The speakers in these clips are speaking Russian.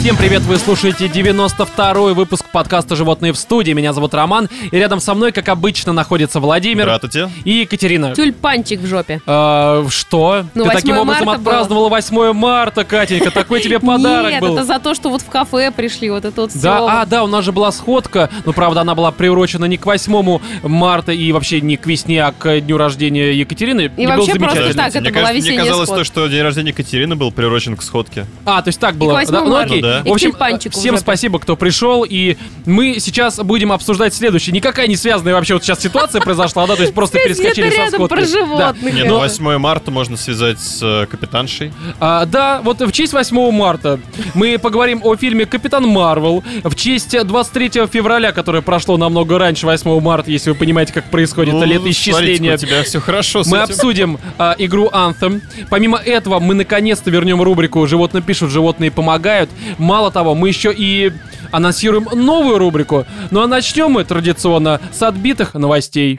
Всем привет, вы слушаете 92-й выпуск подкаста «Животные в студии». Меня зовут Роман, и рядом со мной, как обычно, находится Владимир. Здравствуйте. И Екатерина. Тюльпанчик в жопе. Что? Ну, ты таким образом отпраздновала 8 марта, Катенька, такой тебе подарок был. Нет, это за то, что вот в кафе пришли, вот это вот все. Да, у нас же была сходка, но, правда, она была приурочена не к 8 марта и вообще не к весне, а к дню рождения Екатерины. И вообще просто так, это была весенняя Мне казалось сходка. что день рождения Екатерины был приурочен к сходке. То есть так было. И к 8 марта. Ну, окей. Да. В общем, И всем спасибо, кто пришел, и мы сейчас будем обсуждать следующее. Никакая не связанная вообще вот сейчас ситуация произошла, да, то есть просто перескочили со рядом сходки. про животных. Не, 8 марта можно связать с капитаншей. Да, вот в честь 8 марта мы поговорим о фильме «Капитан Марвел». В честь 23 февраля, которое прошло намного раньше 8 марта, если вы понимаете, как происходит летоисчисление. У тебя все хорошо с Мы этим. обсудим игру Anthem. Помимо этого, мы наконец-то вернем рубрику «Животные пишут, животные помогают». Мало того, мы еще и анонсируем новую рубрику. Ну а начнем мы традиционно с отбитых новостей.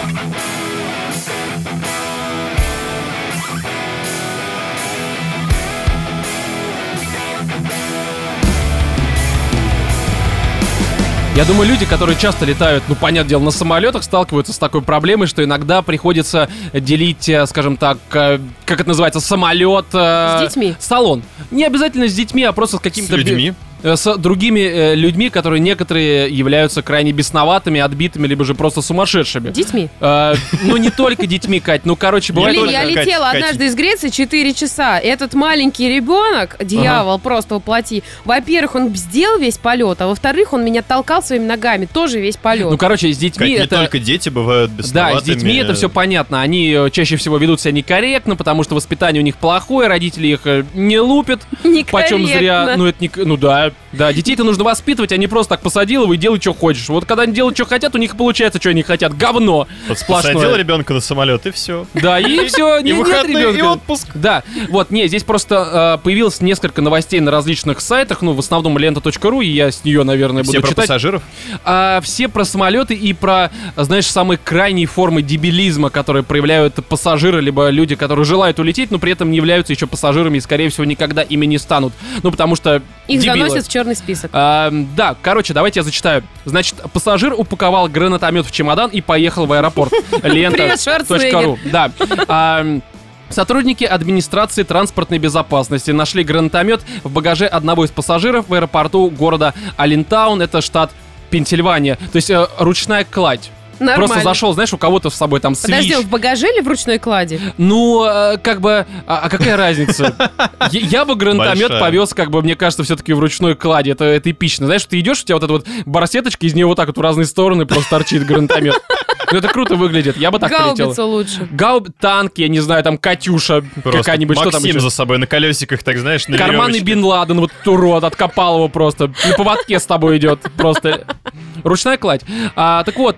Я думаю, люди, которые часто летают, ну, понятное дело, на самолетах, сталкиваются с такой проблемой, что иногда приходится делить, скажем так, как это называется, самолет... С детьми. Салон. Не обязательно с детьми, а просто с какими-то... С людьми. С другими людьми, которые некоторые являются крайне бесноватыми, отбитыми, либо же просто сумасшедшими. Детьми. Ну, не только детьми, Кать, ну, короче, бывает... Блин, я Катя, летела Катя. однажды из Греции 4 часа. Этот маленький ребенок, дьявол, просто воплоти. Во-первых, он бздел весь полет, а во-вторых, он меня толкал своими ногами, тоже весь полет. Ну, короче, с детьми Кать, это... не только дети бывают бесноватыми. Да, с детьми это все понятно. Они чаще всего ведут себя некорректно, потому что воспитание у них плохое, родители их не лупят. Почем зря. Ну, это не... Ну, да. Да, детей-то нужно воспитывать, а не просто так посадил его и делай, что хочешь. Вот когда они делают, что хотят, у них получается, что они хотят. Говно Вот сплошное. посадил ребенка на самолет, и все. Да, и все, И нет выходные, ребенка. и отпуск. Да, вот, не, здесь просто появилось несколько новостей на различных сайтах, ну, в основном лента.ру, и я с нее, наверное, буду Все про читать. пассажиров? Все про самолеты и про, знаешь, самые крайние формы дебилизма, которые проявляют пассажиры, либо люди, которые желают улететь, но при этом не являются еще пассажирами и, скорее всего, никогда ими не станут. Ну, потому что Их дебилы. заносят в черный список. Да, короче, давайте я зачитаю. Значит, пассажир упаковал гранатомет в чемодан и поехал в аэропорт. Привет, Шварценеггер. Лента.ру. Да. Сотрудники администрации транспортной безопасности нашли гранатомет в багаже одного из пассажиров в аэропорту города Аллентаун, это штат Пенсильвания. То есть ручная кладь. Нормально. Просто зашел, знаешь, у кого-то с собой там свич. Подожди, в багаже или в ручной кладе? Ну, как бы, какая разница? Я бы гранатомет Большая. повез, как бы, мне кажется, все-таки в ручной кладе. Это эпично. Знаешь, ты идешь, у тебя вот эта вот барсеточка, из нее вот так вот в разные стороны просто торчит гранатомет. Ну, это круто выглядит. Я бы так полетел. Гаубицу лучше. Танк, я не знаю, там Катюша Просто какая-нибудь, что там Максим еще? за собой на колесиках, так знаешь, на Карманный веревочке. Бин Ладен, вот урод, откопал его просто. На поводке с тобой идет. Просто ручная кладь. Так вот,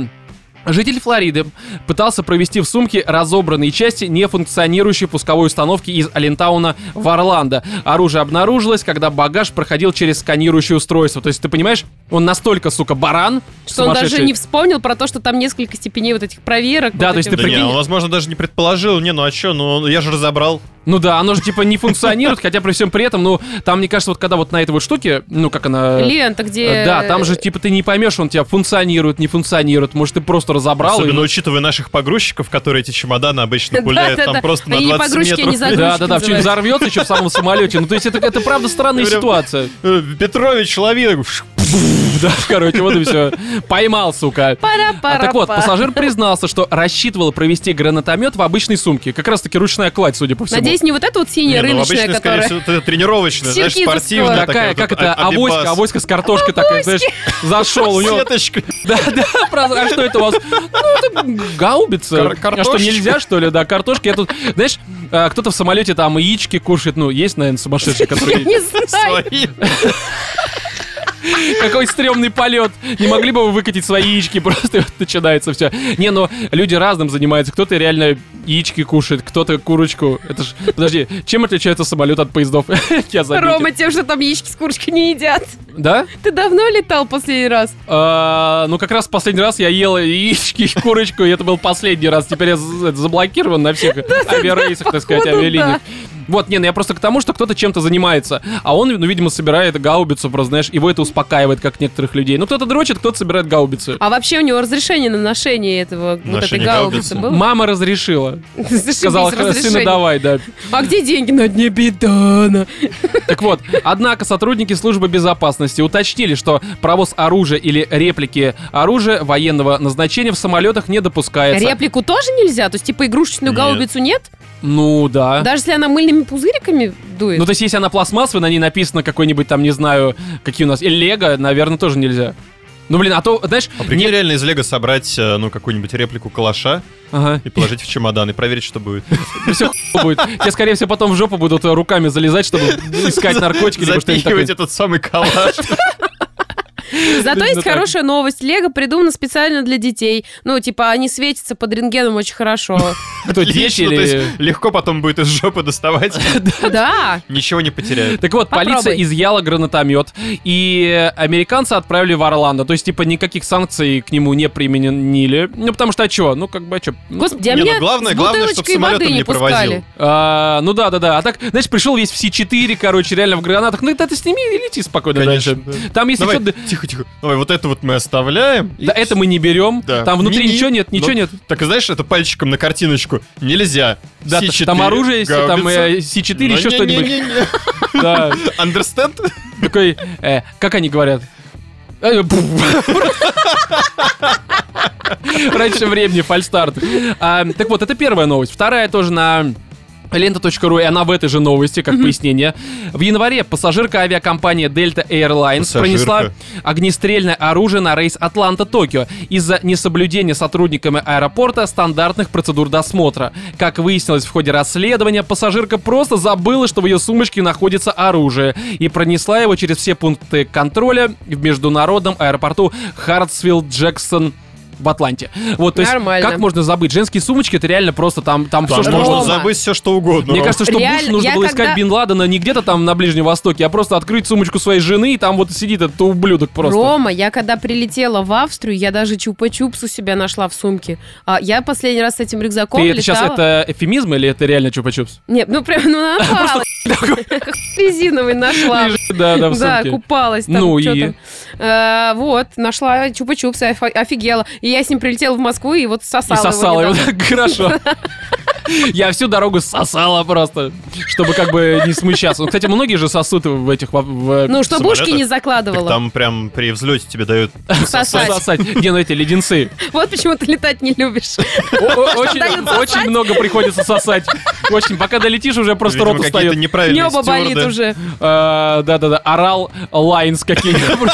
житель Флориды пытался провести в сумке разобранные части нефункционирующей пусковой установки из Аллентауна в Орландо. Оружие обнаружилось, когда багаж проходил через сканирующее устройство. То есть, ты понимаешь, он настолько, сука, баран, Что он даже не вспомнил про то, что там несколько степеней вот этих проверок. Да, вот то есть этих ты Да вот. не, прикинь- он, возможно, даже не предположил. Не, ну а что, ну я же разобрал. Ну да, оно же типа не функционирует, хотя при всем при этом, ну, там, мне кажется, вот когда вот на этой вот штуке, ну, как она... Лента, где... Да, там же типа ты не поймешь, он тебя функционирует, не функционирует. Может, ты просто разобрал Особенно и... учитывая наших погрузчиков, которые эти чемоданы обычно пуляют Да-да-да. там просто на Они не 20 погрузчики, метров. они загрузчики. Да, что-нибудь взорвется еще в самом самолете. Ну, то есть это правда странная Прям- ситуация. Петрович, лови. Да, короче, вот и все. Поймал, сука. Пара-пара-па. Так вот, пассажир признался, что рассчитывал провести гранатомет в обычной сумке. Как раз-таки ручная кладь, судя по всему. Надеюсь, не вот эта вот синяя Не, ну, рыночная, обычно, скорее которая... всего, это тренировочная, знаешь, Черкизовского. спортивная. Такая, такая как вот, это, абибас. авоська с картошкой такая, знаешь, зашел у него. Сеточка. Да, а что это у вас? Ну, это гаубица. А что, Картошечка. нельзя, что ли, да, картошка? Я тут, знаешь, кто-то в самолете там яички кушает, ну, есть, наверное, сумасшедшие, которые... Не знаю. Свои. Какой стрёмный полет. Не могли бы вы выкатить свои яички? Просто вот начинается все. Не, ну, люди разным занимаются. Кто-то реально яички кушает, кто-то курочку. Это ж... Подожди, чем отличается самолет от поездов? Я заметил. Рома, тем, что там яички с курочкой не едят. Да? Ты давно летал последний раз? Ну, как раз последний раз я ел яички, курочку, и это был последний раз. Теперь я заблокирован на всех авиарейсах, так сказать, авиалиниях. Вот, я просто к тому, что кто-то чем-то занимается, а он, видимо, собирает гаубицу, просто, знаешь, его это успокаивает, как некоторых людей. Ну, кто-то дрочит, кто-то собирает гаубицу. А вообще у него разрешение на ношение вот этой гаубицы было? Мама разрешила. Сказала, сына, давай, да. А где деньги? На дне бетона. Так вот, однако сотрудники службы безопасности уточнили, что провоз оружия или реплики оружия военного назначения в самолетах не допускается. Реплику тоже нельзя? То есть, типа, игрушечную гаубицу нет? Ну, да. Даже если она мыльными пузыриками дует? Ну, то есть, если она пластмассовая, на ней написано какой-нибудь там, не знаю, какие у нас... Или лего, наверное, тоже нельзя. Ну, блин, а то, знаешь... А прикинь, реально из лего собрать, какую-нибудь реплику калаша и положить в чемодан и проверить, что будет. Все будет. Тебе, скорее всего, потом в жопу будут руками залезать, чтобы искать наркотики. Запихивать этот самый калаш. Зато есть хорошая новость. Лего придумано специально для детей. Ну, типа, они светятся под рентгеном очень хорошо. Кто, дети То есть или... легко потом будет из жопы доставать. Да. Ничего не потеряют. Так вот, полиция изъяла гранатомет, и американцы отправили в Орландо. То есть, типа, никаких санкций к нему не применили. Ну, потому что, а чё? Ну, как бы, а чё? Господи, а меня главное, с чтобы бутылочкой воды самолетом не не провозил. пускали. Ну да. А так, знаешь, пришел весь в С4, короче, реально в гранатах. Ну, это ты сними и лети спокойно Конечно, дальше. да. Там, если Давай, что... тихо. Давай, вот это вот мы оставляем. Да, это мы не берем. Да. Там внутри ничего нет, ничего нет. Так и знаешь, это пальчиком на картиночку. Нельзя. Да, C4, там оружие есть, там гаубица. С4, еще что-нибудь. Не-не-не-не. Да. Understand? Такой, как они говорят? Раньше времени, фальстарт. Так вот, это первая новость. Вторая тоже на лента.ру, и она в этой же новости, как пояснение. В январе пассажирка авиакомпании Delta Airlines пронесла огнестрельное оружие на рейс Атланта-Токио из-за несоблюдения сотрудниками аэропорта стандартных процедур досмотра. Как выяснилось в ходе расследования, пассажирка просто забыла, что в ее сумочке находится оружие, и пронесла его через все пункты контроля в международном аэропорту Хартсфилд-Джексон в Атланте. Вот, то есть, нормально. как можно забыть? Женские сумочки, это реально просто там все, что можно можно. забыть все, что угодно. Мне кажется, что Реально, Бушу нужно я было когда- искать Бин Ладена не где-то там на Ближнем Востоке, а просто открыть сумочку своей жены, и там вот сидит этот ублюдок просто. Рома, я когда прилетела в Австрию, я даже чупа-чупс у себя нашла в сумке. Я последний раз с этим рюкзаком Ты летала. это сейчас это эфемизм или это реально чупа-чупс? Нет, ну прям, напала. Как резиновый нашла. Лежит, да, в Да, сумке. купалась там. Ну чё и? там. Вот, нашла чупа-чупс, офигела. И я с ним прилетела в Москву и вот И сосала сосала его, недавно. так хорошо. Я всю дорогу сосала просто, чтобы как бы не смущаться. Ну, кстати, многие же сосут в этих... Ну, чтобы ушки не Так закладывала. там прям при взлете тебе дают Сосать. сосать. Где, ну, эти леденцы. Вот почему ты летать не любишь. Очень много приходится сосать. Очень. Пока долетишь, уже просто Видимо, рот какие-то устает. неправильные Небо болит стюарды. уже. Да-да-да. Орал Лайнс какие-нибудь.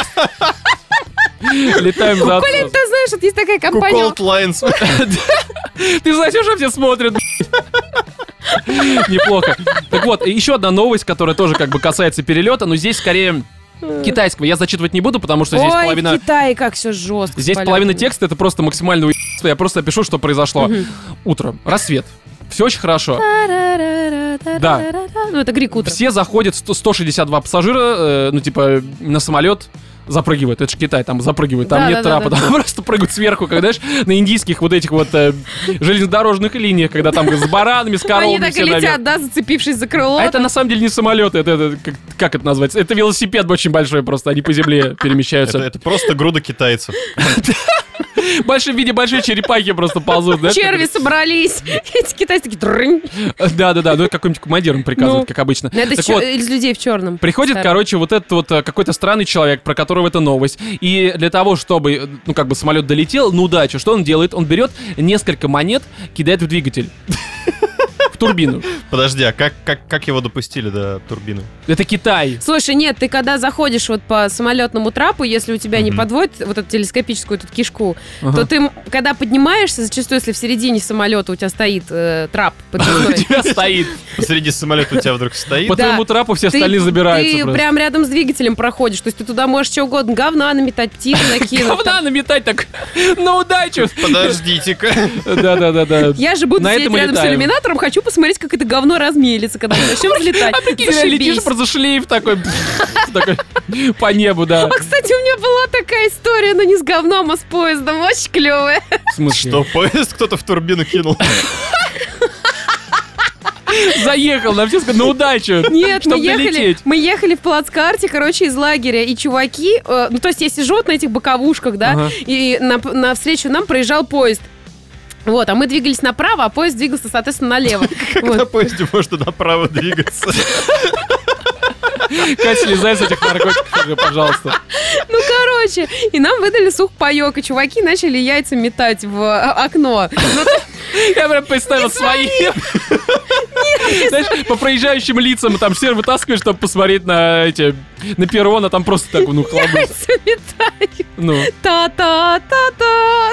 Летаем за... Коля, ты знаешь, вот есть такая компания. Куколд Лайнс. Ты знаешь, что все смотрят? Неплохо. Так вот, еще одна новость, которая тоже как бы касается перелета, но здесь скорее китайского. Я зачитывать не буду, потому что здесь Ой, половина... в Китае как все жестко. Здесь половина текста, это просто максимально уебство. Я просто опишу, что произошло. Утром. Рассвет. Все очень хорошо. Да. Ну, это Грик утро. Все заходят, 162 пассажира, на самолет запрыгивают. Это же Китай, там запрыгивают. Там Да, нет да, трапа, да. там просто прыгают сверху, когда, знаешь, на индийских вот этих вот железнодорожных линиях, когда там с баранами, с Они коровами так и все наверх. летят, да, зацепившись за крыло. А это на самом деле не самолеты, это как это называется? Это велосипед очень большой просто, они по земле перемещаются. Это просто груда китайцев. В виде большой черепахи просто ползут. знаешь, Черви собрались. Эти китайцы такие... «Трынь». Да-да-да, ну какой-нибудь командиром приказывают, Ну, как обычно. Это Так вот, из людей в черном. приходит, короче, вот этот вот какой-то странный человек, про которого это новость. И для того, чтобы, самолет долетел на удачу, что он делает? Он берет несколько монет, кидает в двигатель. В турбину. Подожди, а как его допустили до турбины? Это Китай. Слушай, нет, ты когда заходишь вот по самолетному трапу, если у тебя не подводит вот эту телескопическую эту кишку, то ты, когда поднимаешься, зачастую, если в середине самолета у тебя стоит трап У подвесной, тебя стоит. Посреди самолета у тебя вдруг стоит. По твоему трапу все остальные ты забираются просто. прям рядом с двигателем проходишь, то есть ты туда можешь что угодно, говна наметать, птиц накинуть. Говна там. наметать так на удачу. Подождите-ка. Да-да-да. Я же буду На сидеть этом и рядом с летаем. иллюминатором, хочу посмотреть, как это говно размелится, когда мы начнем взлетать. А прикинь, летишь просто шлейф такой по небу, да. А, кстати, у меня была такая история, но не с говном, а с поездом. Очень клевая. В смысле? Что, поезд кто-то в турбину кинул? Заехал на все на удачу. Нет, чтобы долететь. мы ехали в плацкарте, короче, из лагеря, и чуваки, ну, то есть я сижу вот на этих боковушках, да, и навстречу нам проезжал поезд. Вот, а мы двигались направо, а поезд двигался, соответственно, налево. Как на поезде можно направо двигаться? Катя, слезай с этих наркотиков уже, пожалуйста. Ну, короче, и нам выдали сухпайок, и чуваки начали яйца метать в окно. Я прям представил свои. Знаешь, по проезжающим лицам там все вытаскиваешь, чтобы посмотреть на перрон, а там просто так, ну, хлобы. Яйца метают. Ну. Та-та-та-та.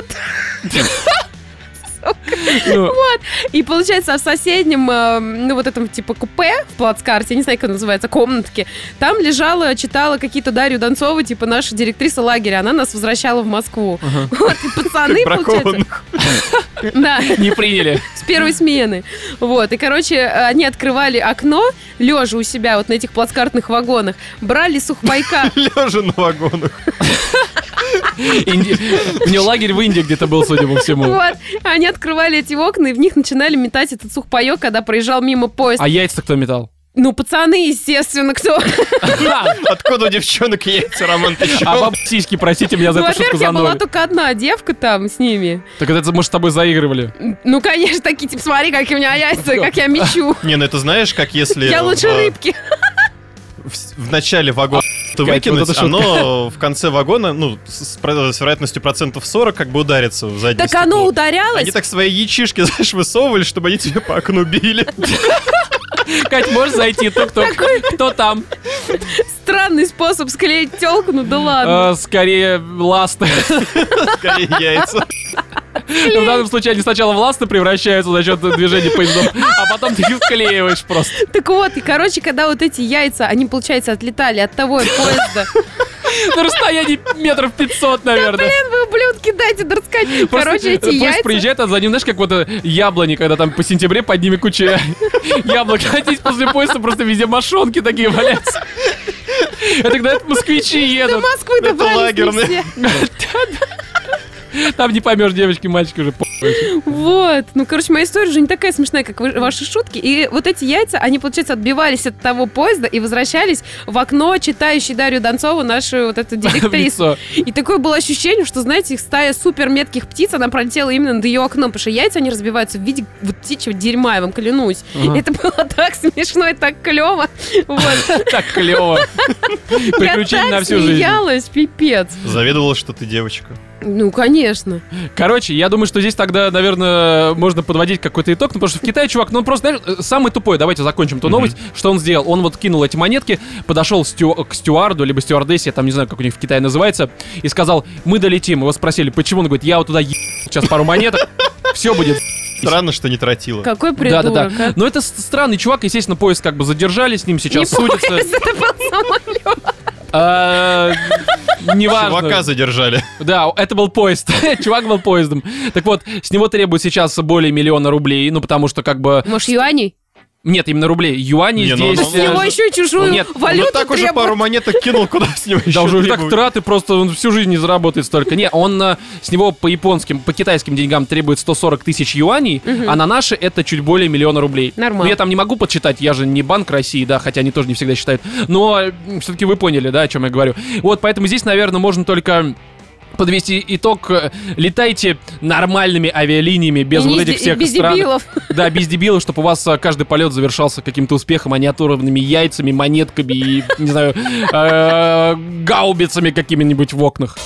Вот. И получается, в соседнем, ну, вот этом, типа, купе в плацкарте, я не знаю, как это называется, комнатке, там лежала, читала какие-то Дарью Донцову, типа, наша директриса лагеря, она нас возвращала в Москву. Вот, и пацаны, получается... Да. Не приняли. С первой смены. Вот, и, короче, они открывали окно, лежа у себя вот на этих плацкартных вагонах, брали сухпайка. Лежа на вагонах. У нее лагерь в Индии где-то был, судя по всему. Вот. Они открывали эти окна, и в них начинали метать этот сухпайок, когда проезжал мимо поезд. А яйца кто метал? Ну, пацаны, естественно, кто? Откуда у девчонок яйца, Роман, ты чё? А бабы сиськи, простите меня за эту шутку за во-первых, я была ноль. только одна девка там с ними. Так это, может, с тобой заигрывали? Ну, конечно, такие, типа, смотри, какие у меня яйца, как я мечу. Не, ну это знаешь, как если... Я лучше рыбки. В начале вагона выкинуть, оно в конце вагона, ну, с вероятностью 40% как бы ударится в заднее Так оно ударялось? Они так свои яичишки, знаешь, высовывали, чтобы они тебе по окну били. Кать, можешь зайти? Кто там? Странный способ склеить телку, ну да ладно. Скорее ласты. Скорее яйца. Но в данном случае они сначала в ласты превращаются за счет движения поездов, а потом ты их вклеиваешь просто. Так вот, и, короче, когда вот эти яйца, они, получается, отлетали от того поезда. На расстоянии метров 500, наверное. Да, блин, вы, ублюдки, дайте дорасказать. Короче, эти яйца... Поезд приезжает, а за ним, знаешь, как вот яблони, когда там по сентябре под ними куча яблок. Хотите, после поезда просто везде мошонки такие валяются. Это когда это москвичи едут. До Москвы добрались не все. Там не поймешь, девочки, мальчики уже Вот. Ну, короче, моя история уже не такая смешная, как ваши шутки. И вот эти яйца, они, получается, отбивались от того поезда и возвращались в окно, читающей Дарью Донцову, нашу вот эту директрису. И такое было ощущение, что, знаете, их стая супер метких птиц, она пролетела именно над ее окном, потому что яйца, они разбиваются в виде вот птичьего дерьма, я вам клянусь. Это было так смешно и так клево. Так клево. Приключения на всю жизнь. Я так смеялась, пипец. Завидовала, что ты девочка. Ну, конечно. Короче, я думаю, что здесь тогда, наверное, можно подводить какой-то итог, потому что в Китае чувак, ну он просто, знаешь, самый тупой, давайте закончим эту новость, что он сделал. Он вот кинул эти монетки, подошел к стюарду, либо стюардессе, я там не знаю, как у них в Китае называется, и сказал, мы долетим. Его спросили, почему? Он говорит, я вот туда сейчас пару монеток, все будет. Странно, что не тротила. Какой придурок, Да. Но это странный чувак, естественно, поезд как бы задержали, с ним сейчас судятся. Поезд, это был самолет. Неважно. Чувака задержали. Да, это был поезд. Чувак был поездом. Так вот, с него требуют сейчас более 1 000 000 рублей, ну потому что как бы... Может, юаней? Нет, именно рублей. Юани здесь... С него еще и чужую валюту Ну так уже пару монеток кинул, куда с него еще да уже так требуют? траты, просто он всю жизнь не заработает столько. Не, он с него по японским, по китайским деньгам требует 140 000 юаней, а на наши это чуть более 1 000 000 рублей. Нормально. Ну я там не могу подсчитать, я же не Банк России, да, хотя они тоже не всегда считают. Но все-таки вы поняли, да, о чем я говорю. Вот, поэтому здесь, наверное, можно только... подвести итог, летайте нормальными авиалиниями, без вот этих всех без странных... дебилов. Да, без дебилов, чтобы у вас каждый полет завершался каким-то успехом, а не оторванными яйцами, монетками и, не знаю, гаубицами какими-нибудь в окнах.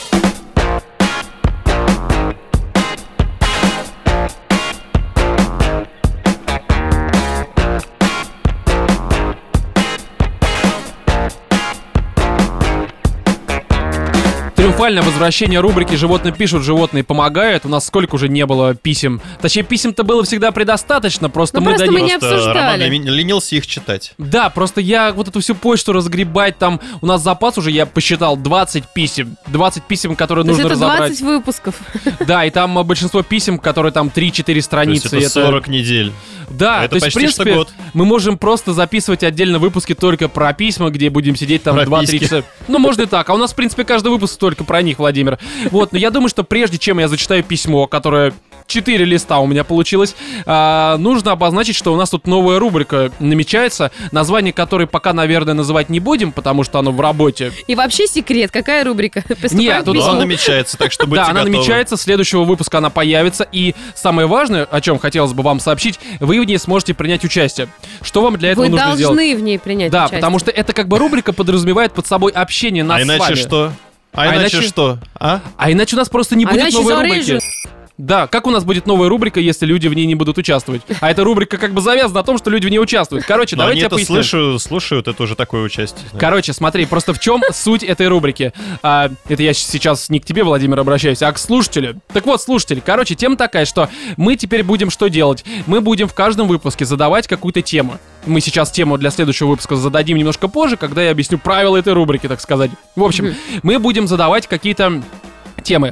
триумфальное возвращение рубрики «Животные пишут, животные помогают». У нас сколько уже не было писем. Точнее, писем-то было всегда предостаточно, просто мы дадим. Не обсуждали. обсуждали. Роман ленился их читать. Да, просто я вот эту всю почту разгребать, там у нас запас уже, я посчитал, 20 писем. 20 писем, которые нужно это разобрать. 20 выпусков. Да, и там большинство писем, которые там 3-4 страницы. То есть это 40 недель. Да, это то есть, почти в принципе, что год. мы можем просто записывать отдельно выпуски только про письма, где будем сидеть там 2-3 часа. Ну, можно и так. А у нас, в принципе, каждый выпуск только про них, Владимир. Вот, но я думаю, что прежде чем я зачитаю письмо, которое 4 листа у меня получилось, нужно обозначить, что у нас тут новая рубрика намечается, название которой пока, наверное, называть не будем, потому что оно в работе. И вообще секрет, какая рубрика? Нет, тут она намечается, так что будьте готовы. Да, она намечается, с следующего выпуска она появится, и самое важное, о чем хотелось бы вам сообщить, вы в ней сможете принять участие. Что вам для этого нужно сделать? Вы должны в ней принять участие. Да, потому что это как бы рубрика подразумевает под собой общение нас с вами. А иначе что? А иначе что? А иначе у нас просто не будет новой рубрики. Да, как у нас будет новая рубрика, если люди в ней не будут участвовать? А эта рубрика как бы завязана на том, что люди в ней участвуют. Короче, давайте я поясню. Слушают, это уже такое участие. Короче, смотри, просто в чем суть этой рубрики? Это я сейчас не к тебе, Владимир, обращаюсь, а к слушателю. Так вот, слушатель, короче, тема такая, что мы теперь будем что делать? Мы будем в каждом выпуске задавать какую-то тему. Мы сейчас тему для следующего выпуска зададим немножко позже, когда я объясню правила этой рубрики, так сказать. В общем, мы будем задавать какие-то темы.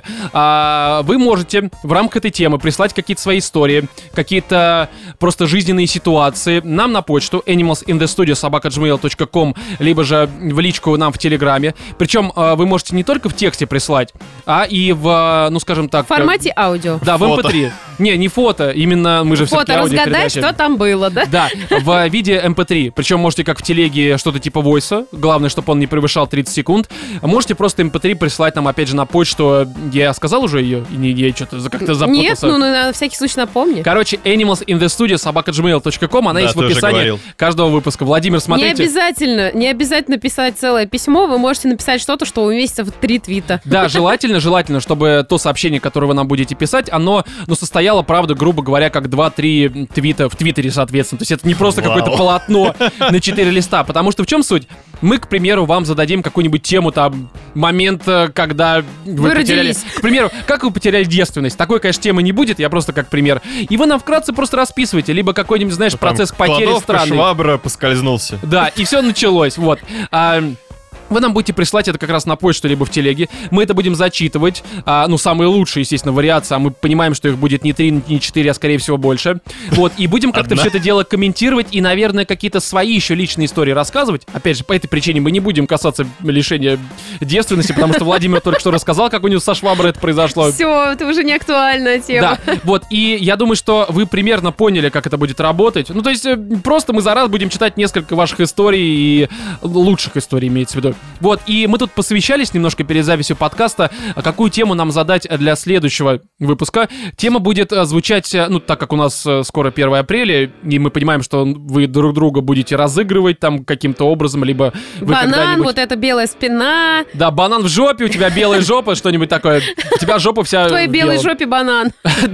Вы можете в рамках этой темы прислать какие-то свои истории, какие-то просто жизненные ситуации нам на почту animalsinthestudio@gmail.com, либо же в личку нам в Телеграме. Причем вы можете не только в тексте прислать, а и в, ну скажем так... В формате аудио. Да, в MP3. Не фото, именно мы же все-таки разгадай, что там было, да? Да, в виде MP3. Причем можете как в телеге что-то типа войса, главное, чтобы он не превышал 30 секунд. Можете просто MP3 прислать нам, опять же, на почту. Я сказал уже ее? Я что-то как-то запутался. Нет, ну на всякий случай напомни. Короче, animalsinthestudio@gmail.com, она есть в описании каждого выпуска. Владимир, смотрите. Не обязательно писать целое письмо, вы можете написать что-то, что уместится в 3 твита. Да, желательно, чтобы то сообщение, которое вы нам будете писать, оно, состояло, правда, грубо говоря, как 2-3 твита в Твиттере, соответственно. То есть это не просто какое-то полотно на 4 листа, потому что в чем суть? Мы, к примеру, вам зададим какую-нибудь тему, там, момент, когда вы потеряли... К примеру, как вы потеряли девственность? Такой, конечно, темы не будет, я просто как пример. И вы нам вкратце просто расписываете, либо какой-нибудь, знаешь, процесс потери странный. Швабра поскользнулся. Да, и все началось, вот. Вы нам будете прислать это как раз на почту, либо в телеге. Мы это будем зачитывать. Самые лучшие, естественно, вариации. А мы понимаем, что их будет не 3, не 4, а скорее всего больше. Вот, и будем как-то все это дело комментировать и, наверное, какие-то свои еще личные истории рассказывать. Опять же, по этой причине мы не будем касаться лишения девственности, потому что Владимир только что рассказал, как у него со шваброй это произошло. Все, это уже не актуальная тема. Да, вот, и я думаю, что вы примерно поняли, как это будет работать. Ну, то есть, просто мы за раз будем читать несколько ваших историй и лучших историй, имеется в виду. Вот, и мы тут посовещались немножко перед записью подкаста, какую тему нам задать для следующего выпуска. Тема будет звучать, так как у нас скоро 1 апреля, и мы понимаем, что вы друг друга будете разыгрывать там каким-то образом, либо вы банан, вот эта белая спина. Да, банан в жопе, у тебя белая жопа, что-нибудь такое. У тебя жопа вся в твоей белой жопе банан.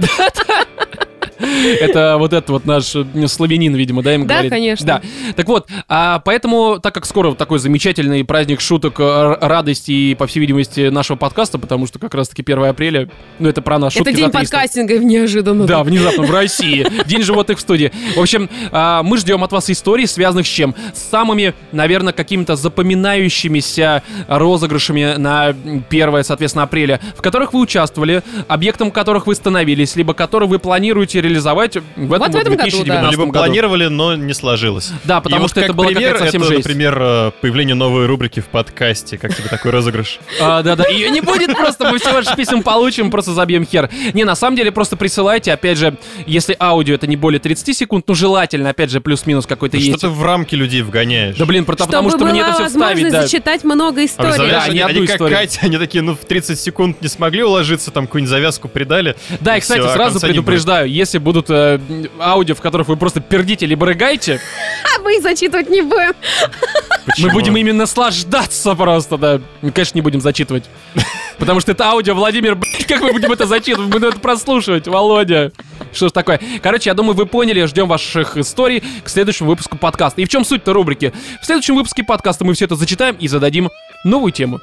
Это вот этот вот наш славянин, видимо, да, им говорит? Да, конечно. Да. Так вот, поэтому, так как скоро такой замечательный праздник шуток, радости и, по всей видимости, нашего подкаста, потому что как раз-таки 1 апреля, это про нас шутки. Это день подкастинга неожиданно. Да, внезапно в России. День животных в студии. В общем, мы ждем от вас историй, связанных с чем? С самыми, наверное, какими-то запоминающимися розыгрышами на 1, соответственно, апреля, в которых вы участвовали, объектом которых вы становились, либо которые вы планируете реализовать в этом 2019 году. Либо планировали, но не сложилось. Да, потому что это было какая-то совсем жесть. Например, появление новой рубрики в подкасте. Как тебе такой розыгрыш? Да-да, ее не будет просто, мы все ваши писем получим, просто забьем хер. Не, на самом деле, просто присылайте, опять же, если аудио это не более 30 секунд, желательно, опять же, плюс-минус какой-то есть. Что ты в рамки людей вгоняешь? Да блин, потому что мне это все вставить, да. зачитать много историй. Да, не одну историю. Катя, они такие, в 30 секунд не смогли уложиться, там какую-нибудь завязку придали. Да, и, кстати, сразу предупреждаю, если будут аудио, в которых вы просто пердите либо рыгаете, мы их зачитывать не будем. Мы будем именно наслаждаться просто, да. Мы, конечно, не будем зачитывать. Потому что это аудио, Владимир, как мы будем это зачитывать? Мы будем это прослушивать, Володя. Что ж такое? Короче, я думаю, вы поняли, ждем ваших историй к следующему выпуску подкаста. И в чем суть-то рубрики? В следующем выпуске подкаста мы все это зачитаем и зададим новую тему.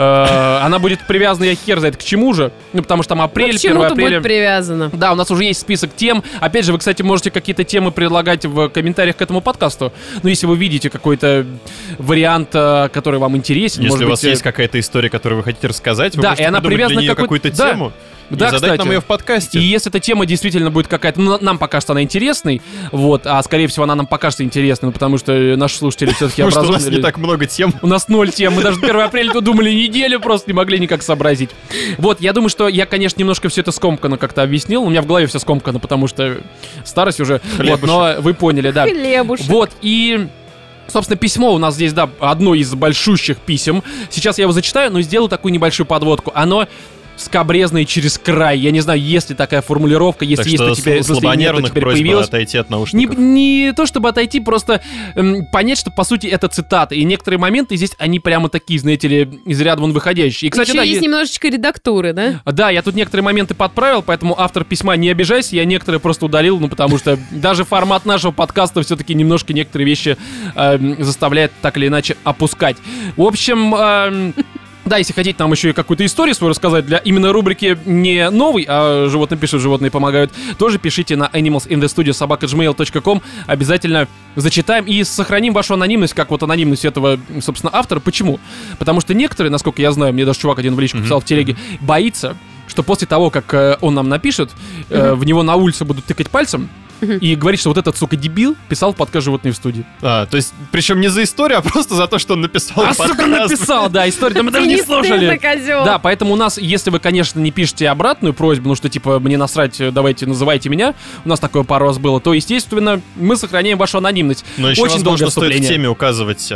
Она будет привязана, я хер знает к чему же. Ну, потому что там апрель, 1 апреля. будет привязано. Да, у нас уже есть список тем. Опять же, вы, кстати, можете какие-то темы предлагать в комментариях к этому подкасту. Ну, если вы видите какой-то вариант, который вам интересен. Если у вас есть какая-то история, которую вы хотите рассказать, вы да, можете и она привязана к какую-то тему. Да, задать кстати, нам ее в подкасте. И если эта тема действительно будет какая-то... Ну, нам покажется она интересной, вот, а скорее всего она нам покажется интересной, потому что наши слушатели все-таки образованные. Потому что у нас не так много тем. У нас 0 тем, мы даже 1 апреля тут думали неделю, просто не могли никак сообразить. Вот, я думаю, что я, конечно, немножко все это скомканно как-то объяснил, у меня в голове все скомканно, потому что старость уже, вот, но вы поняли, да. Хлебушек. Вот, и... Собственно, письмо у нас здесь, да, одно из большущих писем. Сейчас я его зачитаю, но сделаю такую небольшую подводку. Оно скабрезное через край. Я не знаю, есть ли такая формулировка, если так есть, то теперь, слабонервных теперь просьба появилась. отойти от наушников. Не то, чтобы отойти, просто понять, что, по сути, это цитата. И некоторые моменты здесь, они прямо такие, знаете ли, из ряда вон выходящие. И, кстати, еще да, есть немножечко редактуры, да? Да, я тут некоторые моменты подправил, поэтому автор письма, не обижайся, я некоторые просто удалил, ну, потому что даже формат нашего подкаста все-таки немножко некоторые вещи заставляет так или иначе опускать. В общем... Да, если хотите нам еще и какую-то историю свою рассказать для именно рубрики не новой, а животные пишут, животные помогают, тоже пишите на animalsinthestudio@gmail.com. Обязательно зачитаем и сохраним вашу анонимность, как вот анонимность этого, собственно, автора. Почему? Потому что некоторые, насколько я знаю, мне даже чувак один в личку писал в телеге, боится, что после того, как он нам напишет, в него на улице будут тыкать пальцем и говорить, что вот этот, сука, дебил писал в подкаст «Животные в студии». То есть, причем не за историю, а просто за то, что он написал подкаст. Сука, написал, да, историю, да мы даже не слушали. Козёл. Да, поэтому у нас, если вы, конечно, не пишете обратную просьбу, ну что, типа, мне насрать, давайте называйте меня, у нас такое пару раз было, то, естественно, мы сохраняем вашу анонимность. Но еще, очень долгое возможно, стоит в вступление. теме указывать,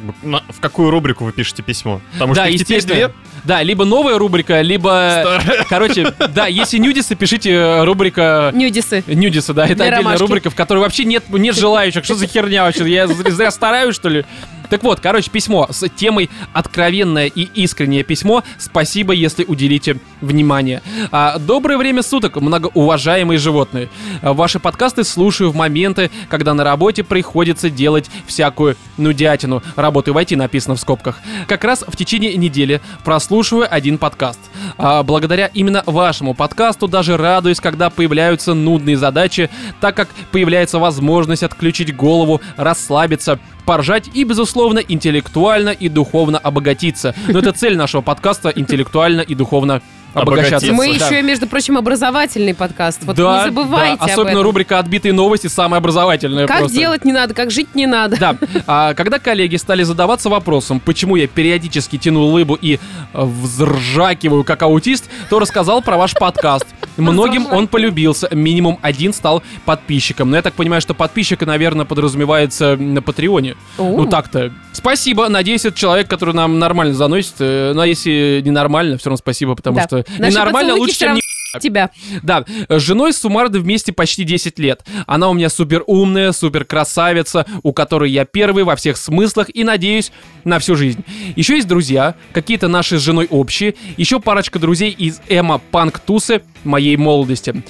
в какую рубрику вы пишете письмо. Потому что Да, их теперь естественно. 2. Да, либо новая рубрика, либо... Короче, да, если нюдисы, пишите рубрика... Нюдисы. Нюдисы, да, это Для отдельная ромашки. рубрика, в которой вообще нет желающих. Что за херня вообще? Я зря стараюсь, что ли? Так вот, короче, письмо с темой «Откровенное и искреннее письмо». Спасибо, если уделите внимание. Доброе время суток, многоуважаемые животные. Ваши подкасты слушаю в моменты, когда на работе приходится делать всякую нудятину. Работаю в IT, написано в скобках. Как раз в течение недели прослушиваю один подкаст. Благодаря именно вашему подкасту даже радуюсь, когда появляются нудные задачи, так как появляется возможность отключить голову, расслабиться, поржать и, безусловно, интеллектуально и духовно обогатиться. Но это цель нашего подкаста — интеллектуально и духовно обогащаться. Мы Да. еще, между прочим, образовательный подкаст. Вот Да, не забывайте да, об особенно этом. рубрика «Отбитые новости» самая образовательная. Как просто. делать не надо, как жить не надо. Да. Когда коллеги стали задаваться вопросом, почему я периодически тяну лыбу и взржакиваю как аутист, то рассказал про ваш подкаст. Многим он полюбился, минимум один стал подписчиком. Но я так понимаю, что подписчика, наверное, подразумевается на Патреоне. Ну так-то. Спасибо, надеюсь, это человек, который нам нормально заносит. Но если ненормально, все равно спасибо, потому Да. что Наши ненормально поцелуйки лучше, всё чем равно не... тебя. Да, с женой суммарно вместе почти 10 лет. Она у меня супер умная, супер красавица, у которой я первый во всех смыслах и, надеюсь, на всю жизнь. Еще есть друзья, какие-то наши с женой общие, еще парочка друзей из эмо-панк-тусы моей молодости.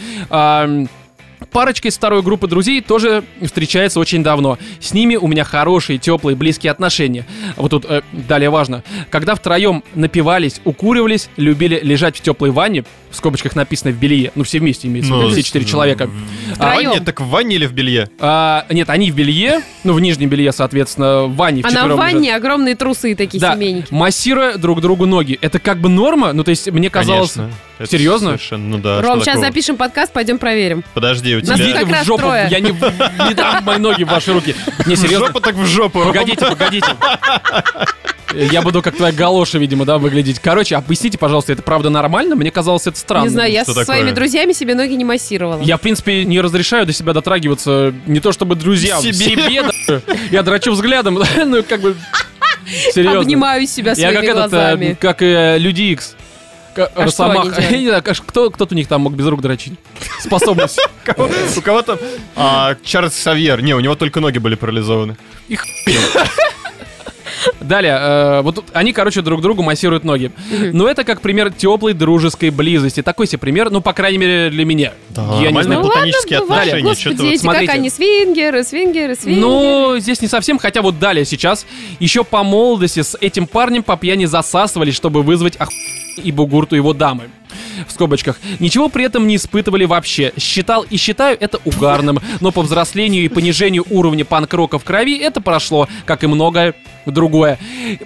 Парочка из второй группы друзей тоже встречается очень давно. С ними у меня хорошие, теплые, близкие отношения. Вот тут далее важно. Когда втроем напивались, укуривались, любили лежать в теплой ванне, в скобочках написано в белье, ну все вместе имеется, в виду, все 4 человека. В ванне? Так в ванне или в белье? Нет, они в белье, ну в нижнем белье, соответственно, в ванне А вчетвером на ванне лежат. огромные трусы такие Да, семейники. массируя друг другу ноги. Это как бы норма? Ну то есть мне казалось... Конечно. Это Серьезно? Совершенно, ну да. Ром, что сейчас такого? запишем подкаст, пойдем проверим. Подожди, у Нас тебя... как раз в жопу, трое. я не дам мои ноги в ваши руки. Не, В серьезно? жопу так в жопу. Погодите. Я буду как твоя галоша, видимо, да, выглядеть. Короче, объясните, пожалуйста, это правда нормально? Мне казалось, это странно. Не знаю, я Что со такое? своими друзьями себе ноги не массировала. Я, в принципе, не разрешаю до себя дотрагиваться, не то чтобы друзьям, себе да. Я драчу взглядом, ну, как бы, серьезно. Обнимаю себя Я своими как глазами. как Люди Икс. Росомаха. что они Я не знаю, кто-то у них там мог без рук дрочить. Способность. У кого-то... Чарльз Ксавьер. Не, у него только ноги были парализованы. Далее, вот тут они, короче, друг другу массируют ноги. Но это как пример теплой дружеской близости. Такой себе пример, ну, по крайней мере, для меня. Да, Я не нормальные знаю. платонические Бывает, отношения. господи, Что-то вот эти смотрите. как они, свингеры. Ну, здесь не совсем, хотя вот далее сейчас. Еще по молодости с этим парнем по пьяни засасывались, чтобы вызвать и бугурту его дамы. В скобочках. Ничего при этом не испытывали вообще. Считал и считаю это угарным. Но по взрослению и понижению уровня панк-рока в крови это прошло, как и многое другое.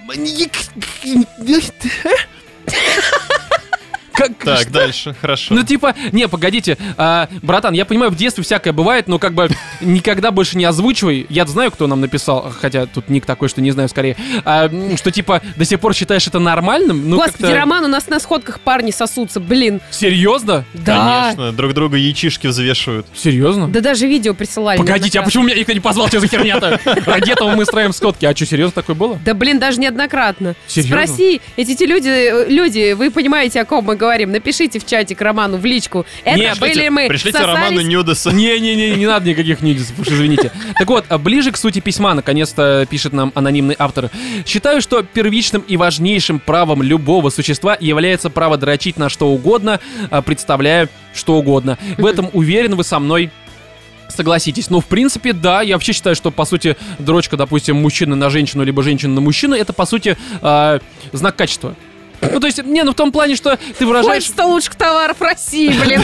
Так, дальше, хорошо. Ну, типа, не, погодите, братан, я понимаю, в детстве всякое бывает, но как бы никогда больше не озвучивай. Я знаю, кто нам написал, хотя тут ник такой, что не знаю скорее, что типа до сих пор считаешь это нормальным? Ну, Господи, как-то... Роман, у нас на сходках парни сосутся, блин. Серьезно? Да. Конечно, друг друга яичишки взвешивают. Серьезно? Да даже видео присылали. Погодите, а почему меня никто не позвал? Что за херня-то? Ради этого мы строим сходки. А что, серьезно такое было? Да блин, даже неоднократно. Серьезно? Спроси, эти люди, вы понимаете, о ком мы говорим? Напишите в чатик Роману, в личку. Это Нет, были мы. Пришлите сосались. Роману нюдеса. Не-не-не, не надо никаких нюдисов, уж извините. Так вот, ближе к сути письма, наконец-то пишет нам анонимный автор. Считаю, что первичным и важнейшим правом любого существа является право дрочить на что угодно, представляя что угодно. В этом уверен, вы со мной согласитесь. Ну, в принципе, да, я вообще считаю, что, по сути, дрочка, допустим, мужчины на женщину, либо женщины на мужчину, это, по сути, знак качества. Ну, то есть, не, ну в том плане, что ты выражаешь... Ой, 100 лучших товаров России, блин.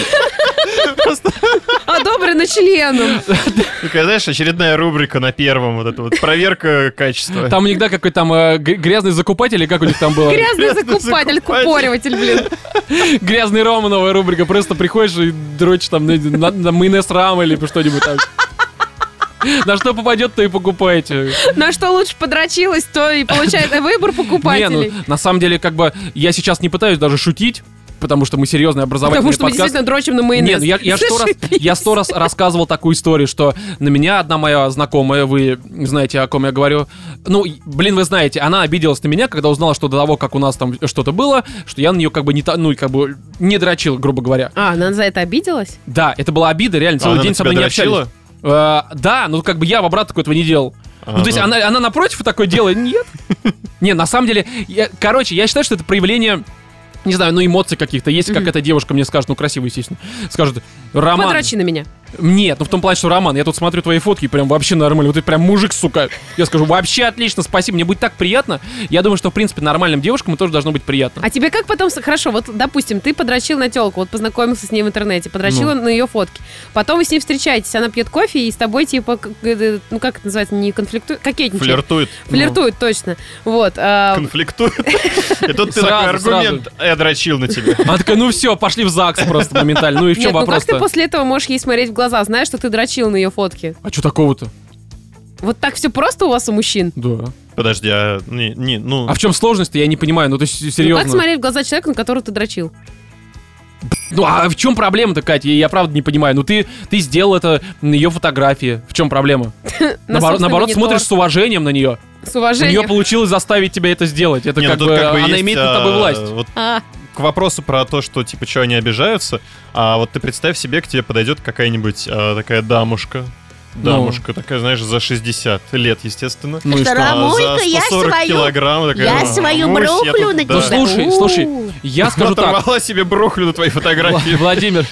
Одобрено членом. Такая, знаешь, очередная рубрика на первом, вот это вот, проверка качества. Там иногда какой там грязный закупатель, или как у них там было? Грязный закупатель, купориватель, блин. Грязный Рома, новая рубрика. Просто приходишь и дрочишь там на майонез Рама или что-нибудь там. На что попадет, то и покупаете. На что лучше подрочилась, то и получает выбор Не, покупателей. ну, на самом деле, как бы, я сейчас не пытаюсь даже шутить, потому что мы серьезный образовательный Потому что мы подкаст. действительно дрочим на майонез. Нет, я 100 раз рассказывал такую историю, что на меня одна моя знакомая, вы знаете, о ком я говорю. Ну, блин, вы знаете, она обиделась на меня, когда узнала, что до того, как у нас там что-то было, что я на нее как бы не дрочил, грубо говоря. А, она за это обиделась? Да, это была обида, реально, целый Она день на со мной тебя не общались. дрочила? Да, ну как бы я в обратно этого не делал. Ну, то есть она напротив такое делает? Нет. Не, на самом деле, я считаю, что это проявление, не знаю, ну, эмоций каких-то. Если как эта девушка мне скажет, ну, красиво, естественно, скажет, Роман... Подрочи на меня. Нет, ну в том плане, что Роман, я тут смотрю твои фотки, прям вообще нормально. Вот ты прям мужик, сука. Я скажу, вообще отлично, спасибо, мне будет так приятно. Я думаю, что, в принципе, нормальным девушкам тоже должно быть приятно. А тебе как потом... Хорошо, вот, допустим, ты подрочил на телку, вот познакомился с ней в интернете, подрочил на ее фотки. Потом вы с ней встречаетесь, она пьет кофе и с тобой, типа, ну как это называется, не конфликтует, кокетничает. Флиртует. Флиртует, точно. Вот. Конфликтует. И тут ты такой аргумент, я дрочил на тебя. Она такая, ну все, пошли в ЗАГС просто моментально. Ну и в чем Нет, ну как вопрос-то? ты после этого можешь ей смотреть в глаза, знаешь, что ты дрочил на ее фотки? А что такого-то? Вот так все просто у вас, у мужчин? Да. Подожди, ну... А в чем сложность-то, я не понимаю, ну то есть Ну серьезно. как смотреть в глаза человека, на которого ты дрочил? Ну а в чем проблема-то, Катя? Я правда не понимаю. Ну ты сделал это на ее фотографии. В чем проблема? На Наоборот, собственный монитор. смотришь с уважением на нее. С У уважением. нее получилось заставить тебя это сделать. Это Не, ну как тут бы как бы она есть, имеет над тобой власть. вот А, к вопросу про то, что, типа, что они обижаются, а вот ты представь себе, к тебе подойдет какая-нибудь такая дамушка, такая, знаешь, за 60 лет, естественно. Ну и что? За 140 килограмм такая... я свою «Мусь, брохлю тут, на да». тебя. Ну слушай, я скажу так. Оторвала себе брохлю на твоей фотографии. Владимир,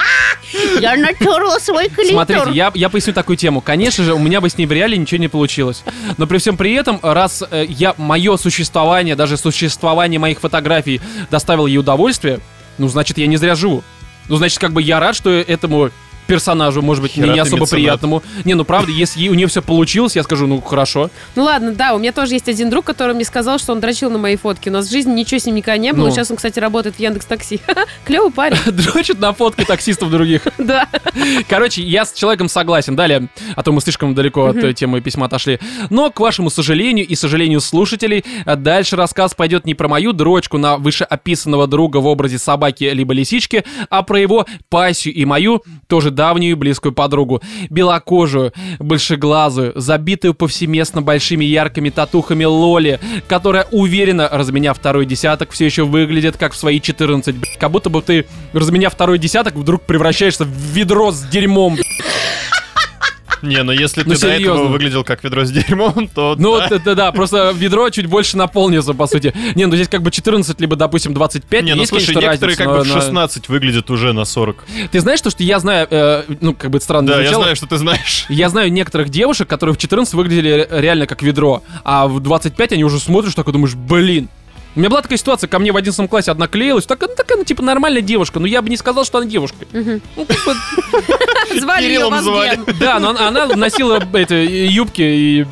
Я натерла свой клитор. смотрите, я поясню такую тему. Конечно же, у меня бы с ней в реале ничего не получилось. Но при всем при этом, раз мое существование, даже существование моих фотографий доставило ей удовольствие, ну, значит, я не зря живу. Ну, значит, как бы я рад, что этому персонажу, может быть, Хера не ты особо меценат. приятному. Не, ну правда, если у нее все получилось, я скажу, ну хорошо. ну ладно, да, у меня тоже есть один друг, который мне сказал, что он дрочил на мои фотки. У нас в жизни ничего с ним никогда не было. Ну. Сейчас он, кстати, работает в Яндекс.Такси. Клевый парень. Дрочит на фотки таксистов других. Да. Короче, я с человеком согласен. Далее, а то мы слишком далеко от темы письма отошли. Но, к вашему сожалению и сожалению слушателей, дальше рассказ пойдет не про мою дрочку на вышеописанного друга в образе собаки либо лисички, а про его пассию и мою, тоже давнюю и близкую подругу. Белокожую, большеглазую, забитую повсеместно большими яркими татухами Лоли, которая уверенно, разменяв второй десяток, все еще выглядит как в свои 14. Как будто бы ты, разменяв второй десяток, вдруг превращаешься в ведро с дерьмом. Не, но если Ну, ты до этого серьезно. выглядел как ведро с дерьмом, то Ну, да. да, просто ведро чуть больше наполнится, по сути. Не, ну здесь как бы 14, либо, допустим, 25. Не, ну есть, слушай, конечно, некоторые разница, как бы в но- 16 выглядят уже на 40. Ты знаешь, что я знаю, ну, как бы это странно Да, я звучало. знаю, что ты знаешь. Я знаю некоторых девушек, которые в 14 выглядели реально как ведро, а в 25 они уже смотришь, так и думаешь, блин. У меня была такая ситуация, ко мне в 11 классе одна клеилась, такая, ну, типа, нормальная девушка, но я бы не сказал, что она девушка. Ну, как бы, Звали ее Кириллом звали. Вазген. да, но она носила юбки и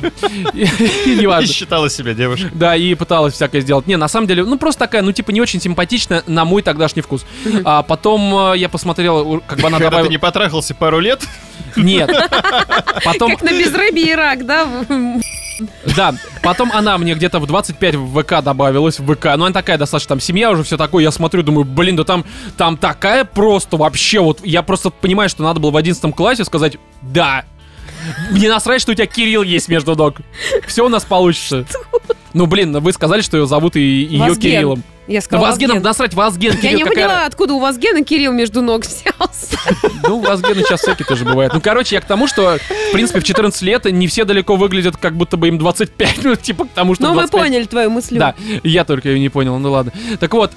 И неважно. считала себя девушкой. Да, и пыталась всякое сделать. Не, на самом деле, ну просто такая, ну типа не очень симпатичная на мой тогдашний вкус. А потом я посмотрел, как бы она Когда ты добавила... не потрахался пару лет, Нет. Потом, Как на безрыбье и рак, да? да, потом она мне где-то в 25 в ВК добавилась, в ВК. Ну, она такая достаточно, там, семья уже, все такое. Я смотрю, думаю, блин, да там такая просто вообще вот... Я просто понимаю, что надо было в 11 классе сказать, да, мне насрать, что у тебя Кирилл есть между ног. Все у нас получится. Ну, блин, вы сказали, что ее зовут и ее Вазген. Кириллом. Я сказала Вазгеном Вазген. насрать, Вазген, Я Кирилл, не какая поняла, откуда у Вазгена Кирилл между ног взялся. Ну, у вас гены сейчас всякие тоже бывают. Ну, короче, я к тому, что, в принципе, в 14 лет не все далеко выглядят, как будто бы им 25. Ну, типа, к тому, что Но мы 25. поняли твою мысль. Да, я только ее не понял, ну ладно. Так вот,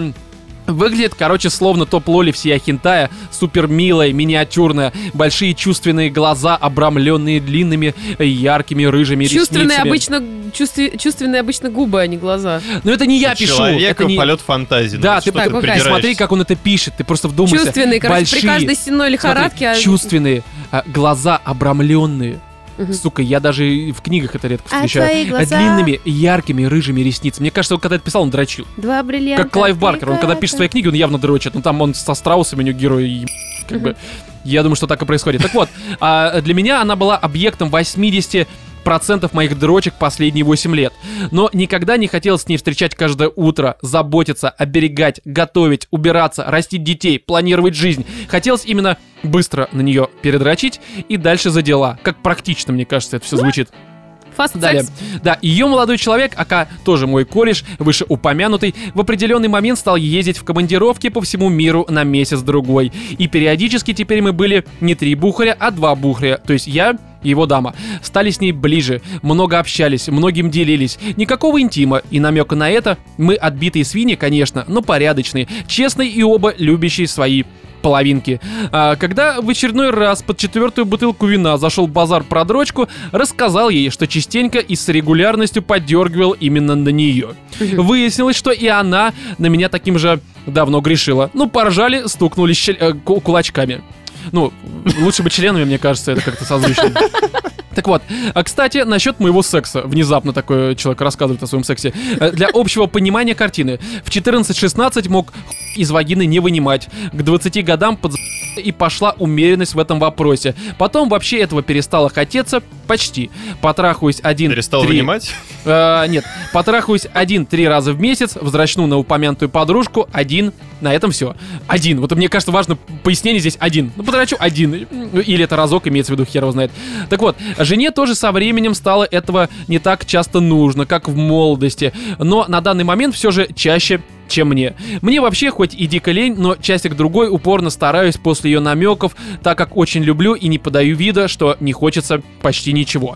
выглядит, короче, словно топ-лоли всея хентая, супер милая, миниатюрная, большие чувственные глаза, обрамленные длинными, яркими рыжими Чувственные ресницами. чувственные обычно губы, а не глаза. Но это не я пишу. человека Это не... полет фантазии. Да, Ну, ты что так, ты окей. смотри, как он это пишет, ты просто вдумайся. Чувственные, короче, при Большие, каждой стенной лихорадке... смотри, чувственные, глаза обрамленные. Мгм. Сука, я даже и в книгах это редко А встречаю. твои глаза? Длинными, яркими, рыжими ресницами. Мне кажется, он когда это писал, он дрочил. Два бриллианта. Как Клайв Баркер. Он когда пишет свои книги, он явно дрочит. Ну там он со страусами, у него герой. И, как бы, я думаю, что так и происходит. Так вот, для меня она была объектом 80% моих дрочек последние 8 лет. Но никогда не хотел с ней встречать каждое утро, заботиться, оберегать, готовить, убираться, растить детей, планировать жизнь. Хотелось именно быстро на нее передрочить и дальше за дела. Как практично, мне кажется, это все звучит. Далее. Фаст-секс. Да, ее молодой человек, ака тоже мой кореш, вышеупомянутый, в определенный момент стал ездить в командировки по всему миру на месяц-другой. И периодически теперь мы были не 3 бухаря, а 2 бухаря. То есть я и его дама. Стали с ней ближе, много общались, многим делились. Никакого интима, и намека на это мы отбитые свиньи, конечно, но порядочные, честные и оба любящие свои половинки. Когда в очередной раз под 4-ю бутылку вина зашел базар про дрочку, рассказал ей, что частенько и с регулярностью поддергивал именно на нее. Выяснилось, что и она на меня таким же давно грешила. Ну, поржали, стукнулись кулачками. Ну, лучше бы членами, мне кажется, это как-то созвучно. Так вот, кстати, насчет моего секса. Внезапно такой человек рассказывает о своем сексе. Для общего понимания картины. В 14-16 мог из вагины не вынимать. К 20 годам и пошла умеренность в этом вопросе. Потом вообще этого перестало хотеться почти. Потрахаюсь Перестал вынимать? Нет, потрахаюсь 1-3 раза в месяц, взрачну на упомянутую подружку, 1, на этом все. 1, вот мне кажется важно пояснение здесь 1. Ну, потрачу 1, или это разок, имеется в виду, хер его знает. Так вот, жене тоже со временем стало этого не так часто нужно, как в молодости, но на данный момент все же чаще, чем мне. Мне вообще хоть и дико лень, но часик-другой упорно стараюсь после ее намеков, так как очень люблю и не подаю вида, что не хочется почти ничего.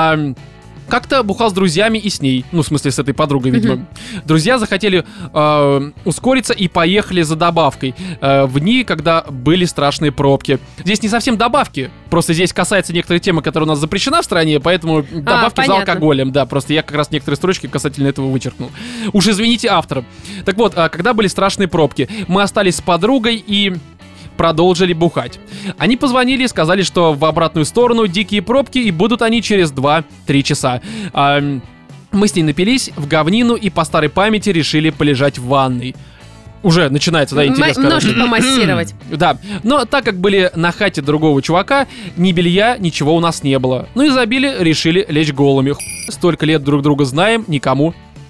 Как-то бухал с друзьями и с ней. Ну, в смысле, с этой подругой, видимо. Друзья захотели ускориться и поехали за добавкой. В дни, когда были страшные пробки. Здесь не совсем добавки. Просто здесь касается некоторой темы, которая у нас запрещена в стране, поэтому добавки за понятно. алкоголем. Да, просто я как раз некоторые строчки касательно этого вычеркнул. Уж извините автора. Так вот, когда были страшные пробки, мы остались с подругой и продолжили бухать. Они позвонили и сказали, что в обратную сторону дикие пробки, и будут они через 2-3 часа. Мы с ней напились в говнину и по старой памяти решили полежать в ванной. Уже начинается, да, интерес, короче. Ножки помассировать. Да, но так как были на хате другого чувака, ни белья, ничего у нас не было. Ну и забили, решили лечь голыми. Столько лет друг друга знаем, никому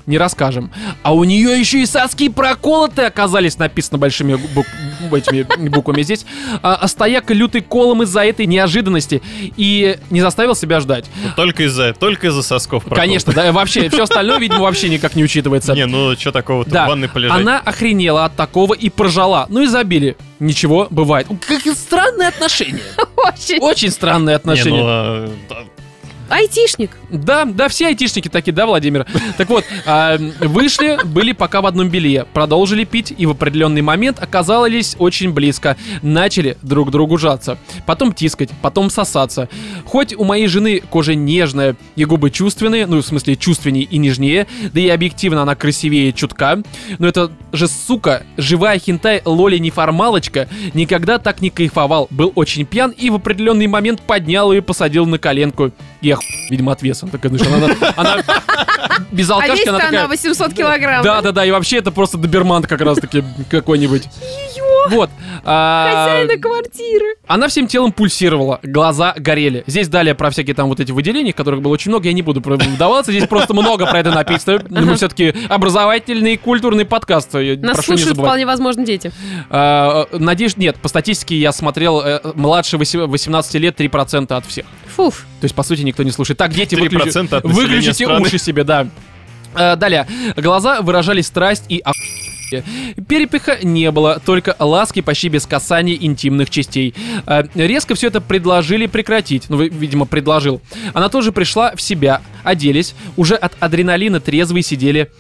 не расскажем. А у нее еще и соски проколоты оказались, написано большими этими буквами здесь. А стояк лютый колом из-за этой неожиданности и не заставил себя ждать. Только из-за сосков. Конечно, да, вообще, все остальное, видимо, вообще никак не учитывается. Не, ну что такого-то, да. в ванной полежать. Она охренела от такого и прожала. Ну и забили. Ничего, бывает. Какие странные отношения. Очень странные отношения. Айтишник. Да, все айтишники такие, да, Владимир? Так вот, вышли, были пока в одном белье, продолжили пить и в определенный момент оказались очень близко. Начали друг к другу жаться, потом тискать, потом сосаться. Хоть у моей жены кожа нежная и губы чувственные, ну, в смысле, чувственнее и нежнее, да и объективно она красивее чутка, но это же, сука, живая хентай Лоли-неформалочка, никогда так не кайфовал, был очень пьян и в определенный момент поднял ее и посадил на коленку. Я видимо, от веса. Такая, она без алкашки, она такая... она 800 килограмм. Да, и вообще это просто доберман как раз-таки какой-нибудь. Вот. Хозяина квартиры. Она всем телом пульсировала, глаза горели. Здесь далее про всякие там вот эти выделения, которых было очень много, я не буду вдаваться. Здесь просто много про это написано. Мы все-таки образовательный и культурный подкаст. Нас слушают вполне возможно дети. Надеюсь, нет, по статистике я смотрел, младше 18 лет 3% от всех. Фуф. То есть, по сути, никто не слушает. Так, дети, выключите страны. Уши себе, да. Далее. Глаза выражали страсть и перепиха не было, только ласки почти без касания интимных частей. Резко все это предложили прекратить. Ну, видимо, предложил. Она тоже пришла в себя, оделись, уже от адреналина трезвые сидели.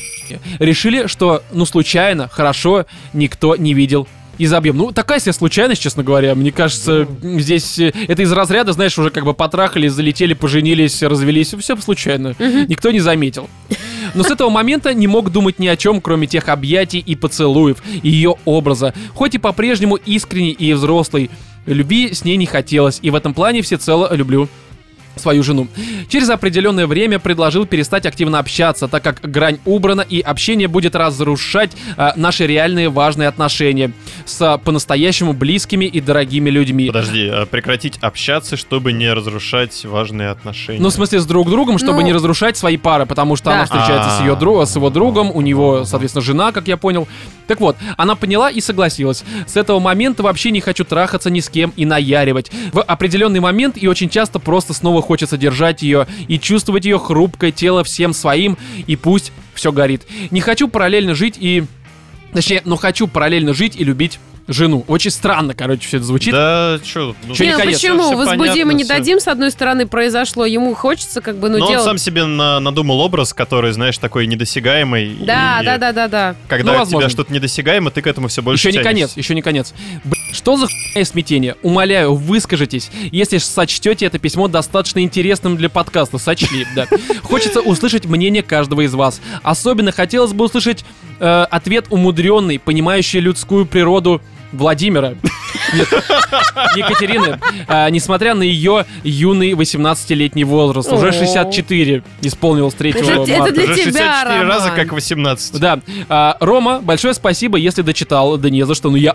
Решили, что, ну, случайно, хорошо, никто не видел. И забьем. Ну, такая себе случайность, честно говоря. Мне кажется, здесь это из разряда, знаешь, уже как бы потрахали, залетели, поженились, развелись. Все случайно. Никто не заметил. Но с этого момента не мог думать ни о чем, кроме тех объятий и поцелуев, и ее образа. Хоть и по-прежнему искренний и взрослый, любви с ней не хотелось. И в этом плане всецело люблю свою жену. Через определенное время предложил перестать активно общаться, так как грань убрана и общение будет разрушать наши реальные важные отношения с по-настоящему близкими и дорогими людьми. Подожди, прекратить общаться, чтобы не разрушать важные отношения. Ну, в смысле, с друг другом, чтобы не разрушать свои пары, потому что она встречается с его другом, у него, соответственно, жена, как я понял. Так вот, она поняла и согласилась. С этого момента вообще не хочу трахаться ни с кем и наяривать. В определенный момент и очень часто просто снова хочется держать ее и чувствовать ее хрупкое тело всем своим, и пусть все горит. Не хочу параллельно жить и... Точнее, но хочу параллельно жить и любить жену. Очень странно, короче, все это звучит. Да, что? Не, почему? Возбудим и не все. дадим, с одной стороны, произошло. Ему хочется как бы, делать... он сам себе надумал образ, который, знаешь, такой недосягаемый. Да. Когда у тебя возможно. что-то недосягаемо, ты к этому все больше тянешься. Еще не конец. Что за хуйня смятение? Умоляю, выскажитесь, если сочтете это письмо достаточно интересным для подкаста. Сочли, да. Хочется услышать мнение каждого из вас. Особенно хотелось бы услышать ответ умудренный, понимающий людскую природу Владимира. Нет, Екатерины. Несмотря на ее юный 18-летний возраст, уже 64 исполнилось 3 марта. Это для Уже тебя, 64 Роман. раза, как 18. Да. Рома, большое спасибо, если дочитал. Да не за что, но я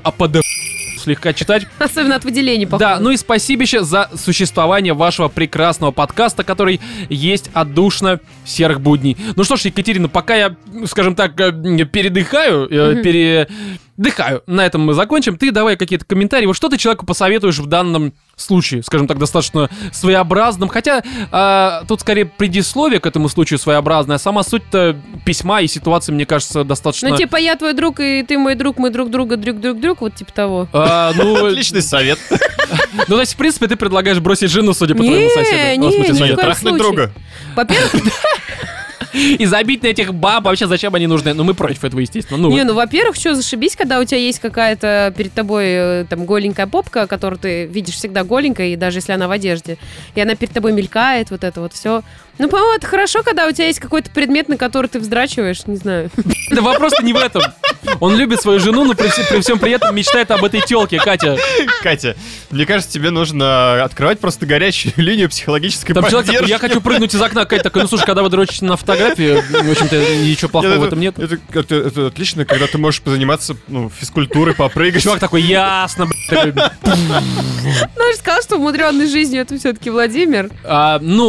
слегка читать. Особенно от выделений, походу. Да, ну и спасибище за существование вашего прекрасного подкаста, который есть отдушно серых будней. Ну что ж, Екатерина, пока я, скажем так, передыхаю, передыхаю, на этом мы закончим. Ты давай какие-то комментарии. Вот что ты человеку посоветуешь в данном случае, скажем так, достаточно своеобразным, хотя тут скорее предисловие к этому случаю своеобразное, а сама суть-то письма и ситуации, мне кажется, достаточно... Ну, типа, я твой друг, и ты мой друг, мы друг друга, друг, вот типа того. Отличный совет. Ну, то есть, в принципе, ты предлагаешь бросить жену, судя по твоему соседу. Ну, в смысле, ни в соседу. коем Трахнуть случае. друга. Во-первых, И забить на этих баб, вообще зачем они нужны? Ну, мы против этого, естественно. во-первых, что зашибись, когда у тебя есть какая-то перед тобой там голенькая попка, которую ты видишь всегда голенькой, и даже если она в одежде, и она перед тобой мелькает, вот это вот все. Ну, по-моему, это хорошо, когда у тебя есть какой-то предмет, на который ты вздрачиваешь, не знаю. Да вопрос-то не в этом. Он любит свою жену, но при всем при этом мечтает об этой тёлке, Катя. Катя, мне кажется, тебе нужно открывать просто горячую линию психологической Там человек поддержки. такой, я хочу прыгнуть из окна. Катя такая, ну слушай, когда вы дрочите на фотографии, в общем-то, ничего плохого в этом нет. Это отлично, когда ты можешь позаниматься физкультурой, попрыгать. Чувак такой, ясно, блядь. Ну, я же сказала, что умудренный жизнью это все-таки Владимир. Ну,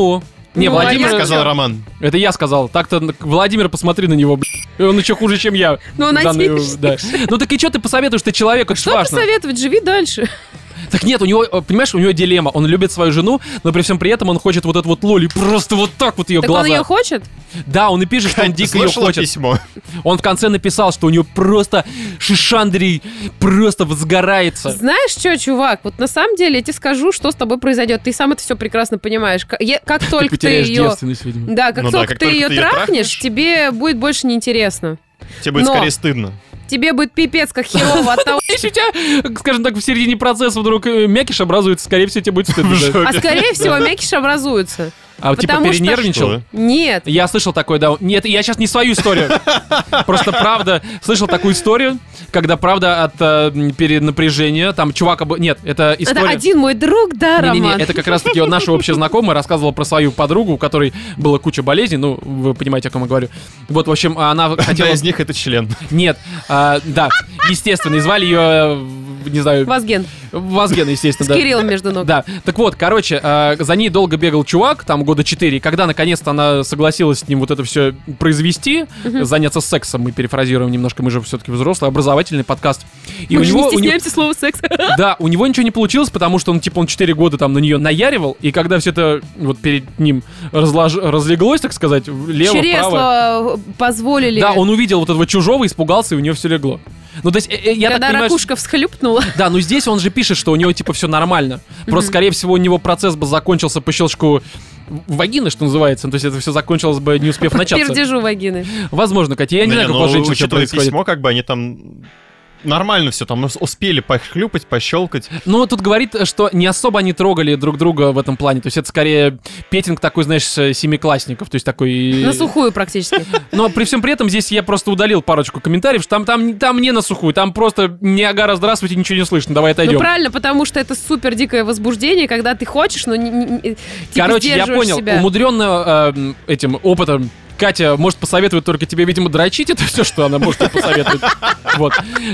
Не, Ну, Владимир... а я Сказал чё? Роман. Это я сказал. Так-то, Владимир, посмотри на него, он еще хуже, чем я. Ну, он Данный, один. да. Ну так и что ты посоветуешь, ты человек, это ж Что важно. посоветовать? Живи дальше. Так нет, у него, понимаешь, у него дилемма. Он любит свою жену, но при всем при этом он хочет вот эту вот Лоли просто вот так вот ее Так глаза. он ее хочет? Да, он и пишет, что он Кать, ты дико ее слышала хочет. письмо? Он в конце написал, что у него просто шишандрий просто возгорается. Знаешь что, чувак, вот на самом деле я тебе скажу, что с тобой произойдет. Ты сам это все прекрасно понимаешь. Как Ты только ты потеряешь ее... девственность, видимо. Да, как Ну да, только как ты только ее ты её трахнешь, трахнешь. тебе будет больше неинтересно. Тебе будет Но. скорее стыдно. Тебе будет пипец как херово от того... Если у тебя, скажем так, в середине процесса вдруг мякиш образуется, скорее всего, тебе будет стыдно. да. А скорее всего мякиш образуется. А вот типа Потому что- перенервничал? Что? Нет. Я слышал такое, да. Нет, я сейчас не свою историю. Просто правда, слышал такую историю, когда правда от перенапряжения, там чувак... Нет, это Это история... один мой друг, да, Не-не-не, Роман? это как раз-таки вот наша общая знакомая рассказывала про свою подругу, у которой была куча болезней, ну, вы понимаете, о ком я говорю. Вот, в общем, она хотела... Одна из них — это член. Нет, да, естественно, и звали ее, не знаю... Вазген. Вазген, естественно, С да. Кириллом между ног. Да, так вот, короче, за ней долго бегал чувак, там года 4, и когда наконец-то она согласилась с ним вот это все произвести, заняться сексом, мы перефразируем немножко, мы же все-таки взрослый, образовательный подкаст. И Мы же не у него, стесняемся слова секс. да, у него ничего не получилось, потому что он 4 года там на нее наяривал, и когда все это вот перед ним разлеглось, так сказать, влево, вправо, Чресло позволили. да, он увидел вот этого чужого, испугался, и у него все легло. Ну, то есть, я так Когда понимаю, ракушка всхлюпнула. да, но здесь он же пишет, что у него типа все нормально. Просто, скорее всего, у него процесс бы закончился по щелчку вагины, что называется. То есть это все закончилось бы, не успев начаться. Пердежу вагины. Возможно, Катя, я не знаю, как у вас женщин всё учитывая происходит. письмо, как бы они там нормально все там успели похлюпать, пощелкать. Ну, тут говорит, что не особо они трогали друг друга в этом плане. То есть это скорее петинг такой, знаешь, семиклассников. То есть такой... На сухую практически. Но при всем при этом здесь я просто удалил парочку комментариев, что там не на сухую, там просто Ниагара, здравствуйте, ничего не слышно, давай отойдем. Ну правильно, потому что это супер дикое возбуждение, когда ты хочешь, но типа Короче, я сдерживаешь понял, себя. умудренно этим опытом Катя может посоветовать только тебе, видимо, дрочить, это все, что она может тебе посоветовать. Вот.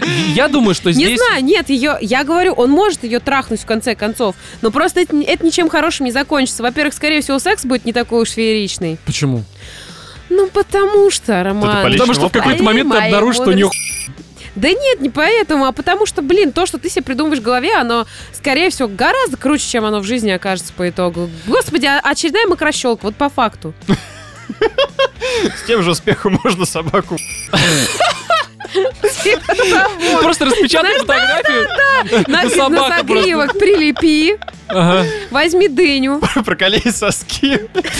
Я думаю, что Не здесь... знаю, нет, я говорю, он может ее трахнуть в конце концов, но просто это ничем хорошим не закончится. Во-первых, скорее всего, секс будет не такой уж фееричный. Почему? Ну, потому что, Роман... личному Потому что в какой-то опыту. момент ты Моей обнаружишь, что у нее... Да нет, не поэтому, а потому что, блин, то, что ты себе придумываешь в голове, оно, скорее всего, гораздо круче, чем оно в жизни окажется по итогу. Господи, очередная мокрощелка, вот по факту. С тем же успехом можно собаку. Просто распечатай фотографию. На собаку загривок прилепи, Ага. возьми дыню. Проколей соски.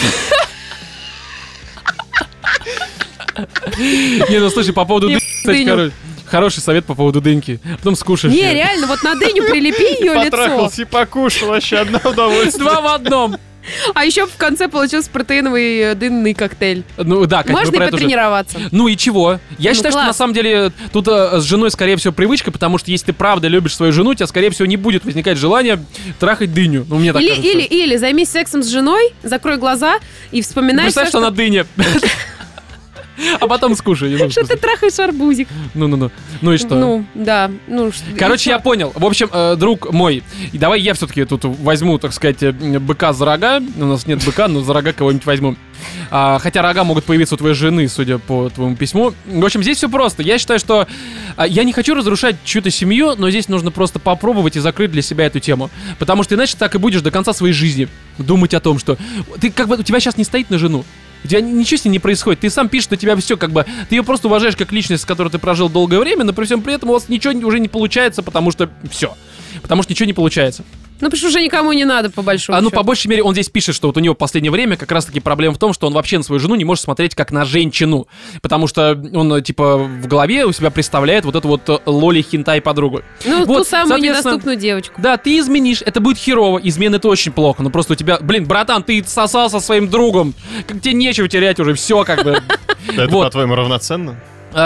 Не, ну слушай, по поводу И дыньки, кстати, дыню. хороший совет по поводу дыньки. Потом скушаешь. Не, её. реально, вот на дыню прилепи ее лицо. Потрахался и покушал. Вообще одно удовольствие. Два в одном. А еще в конце получился протеиновый дынный коктейль. Ну да, Катя, мы Можно про и это уже. потренироваться. Ну и чего? Я Ну, считаю, что класс. на самом деле тут с женой, скорее всего, привычка, потому что если ты правда любишь свою жену, у тебя, скорее всего, не будет возникать желания трахать дыню. Ну, мне так кажется. Или займись сексом с женой, закрой глаза и вспоминай Представь, всё, что она дыня. А потом скушай. не нужно что ты трахаешь арбузик. Ну. Ну и что? Ну, да. Ну, Короче, я понял. В общем, друг мой, и давай я все-таки тут возьму, так сказать, быка за рога. У нас нет быка, но за рога кого-нибудь возьму. Хотя рога могут появиться у твоей жены, судя по твоему письму. В общем, здесь все просто. Я считаю, что я не хочу разрушать чью-то семью, но здесь нужно просто попробовать и закрыть для себя эту тему. Потому что иначе так и будешь до конца своей жизни думать о том, что ты как бы у тебя сейчас не стоит на жену. У тебя ничего с ней не происходит. Ты сам пишешь, что тебя все как бы... Ты ее просто уважаешь как личность, с которой ты прожил долгое время, но при всем при этом у вас ничего уже не получается, потому что все. Потому что ничего не получается. Ну, потому что уже никому не надо, по большому Ну, счету. по большей мере, он здесь пишет, что вот у него в последнее время как раз-таки проблема в том, что он вообще на свою жену не может смотреть как на женщину. Потому что он, типа, в голове у себя представляет вот эту вот лоли-хентай-подругу. Ну, Вот, ту самую соответственно, недоступную девочку. Да, ты изменишь, это будет херово, измен это очень плохо, но просто у тебя, блин, братан, ты сосал со своим другом, как тебе нечего терять уже, все как бы. Это, Вот. по-твоему, равноценно?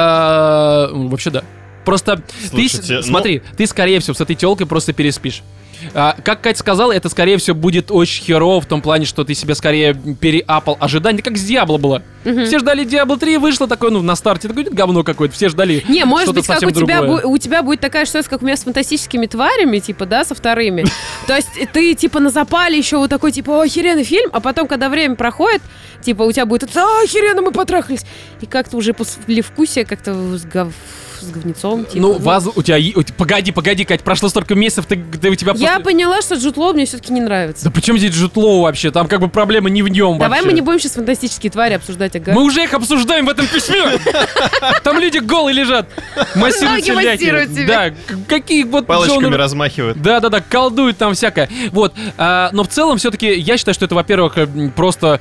Вообще да. Просто Слушайте, ты, смотри, ты, скорее всего, с этой телкой просто переспишь. Как Катя сказала, это, скорее всего, будет очень херово в том плане, что ты себе скорее переапал ожидания. Как с Диабло было. Все ждали Диабло 3, вышло такое, на старте такое говно какое-то. Все ждали Не, может быть, как совсем у тебя будет такая ситуация, как у меня с фантастическими тварями, типа, да, со вторыми. То есть ты, типа, на запале еще вот такой, типа, охеренный фильм, а потом, когда время проходит, типа, у тебя будет, охеренно, мы потрахались. И как-то уже послевкусие как-то с говнецом. Типа, у тебя... Погоди, Кать, прошло столько месяцев, у тебя... Я поняла, что Джуд Лоу мне все-таки не нравится. Да почему здесь Джуд Лоу вообще? Там как бы проблема не в нем Давай вообще. мы не будем сейчас фантастические твари обсуждать, ага. Мы уже их обсуждаем в этом письме. Там люди голые лежат. Массируют себе. Да, какие вот... Палочками размахивают. Да, колдуют там всякое. Вот. Но в целом все-таки я считаю, что это, во-первых, просто...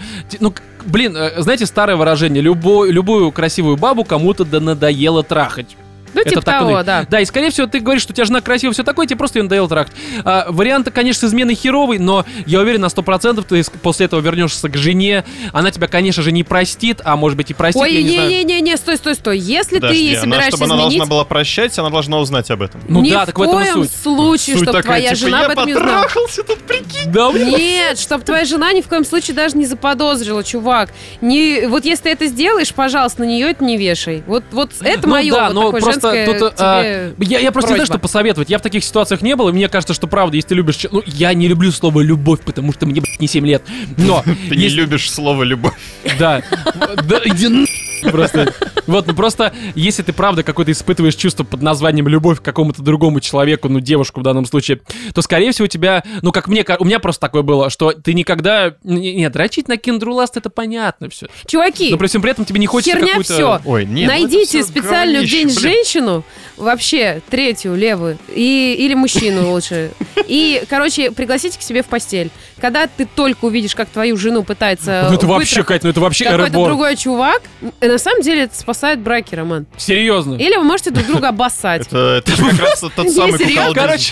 знаете, старое выражение. Любую красивую бабу кому-то надоело трахать. Ну, типа того, да. Да, и, скорее всего, ты говоришь, что у тебя жена красивая, все такое, тебе просто ее надоело трахать. Вариант, конечно, с изменой херовый, но я уверен, на 100% ты после этого вернешься к жене. Она тебя, конечно же, не простит, а может быть и простит, Ой, не, стой. Если ты ей собираешься чтобы изменить... она должна была прощать, она должна узнать об этом. Ну да, так в этом и суть. Ни в коем случае, чтобы твоя жена об этом не узнала. Я потрахался тут, прикинь. Да, Нет, чтобы твоя жена ни в коем случае даже не заподозрила, чувак. Вот если ты это сделаешь, пожалуйста, на нее это не вешай. Вот это мое такое женское... Я просто не знаю, что посоветовать. Я в таких ситуациях не был, и мне кажется, что правда, если ты любишь... я не люблю слово «любовь», потому что мне, не 7 лет. Но... Ты не любишь слово «любовь». Да. Да, иди просто. Просто, если ты правда какое-то испытываешь чувство под названием «любовь» к какому-то другому человеку, девушку в данном случае, то, скорее всего, у тебя, как мне, у меня просто такое было, что ты никогда... Нет, дрочить на киндруласт, это понятно все. Чуваки, но при всем при этом тебе не хочется херня какую-то... все. Ой, нет, найдите специальную день женщину, вообще третью, левую, или мужчину лучше. И, пригласите к себе в постель. Когда ты только увидишь, как твою жену пытается... это вообще, Кать, это вообще какой-то другой чувак, на самом деле это спасает браки, Роман. Серьезно? Или вы можете друг друга обоссать. Это как раз тот самый куколдизм.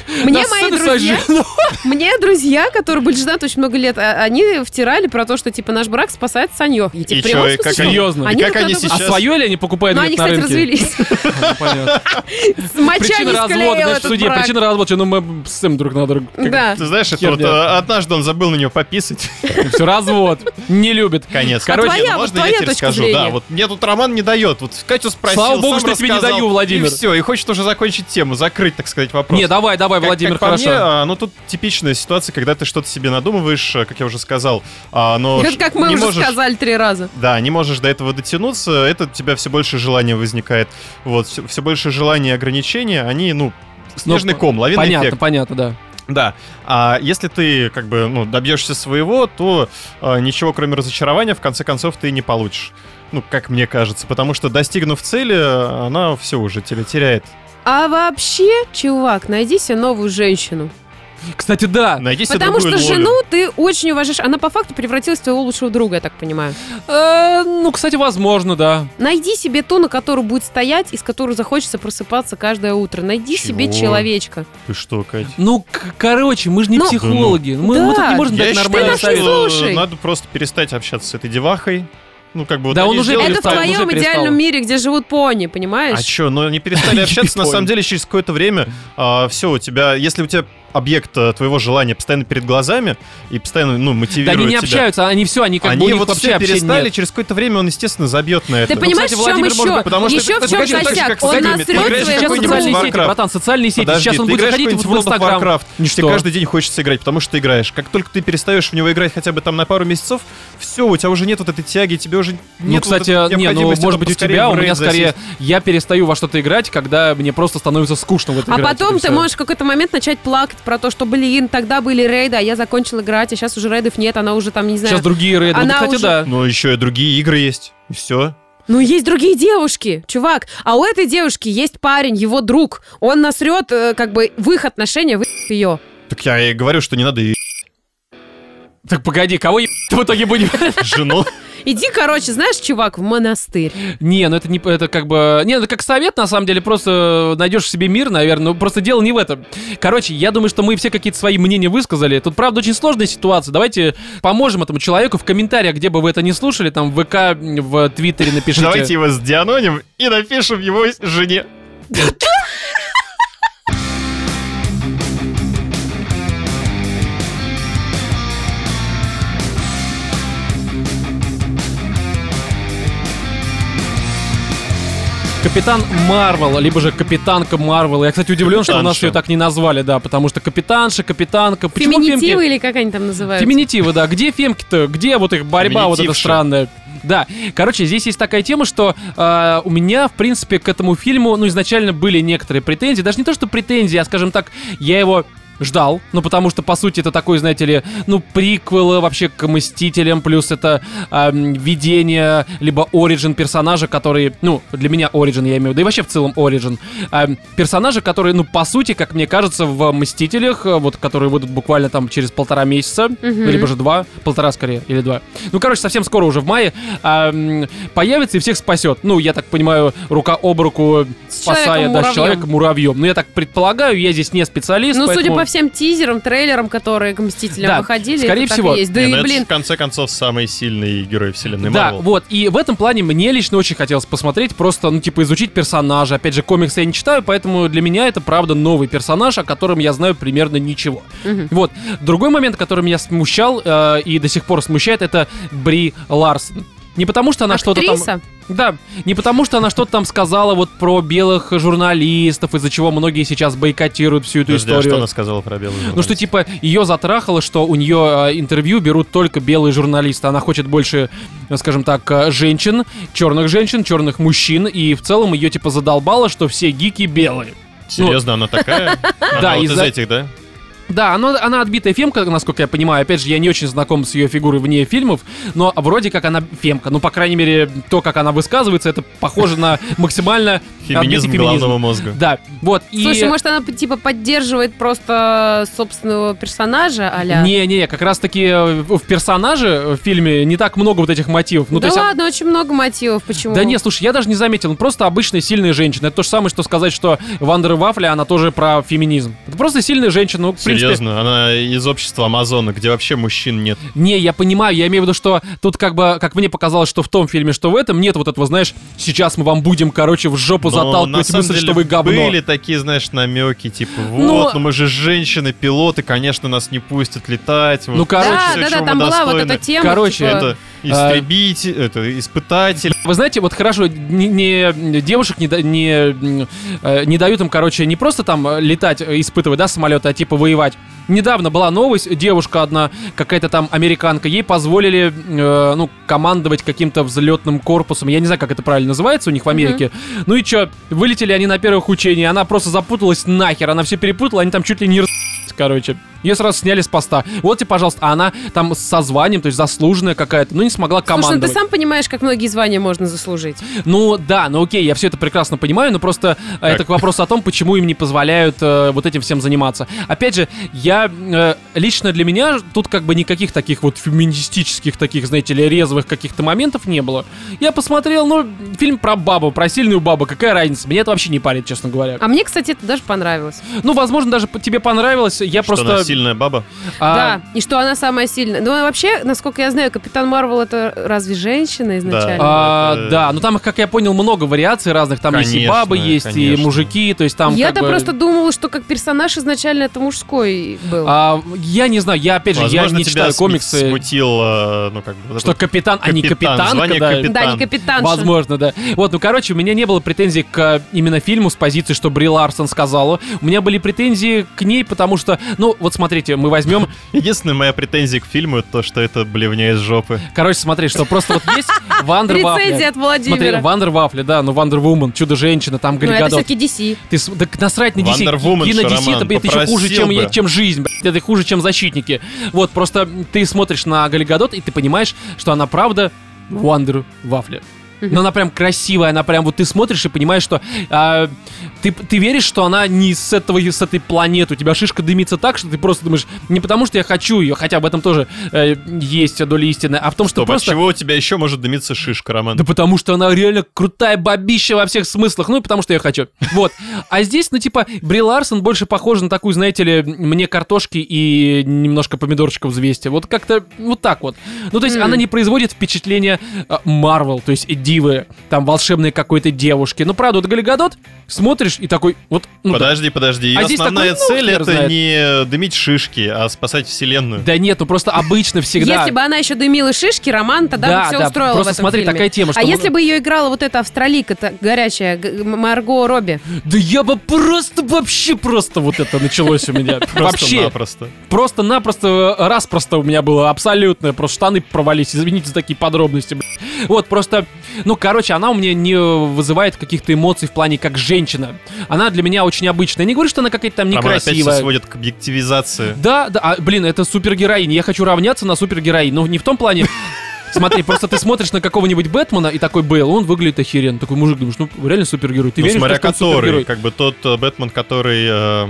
Мне друзья, которые были женаты очень много лет, они втирали про то, что, типа, наш брак спасает Санек. И что, и как серьезно? И как они сейчас... А свое ли они покупают на рынке? Они, кстати, развелись. Понятно. С моча не склеил этот брак. Причина развода, мы ссым друг на друга. Да. Ты знаешь, это вот однажды он забыл на нее пописать. Все, развод. Не любит. Конец. Можно я тебе скажу? Да, вот мне тут Роман не дает. Вот Катю спросил, слава богу, что я тебе не даю, Владимир. И все, и хочет уже закончить тему, закрыть, так сказать, вопрос. Не, давай, Владимир, хорошо. Мне, тут типичная ситуация, когда ты что-то себе надумываешь, как я уже сказал, но это как мы уже сказали 3 раза. Да, не можешь до этого дотянуться, это у тебя все больше желания возникает. Вот, все больше желания и ограничения, они, снежный ком, лавинный эффект. Понятно, да. Да, а если ты добьешься своего, то ничего кроме разочарования в конце концов ты не получишь. Как мне кажется, потому что достигнув цели, она все уже теряет. А вообще, чувак, найди себе новую женщину. Кстати, да. Найди себе потому что другую жену ты очень уважаешь. Она по факту превратилась в твоего лучшего друга, я так понимаю. Кстати, возможно, да. Найди себе ту, на которую будет стоять, и с которой захочется просыпаться каждое утро. Найди себе человечка. Ты что, Кать? Короче, мы же не психологи. Мы тут не можем дать нормальный совет. Надо просто перестать общаться с этой девахой. Да, он уже это в твоем идеальном мире, где живут пони, понимаешь? А что, не перестали общаться, на самом деле, через какое-то время все, у тебя, если у тебя объект твоего желания постоянно перед глазами и постоянно, мотивирует тебя. Да они не общаются, они как бы у них вот вообще все перестали, нет. через какое-то время он, естественно, забьет на это. Ты понимаешь, в чем еще? Потому что еще в чем косяк? Он насрет сейчас социальные сети, братан, социальные сети. Сейчас он будет ходить в Инстаграм. Тебе каждый день хочется играть, потому что ты играешь. Как только ты перестаешь в него играть хотя бы там на пару месяцев, все, у тебя уже нет вот этой тяги, тебе уже нет кстати, может быть у тебя, у меня скорее, я перестаю во что-то играть, когда мне просто становится скучно в это играть. А потом ты можешь в какой-то момент начать плакать про то, что, тогда были рейды, а я закончил играть, а сейчас уже рейдов нет, она уже там, не знаю... Сейчас другие рейды, кстати, да. Но еще и другие игры есть, и все. Есть другие девушки, чувак. А у этой девушки есть парень, его друг. Он насрет, в их отношения, ее. Так я и говорю, что не надо ее... Так погоди, кого в итоге будем? Жену. Иди, знаешь, чувак, в монастырь. Это как совет, на самом деле, просто найдешь себе мир, наверное, просто дело не в этом. Я думаю, что мы все какие-то свои мнения высказали. Тут, правда, очень сложная ситуация. Давайте поможем этому человеку в комментариях, где бы вы это не слушали, там в ВК, в Твиттере напишите. Давайте его сдианоним и напишем его жене. Капитан Марвел, либо же Капитанка Марвел. Я, кстати, удивлен, что у нас Капитанша. ее так не назвали, да, потому что Капитанша, Капитанка. Почему Феминитивы фемки? или как они там называются? Феминитивы, да. Где фемки-то? Где вот их борьба вот эта Феминитивши. странная? Да, короче, здесь есть такая тема, что у меня, в принципе, к этому фильму, ну, изначально были некоторые претензии. Даже не то, что претензии, а, скажем так, я его ждал, ну, потому что, по сути, это такой, знаете ли, ну, приквел вообще к Мстителям, плюс это введение, либо оригин персонажа, который, ну, для меня оригин, я имею в виду, да и вообще в целом оригин, персонажа, который, ну, по сути, как мне кажется, в Мстителях, вот, которые выйдут буквально там через 1,5 месяца, ну, либо же 2, 1,5 скорее, или 2. Ну, короче, совсем скоро уже в мае появится и всех спасет. Ну, я так понимаю, рука об руку спасая, да, с человеком-муравьем. Ну, я так предполагаю, я здесь не специалист, Ну, судя поэтому... по всем тизерам, трейлерам, которые к Мстителям Да, выходили, скорее это всего. так и есть. Да Не, и, ну это блин, в конце концов самый сильный герой вселенной Да, Марвел. вот, и в этом плане мне лично очень хотелось посмотреть, просто, ну, типа, изучить персонажа. Опять же, комиксы я не читаю, поэтому для меня это, правда, новый персонаж, о котором я знаю примерно ничего. Вот. Другой момент, который меня смущал и до сих пор смущает, это Бри Ларсон. Не потому, что она что-то там... актриса? Да, не потому, что она что-то там сказала вот про белых журналистов, из-за чего многие сейчас бойкотируют всю эту Подожди, а историю. что она сказала про белый Ну, что, типа, ее затрахало, что у нее интервью берут только белые журналисты. Она хочет больше, скажем так, женщин, черных мужчин. И в целом ее, типа, задолбало, что все гики белые. Серьезно, она такая? Да, Она вот из из-за- этих, да? Да, она отбитая фемка, насколько я понимаю. Опять же, я не очень знаком с ее фигурой вне фильмов, но вроде как она фемка. Ну, по крайней мере, то, как она высказывается, это похоже на максимально Феминизм отбитый головного мозга. Да, вот. И... Слушай, может, она, типа, поддерживает просто собственного персонажа а-ля? Не, как раз-таки в персонаже в фильме не так много вот этих мотивов. Ну, Да то есть, ладно, очень много мотивов, почему? да не, слушай, я даже не заметил, он просто обычная сильная женщина. Это то же самое, что сказать, что Вандер Вафля, она тоже про феминизм. Это просто сильная женщина, ну, в принципе... Серьезно, она из общества Амазона, где вообще мужчин нет. Не, я понимаю, я имею в виду, что тут как бы, как мне показалось, что в том фильме, что в этом, нет вот этого, знаешь, сейчас мы вам будем, короче, в жопу Но на заталкивать самом мысль, деле что вы говно. были такие, знаешь, намеки, типа, Ну- вот, ну мы же женщины, пилоты, конечно, нас не пустят летать. Вот Ну, короче, всё, Да, чего мы там была вот достойны. эта тема. Короче, типа, Это истребитель, это испытатель. Вы знаете, вот хорошо, девушек не дают им, короче, не просто там летать, испытывать, да, самолеты, а типа воевать. Недавно была новость, девушка одна, какая-то там американка, ей позволили, командовать каким-то взлетным корпусом. Я не знаю, как это правильно называется у них в Америке. Ну и чё, вылетели они на первых учениях, она просто запуталась нахер, она все перепутала, они там чуть ли не короче. Ее сразу сняли с поста. Вот тебе, пожалуйста, а она там со званием, то есть заслуженная какая-то, не смогла Слушай, ну командовать. ты сам понимаешь, как многие звания можно заслужить. Ну да, ну окей, я все это прекрасно понимаю, но просто это к вопросу о том, почему им не позволяют вот этим всем заниматься. Опять же, я лично для меня тут как бы никаких таких вот феминистических таких, знаете ли, резвых каких-то моментов не было. Я посмотрел, фильм про бабу, про сильную бабу, какая разница? Меня это вообще не парит, честно говоря. А мне, кстати, это даже понравилось. Ну, возможно, даже тебе понравилось, я Что просто... она сильная баба? Да, и что она самая сильная. Ну, а вообще, насколько я знаю, Капитан Марвел — это разве женщина изначально? Это- Да, ну там, как я понял, много вариаций разных. Там есть и Конечно, бабы, есть и конечно. мужики, то есть там Я-то как бы... просто думала, что как персонаж изначально это мужской был. Я не знаю, я опять же, я Возможно, не тебя читаю комиксы. смутил, вот Что это капитан, а не капитанка, звание да. капитан. Да, не капитанша. Возможно, да. Вот, ну, короче, у меня не было претензий к именно фильму с позиции, что Бри Ларсон сказала. У меня были претензии к ней, потому что, ну, вот смотрите, мы возьмем... Единственная моя претензия к фильму — это то, что это блевня из жопы. Короче, смотри, что просто вот есть Вандер Рецензия Вафля. от Владимира. Смотри, Вандер Вафля, да, ну, Вандер Вумен, Чудо-женщина, там Ну, это Галь-Гадот. все-таки DC. Так насрать на DC. Wonder Woman, Кино DC, Роман, это еще хуже, попросил бы. чем жизнь, блядь. Это хуже, чем Защитники. Вот, просто ты смотришь на Галь-Гадот, и ты понимаешь, что она правда Вандер Вафля. Но она прям красивая, она прям вот ты смотришь и понимаешь, что ты веришь, что она не с этой планеты. У тебя шишка дымится так, что ты просто думаешь, не потому что я хочу ее, хотя в этом тоже есть доля истины, а в том, что Стоп, просто... от чего у тебя еще может дымиться шишка, Роман? Да потому что она реально крутая бабища во всех смыслах. Ну и потому что я хочу. Вот. А здесь, ну типа, Бри Ларсон больше похожа на такую, знаете ли, мне картошки и немножко помидорчиков взвесьте. Вот как-то вот так вот. Ну то есть она не производит впечатление Марвел, то есть дивы, там волшебные какой-то девушки. Ну, правда, вот Галь Гадот смотришь и такой, вот... Ну, Подожди. Ее А здесь основная такой, цель хер это знает. не дымить шишки, а спасать вселенную. Да нет, ну просто обычно всегда... Если бы она еще дымила шишки, Роман тогда бы все устроила просто в этом смотри, фильме. такая тема, что... А если бы ее играла вот эта австралийка горячая, Марго Робби? Да я бы вообще вот это началось у меня. Вообще, Просто-напросто. просто у меня было абсолютно, просто штаны провалились, извините за такие подробности, блядь. Вот, просто, ну, короче, она у меня не вызывает каких-то эмоций в плане как женщина. Она для меня очень обычная. Я не говорю, что она какая-то там Роман опять все некрасивая. сводит к объективизации. Да, это супергероиня. Я хочу равняться на супергероинь. Но не в том плане... Смотри, просто ты смотришь на какого-нибудь Бэтмена, и такой Бейл, он выглядит охеренно. Такой мужик, думаешь, ну, реально супергерой. Ты Ну, веришь, смотря что он который, супергерой? как бы тот Бэтмен, который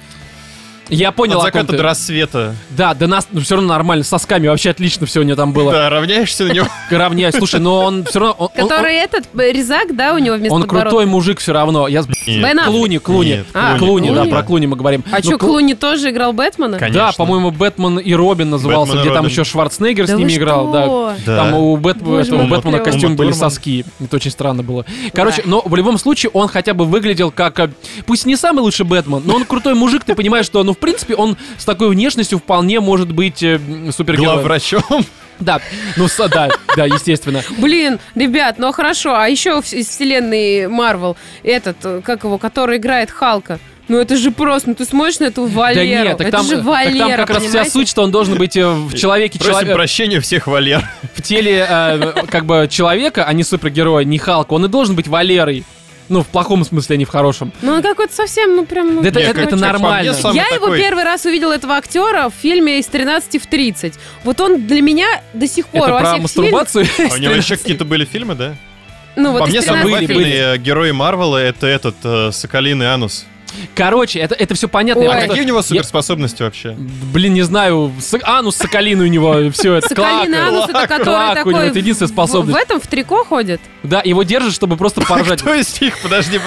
Я понял, от о ком заката ты. до рассвета. Да, нас все равно нормально, с сосками вообще отлично все у него там было. Да, равняешься на него. Равняюсь. Слушай, но он все равно... Который этот, Резак, да, у него вместо Он подбородка? крутой мужик все равно. Я... Нет. Бен Аффлек. Клуни. Нет, Клуни, да, Клуни. про Клуни мы говорим. А Ну, что, Клуни тоже играл Бэтмена? Конечно. Да, по-моему, Бэтмен и Робин назывался, Бэтмен и где там Робин. еще Шварценеггер Да с вы ними играл. Да. что? Да. Там у Боже этого мой, Бэтмена клёво. костюм были Турман. соски. Это очень странно было. Короче, но в любом случае он хотя бы выглядел как... Пусть не самый лучший Бэтмен, но он крутой мужик, ты понимаешь, что, ну, в принципе, он с такой внешностью вполне может быть супергероем. Главврачом. Да, да, естественно. Блин, ребят, ну хорошо, а еще из вселенной Марвел, этот, как его, который играет Халка. Ну это же просто, ну ты смотришь на эту Валеру. Да нет, так это там, же так Валера, там как раз вся понимаете? суть, что он должен быть в человеке Просим человек. прощения всех Валер. В теле как бы человека, а не супергероя, не Халка. Он и должен быть Валерой. Ну, в плохом смысле, а не в хорошем. Ну он какой-то совсем, ну прям... Ну, Да это- Не, это как по мне, нормально. самый Я его такой- первый раз увидела, этого актера, в фильме «Из 13 в 30». Вот он для меня до сих пор Это во про всех мастурбацию? А у него еще какие-то были фильмы, да? Ну, вот По мне, из самые 13 в 30. вафельные герои Марвела это этот Соколиный Анус. Короче, это все понятно. Ой. Я А просто- какие у него я- суперспособности вообще? Блин, не знаю. Анус соколиный у него, все это. Соколиный клака. анус, это который Клак у него, такой это единственная способность. в этом в трико ходит. Да, его держат, чтобы просто поржать. Кто из них? Подожди.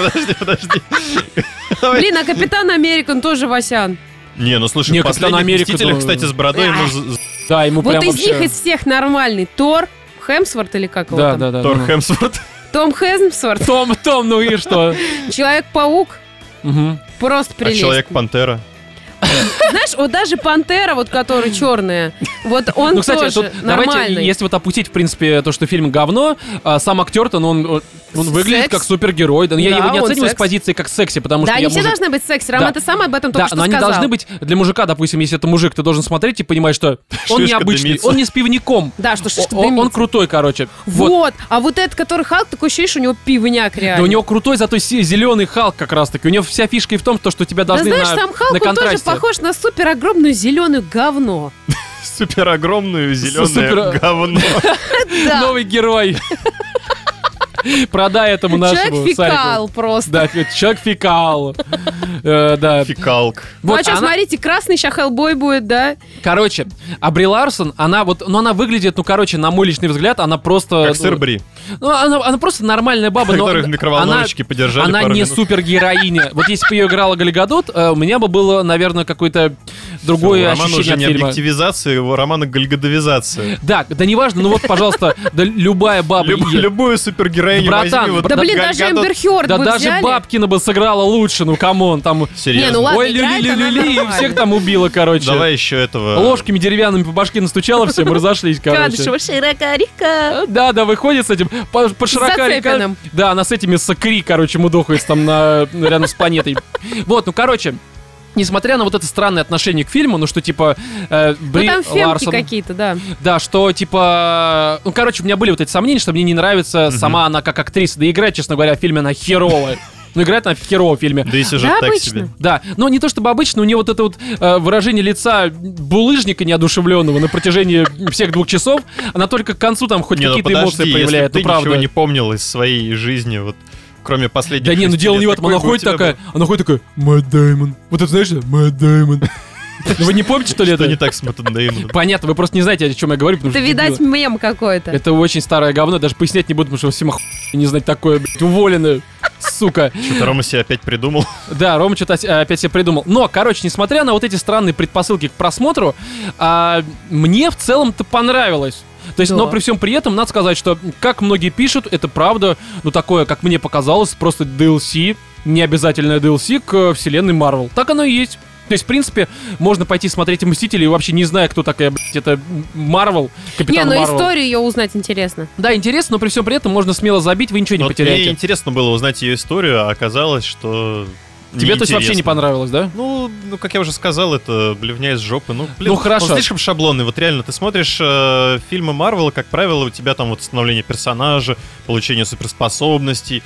Блин, а Капитан Америка, он тоже Васян. Не, ну слушай, Не, в Капитан последних Америка, «Мстителях», ну, кстати, с бородой ему... Да, ему Вот прям из вообще... них, из всех нормальный. Тор, Хемсворт или как его Да, там? да, да. Тор ну. Хемсворт. Том Хемсворт, Том, ну и что? Человек-паук. Мгм. Просто А прелестный. Человек-пантера. Знаешь, вот даже Пантера, вот которая черная, вот он Ну, кстати, тоже тут давайте, нормальный. если вот опустить, в принципе, то, что фильм говно, сам актер-то, ну, он выглядит Секс. как супергерой. Да, но я Да, его не он оцениваю с секс. позиции как секси, потому Да, что они я все мужик. должны быть секси. Рома, Да. ты сам об этом Да, только что но они сказал. должны быть для мужика, допустим, если это мужик, ты должен смотреть и понимать, что он Шишка необычный, дымится. он не с пивником. Да, что шишка Он дымится. крутой, короче. Вот. А вот этот, который Халк, такой ощущение, что у него пивняк реально. Да у него крутой, зато зеленый Халк как раз-таки. У него вся фишка и в том, что тебя Да должны знаешь, на, сам Халк, на он тоже контрасте. похож на супер огромную зеленую говно. Супер огромную зеленое Супер- говно. Да. Новый герой. Продай этому нашему Человек-фекал Сарику. просто. Да, человек-фекал. Да. Фикалк. Ну, а Вот что, она- смотрите, красный сейчас Хеллбой будет, да? Короче, а Бри Ларсон, она вот, ну она выглядит, ну короче, на мой личный взгляд, она просто... Как сыр Бри, Ну, она просто нормальная баба, но... который в микроволновочке подержали Она пару не минут. супергероиня. Вот если бы ее играла Галь Гадот, у меня бы было, наверное, какое-то другое Роман уже ощущение не от фильма. объективизация, его роман гальгадовизация. Да, да неважно, ну вот, пожалуйста, да любая баба... Любую супергероиню Братан, возьми, вот Да блин, Галь даже Гадот. Эмбер Хёрд Да бы даже взяли. Бабкина бы сыграла лучше, ну камон, там... Серьезно. Не, ну ладно, Ой, играет она люли-люли-люли, и нормально. всех там убила, короче. Давай еще этого... Ложками деревянными по башке настучала всем, разошлись, короче. Кадышева, Широка-река. Да, выходит с этим по широка река. Зацепиным. Да, она с этими сокри, короче, мудохается там рядом с планетой. Вот, ну, короче, несмотря на вот это странное отношение к фильму, ну, что, типа, Ну Бри там фемки Ларсон... какие-то, да. Да, что, типа... Ну, короче, у меня были вот эти сомнения, что мне не нравится сама она как актриса. Да и играет, честно говоря, в фильме она херовая. Ну, играет она херово в фильме. Да и сюжет Да, так обычно. себе. Да, но не то чтобы обычно, у нее вот это вот выражение лица булыжника неодушевленного на протяжении всех 2 часов, она только к концу там хоть Не, ну какие-то эмоции подожди, проявляет, если ну ты ничего правда. не помнил из своей жизни, вот кроме последних Да не, ну 6 дело лет, не в этом, какой она бы у ходит тебя такая, был? она ходит такая, Мэтт Дэймон. Вот это знаешь, Мэтт Дэймон. Ну вы не помните, что ли Что это? не так с Мэттом Дэймоном? Понятно, вы просто не знаете, о чем я говорю, потому Это, что видать, дебилы. мем какой-то. Это очень старое говно, даже пояснять не буду, потому что всем не знать такое, блядь, уволены, сука. Что-то Рома себе опять придумал. Да, Рома что-то опять себе придумал. Но, короче, несмотря на вот эти странные предпосылки к просмотру, мне в целом-то понравилось. То есть, Да. но при всем при этом, надо сказать, что, как многие пишут, это правда, ну, такое, как мне показалось, просто DLC, не обязательное DLC к вселенной Marvel. Так оно и есть. То есть, в принципе, можно пойти смотреть «Мстители», вообще не зная, кто такая, блядь, это Марвел, Не, Капитан ну Марвел. историю ее узнать интересно. Да, интересно, но при всем при этом можно смело забить, вы ничего не Вот потеряете. мне интересно было узнать ее историю, а оказалось, что Тебе, то есть, вообще не неинтересно. понравилось, да? Ну, как я уже сказал, это блевня из жопы. Ну, блин, Ну, хорошо. он слишком шаблонный. Вот реально, ты смотришь фильмы Марвела, как правило, у тебя там вот становление персонажа, получение суперспособностей,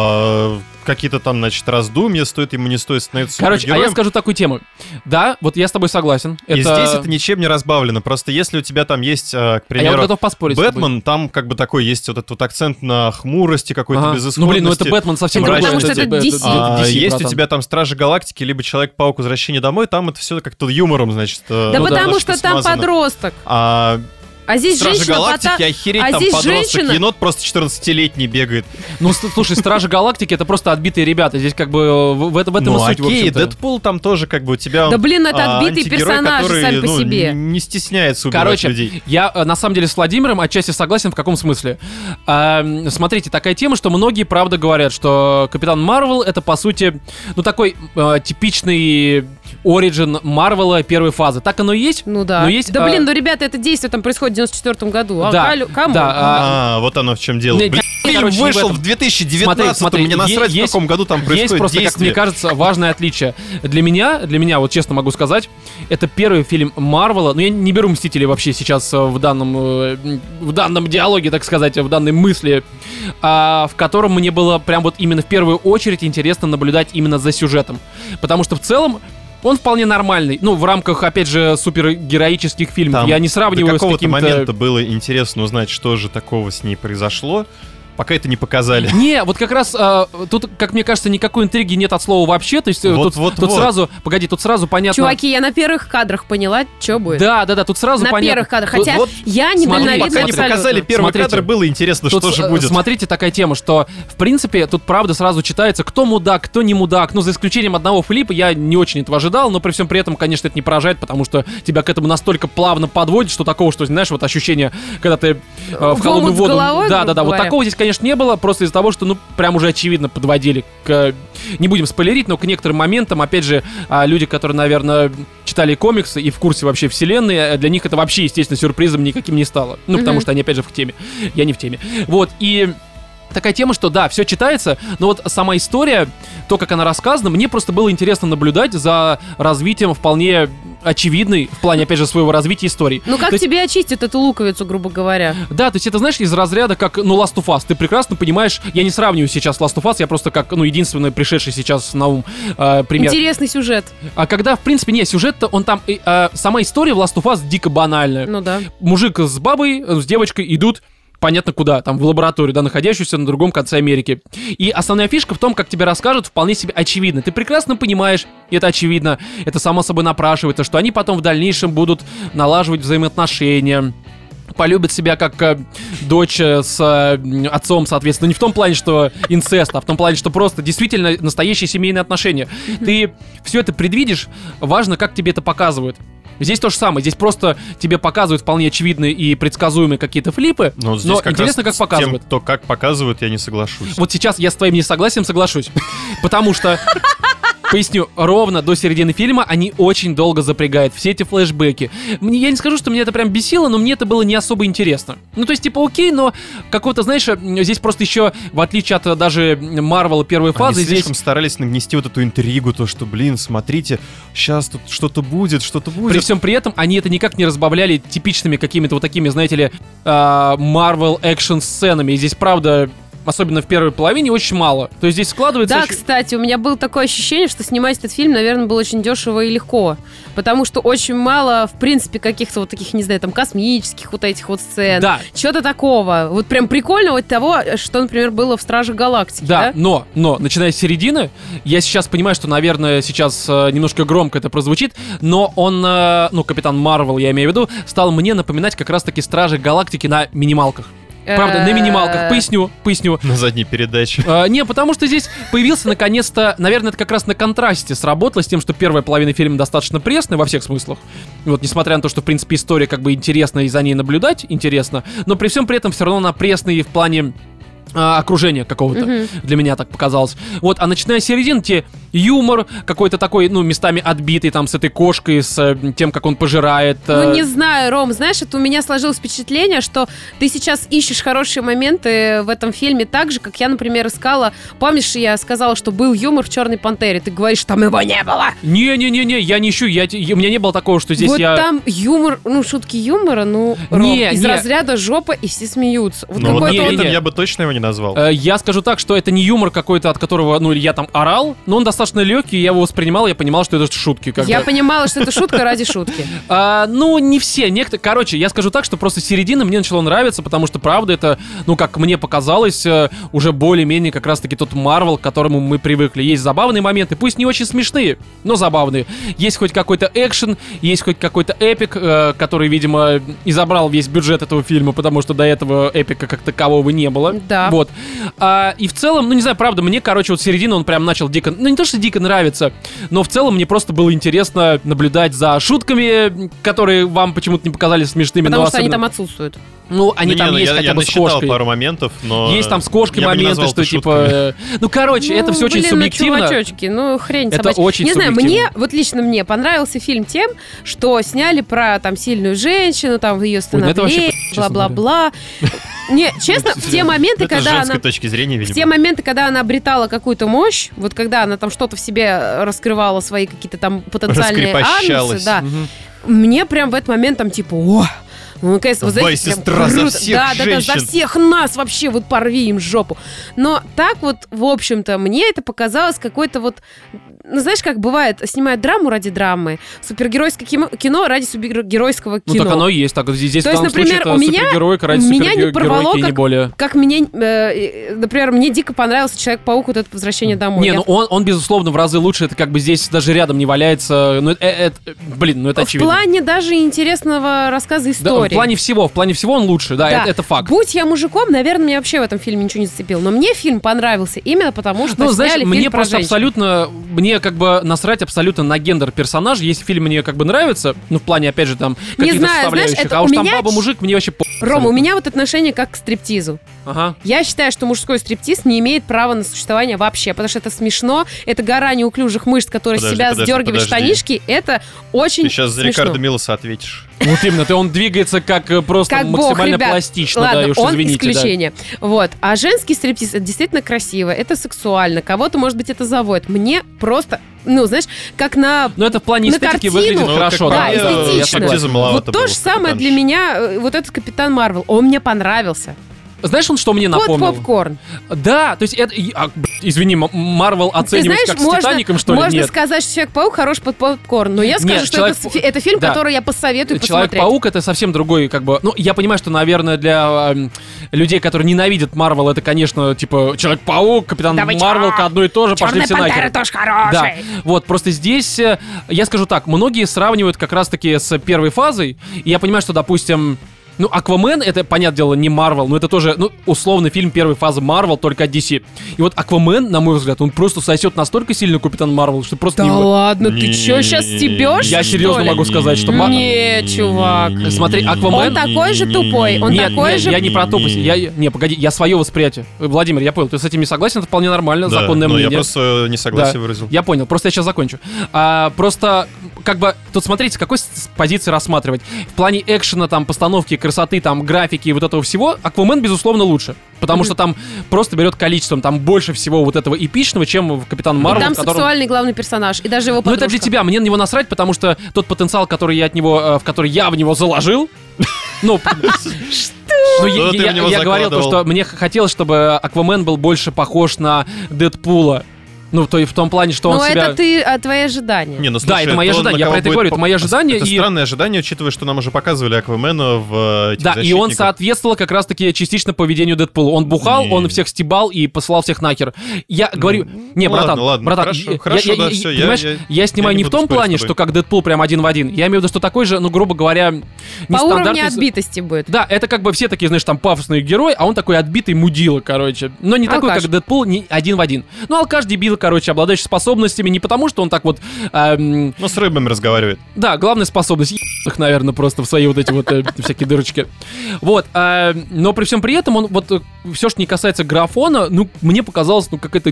какие-то там, значит, раздумья, стоит ему, не стоит становиться Короче, а я супергероем. скажу такую тему. Да, вот я с тобой согласен. И здесь это ничем не разбавлено. Просто если у тебя там есть, к А я вот примеру, готов поспорить с тобой. Бэтмен, там как бы такой есть вот этот вот акцент на хмурости, какой-то Ага. безысходности. Ну, блин, ну это Бэтмен совсем мрачности. другой. Потому что это DC. DC, Есть братан. у тебя там Стражи Галактики, либо Человек-паук Возвращение домой, там это все как-то юмором, значит. Да Ну да, потому немножко что там смазано. подросток. А А здесь Стражи женщина Галактики, охереть, а там здесь подросток, женщина- енот просто 14-летний бегает. Ну, слушай, Стражи Галактики — это просто отбитые ребята. Здесь как бы в этом и Ну суть, в окей, общем-то. Дэдпул там тоже как бы у тебя... Да блин, это отбитые антигерой, персонажи который, сами по ну, себе. не стесняется убивать Короче, людей. я на самом деле с Владимиром отчасти согласен. В каком смысле? Смотрите, такая тема, что многие, правда, говорят, что Капитан Марвел — это, по сути, ну, такой типичный оригин Марвела первой фазы. Так оно и есть. Ну да. Но есть, да блин, ну ребята, это действие там происходит в 94-м году. А, Да, камон. да, Вот оно в чем дело. Не, Блин, короче, фильм не в вышел этом. в 2019-м, Смотри, мне насрать, в есть- каком году там происходит Есть просто, как действие. мне кажется, важное отличие. Для меня, вот честно могу сказать, это первый фильм Марвела. Ну, я не беру «Мстители» вообще сейчас в данном диалоге, так сказать, в данной мысли, в котором мне было прям вот именно в первую очередь интересно наблюдать именно за сюжетом. Потому что в целом он вполне нормальный. Ну, в рамках, опять же, супергероических фильмов. Там Я не сравниваю до с какого-то каким-то... момента было интересно узнать, что же такого с ней произошло, пока это не показали. Не, вот как раз тут, как мне кажется, никакой интриги нет от слова вообще. То есть Вот, тут сразу, погоди, тут сразу понятно. Чуваки, я на первых кадрах поняла, что будет. Да, тут сразу на понятно. первых кадрах. Тут- Хотя вот я смотри, недальновидна Пока не абсолютно. показали первый Смотрите. кадр, было интересно, Тут, что же будет. Смотрите, такая тема, что, в принципе, тут правда сразу читается, кто мудак, кто не мудак. Ну, за исключением одного Филиппа, я не очень этого ожидал, но при всем при этом, конечно, это не поражает, потому что тебя к этому настолько плавно подводит, что такого, что, знаешь, вот ощущение, когда ты в холодную омут с воду... головой, Да, грубо вот говоря. такого здесь, конечно, не было, просто из-за того, что, ну, прям уже очевидно подводили к... Не будем спойлерить, но к некоторым моментам, опять же, люди, которые, наверное, читали комиксы и в курсе вообще вселенной, для них это вообще, естественно, сюрпризом никаким не стало. Ну, потому что они, опять же, в теме. Я не в теме. Вот, и... Такая тема, что да, все читается, но вот сама история, то, как она рассказана, мне просто было интересно наблюдать за развитием вполне очевидной, в плане, опять же, своего развития истории. Ну как То есть- тебе очистят эту луковицу, грубо говоря? Да, то есть это, знаешь, из разряда как, ну, Last of Us. Ты прекрасно понимаешь, я не сравниваю сейчас Last of Us, я просто как, ну, единственный пришедший сейчас на ум пример. Интересный сюжет. А когда, в принципе, не, сюжет-то, он там, сама история в Last of Us дико банальная. Ну да. Мужик с бабой, с девочкой идут понятно куда, там в лабораторию, да, находящуюся на другом конце Америки. И основная фишка в том, как тебе расскажут, вполне себе очевидно. Ты прекрасно понимаешь, и это очевидно, это само собой напрашивается, что они потом в дальнейшем будут налаживать взаимоотношения, полюбят себя как дочь с отцом, соответственно. Не в том плане, что инцест, а в том плане, что просто действительно настоящие семейные отношения. Ты все это предвидишь, важно, как тебе это показывают. Здесь то же самое, здесь просто тебе показывают вполне очевидные и предсказуемые какие-то флипы, Но, вот здесь но как интересно, раз как показывают. Тем, то, как показывают, я не соглашусь. Вот сейчас я с твоим несогласием соглашусь, потому что... Поясню, ровно до середины фильма они очень долго запрягают все эти флешбеки. Я не скажу, что меня это прям бесило, но мне это было не особо интересно. Ну, то есть, типа, окей, но какого-то, знаешь, здесь просто еще, в отличие от даже Марвела первой фазы, Они здесь... слишком старались нагнести вот эту интригу, то, что, блин, смотрите, сейчас тут что-то будет. При всем при этом они это никак не разбавляли типичными какими-то вот такими, знаете ли, Marvel экшн сценами. И здесь, правда, особенно в первой половине, очень мало. То есть здесь складывается... Да, кстати, у меня было такое ощущение, что снимать этот фильм, наверное, было очень дешево и легко. Потому что очень мало, в принципе, каких-то вот таких, не знаю, там, космических вот этих вот сцен. Да. Чего-то такого. Вот прям прикольного того, что, например, было в «Страже Галактики». Да, Да? но, начиная с середины, я сейчас понимаю, что, наверное, сейчас немножко громко это прозвучит, но он, ну, Капитан Марвел, я имею в виду, стал мне напоминать как раз-таки Стражи Галактики на минималках. Правда, на минималках. Поясню. На задней передаче. Не, потому что здесь появился наконец-то, наверное, это как раз на контрасте сработало с тем, что первая половина фильма достаточно пресная во всех смыслах. Вот, несмотря на то, что, в принципе, история как бы интересна и за ней наблюдать интересно, но при всем при этом все равно она пресная в плане окружения какого-то. Для меня так показалось. Вот, а начиная с середины, те юмор какой-то такой, ну, местами отбитый, там, с этой кошкой, с тем, как он пожирает. Ну, не знаю, Ром, знаешь, это у меня сложилось впечатление, что ты сейчас ищешь хорошие моменты в этом фильме так же, как я, например, искала. Помнишь, я сказала, что был юмор в «Черной пантере», ты говоришь, там его не было. Не-не-не, я не ищу, у меня не было такого, что здесь вот я... там юмор, ну, шутки юмора, ну, Ром, из разряда жопа, и все смеются. Вот ну, вот какой-то я бы точно его не назвал. Я скажу так, что это не юмор какой-то, от которого, ну, я там орал, но он достаточно легкий, я его воспринимал, я понимал, что это шутки. Я понимала, что это шутка ради шутки. Ну, не все, некоторые. Короче, я скажу так, что просто середина мне начала нравиться, потому что, правда, это, ну, как мне показалось, уже более-менее как раз-таки тот Марвел, к которому мы привыкли. Есть забавные моменты, пусть не очень смешные, но забавные. Есть хоть какой-то экшен, есть хоть какой-то эпик, который, видимо, и забрал весь бюджет этого фильма, потому что до этого эпика как такового не было. Да. Вот. И в целом, ну, не знаю, правда, мне, короче, вот середина он прям начал дико... Ну, не то, что дико нравится, но в целом мне просто было интересно наблюдать за шутками, которые вам почему-то не показались смешными. Потому но что особенно... они там отсутствуют. Ну, они там есть хотя бы с кошкой. пару моментов, но... Есть там с кошкой моменты, что типа... Ну, короче, это все очень субъективно. Ну, чувачочки, ну, хрень это собачья. очень не знаю, субъективно. вот лично мне понравился фильм тем, что сняли про там сильную женщину, там ее становление, бла-бла-бла. Не, честно, в те моменты, это когда с женской она... точки зрения, видимо. В те моменты, когда она обретала какую-то мощь, вот когда она там что-то в себе раскрывала, свои какие-то там потенциальные анусы, да, мне прям в этот момент там типа, о, ну, наконец, вот Твоя знаете, сестра прям за круто. всех Да, женщин. за всех нас вообще вот порви им жопу. Но так вот, в общем-то, мне это показалось какой-то вот... Ну, знаешь, как бывает, снимают драму ради драмы, супергеройское кино ради супергеройского кино. Ну, так оно и есть. Так, здесь то в данном есть, например, случае у меня, супергеройка ради меня не порвало, супергеройки, не более. как мне, например, мне дико понравился «Человек-паук», вот это «Возвращение домой». Не, ну он, безусловно, в разы лучше, это как бы здесь даже рядом не валяется. Ну, блин, ну это очевидно. В плане даже интересного рассказа истории. Да, в плане всего он лучше, да. Это факт. Будь я мужиком, наверное, меня вообще в этом фильме ничего не зацепило. Но мне фильм понравился именно потому, что ну, знаешь, сняли мне фильм про просто женщин. абсолютно, мне как бы насрать абсолютно на гендер персонажа. Если фильм мне как бы нравится, ну, в плане, опять же, там, каких-то составляющих, знаешь, это а у уж там меня баба-мужик, мне вообще Рома, у меня вот отношение как к стриптизу. Ага. Я считаю, что мужской стриптиз не имеет права на существование вообще, потому что это смешно, это гора неуклюжих мышц, которые с себя сдергивают штанишки, это очень Ты сейчас за смешно. Рикардо Миллоса ответишь. Вот именно, он двигается как просто как максимально бог, ребят. пластично, Ладно, да, и уж он извините. исключение. Да. Вот. А женский стриптиз, это действительно красиво, это сексуально, кого-то, может быть, это заводит. Мне просто, ну, знаешь, как на Ну, это в плане эстетики картину. выглядит хорошо. Да, я эстетично. Вот то же самое для меня, вот этот Капитан Марвел, он мне понравился. Знаешь, он что мне напомнил? Попкорн. Да, то есть это... извини, Марвел оценивать как с Титаником, что ли? Можно Нет. сказать, что Человек-паук хорош под попкорн, но я скажу, что это фильм, который я посоветую посмотреть. Человек-паук — это совсем другой, как бы... Ну, я понимаю, что, наверное, для людей, которые ненавидят Марвел, это, конечно, типа Человек-паук, Капитан Марвел, одно и то же, пошли все нахер. Черная Пантера тоже хороший. Да, вот, просто здесь, я скажу так, многие сравнивают как раз-таки с первой фазой, и я понимаю, что, допустим... Ну, Аквамен, это, понятное дело, не Марвел, но это тоже, ну, условно, фильм первой фазы Марвел, только от DC. И вот Аквамен, на мой взгляд, он просто сосет настолько сильно Капитан Марвел, что просто... Да ладно, ты чё, сейчас стебешь? Я серьезно могу сказать, что... Не, чувак. Смотри, Аквамен... Он такой же тупой, он такой же... я не про тупость, не, погоди, я свое восприятие. Владимир, я понял, ты с этим не согласен, это вполне нормально, законное мнение. Я просто не согласие выразил. Я понял, просто я сейчас закончу. Просто, как бы, тут смотрите, с какой позиции рассматривать. В плане экшена, там, постановки, красоты, там, графики и вот этого всего, Аквамен, безусловно, лучше. Потому что там просто берет количеством, там больше всего вот этого эпичного, чем в Капитан Марвел. И там сексуальный главный персонаж, и даже его подружка. Ну, это для тебя, мне на него насрать, потому что тот потенциал, который я от него, в который я в него заложил, ну... Что? Я говорил то, что мне хотелось, чтобы Аквамен был больше похож на Дэдпула. Ну, то и в том плане, что он Ну, себя... это твои ожидания. Не, ну, Да, слушай, это мои то, ожидания, на я кого про это будет говорю, это мои ожидания. Это странное ожидание, учитывая, что нам уже показывали Аквамена в этих Да, и он «Защитниках». соответствовал как раз-таки частично поведению Дэдпула. Он бухал, Не. он всех стебал и посылал всех нахер. Я говорю... Не, братан, ладно, братан, хорошо, да, всё, понимаешь, я снимаю не не в буду том спорить плане, с тобой. что как Дэдпул прям один в один. Я имею в виду, что такой же, ну, грубо говоря, По уровню нестандартный... отбитости будет. Да, это как бы все такие, знаешь, там пафосные герои, а он такой отбитый мудила, короче. Но не такой, Алкаш. как Дэдпул, не один в один. Ну, алкаш дебил, короче, обладающий способностями не потому, что он так вот... Ну, с рыбами разговаривает. Да, главная способность их, наверное, просто в свои вот эти вот всякие дырочки. Вот, но при всем при этом он вот все, что не касается графона, ну, мне показалось, ну, как это...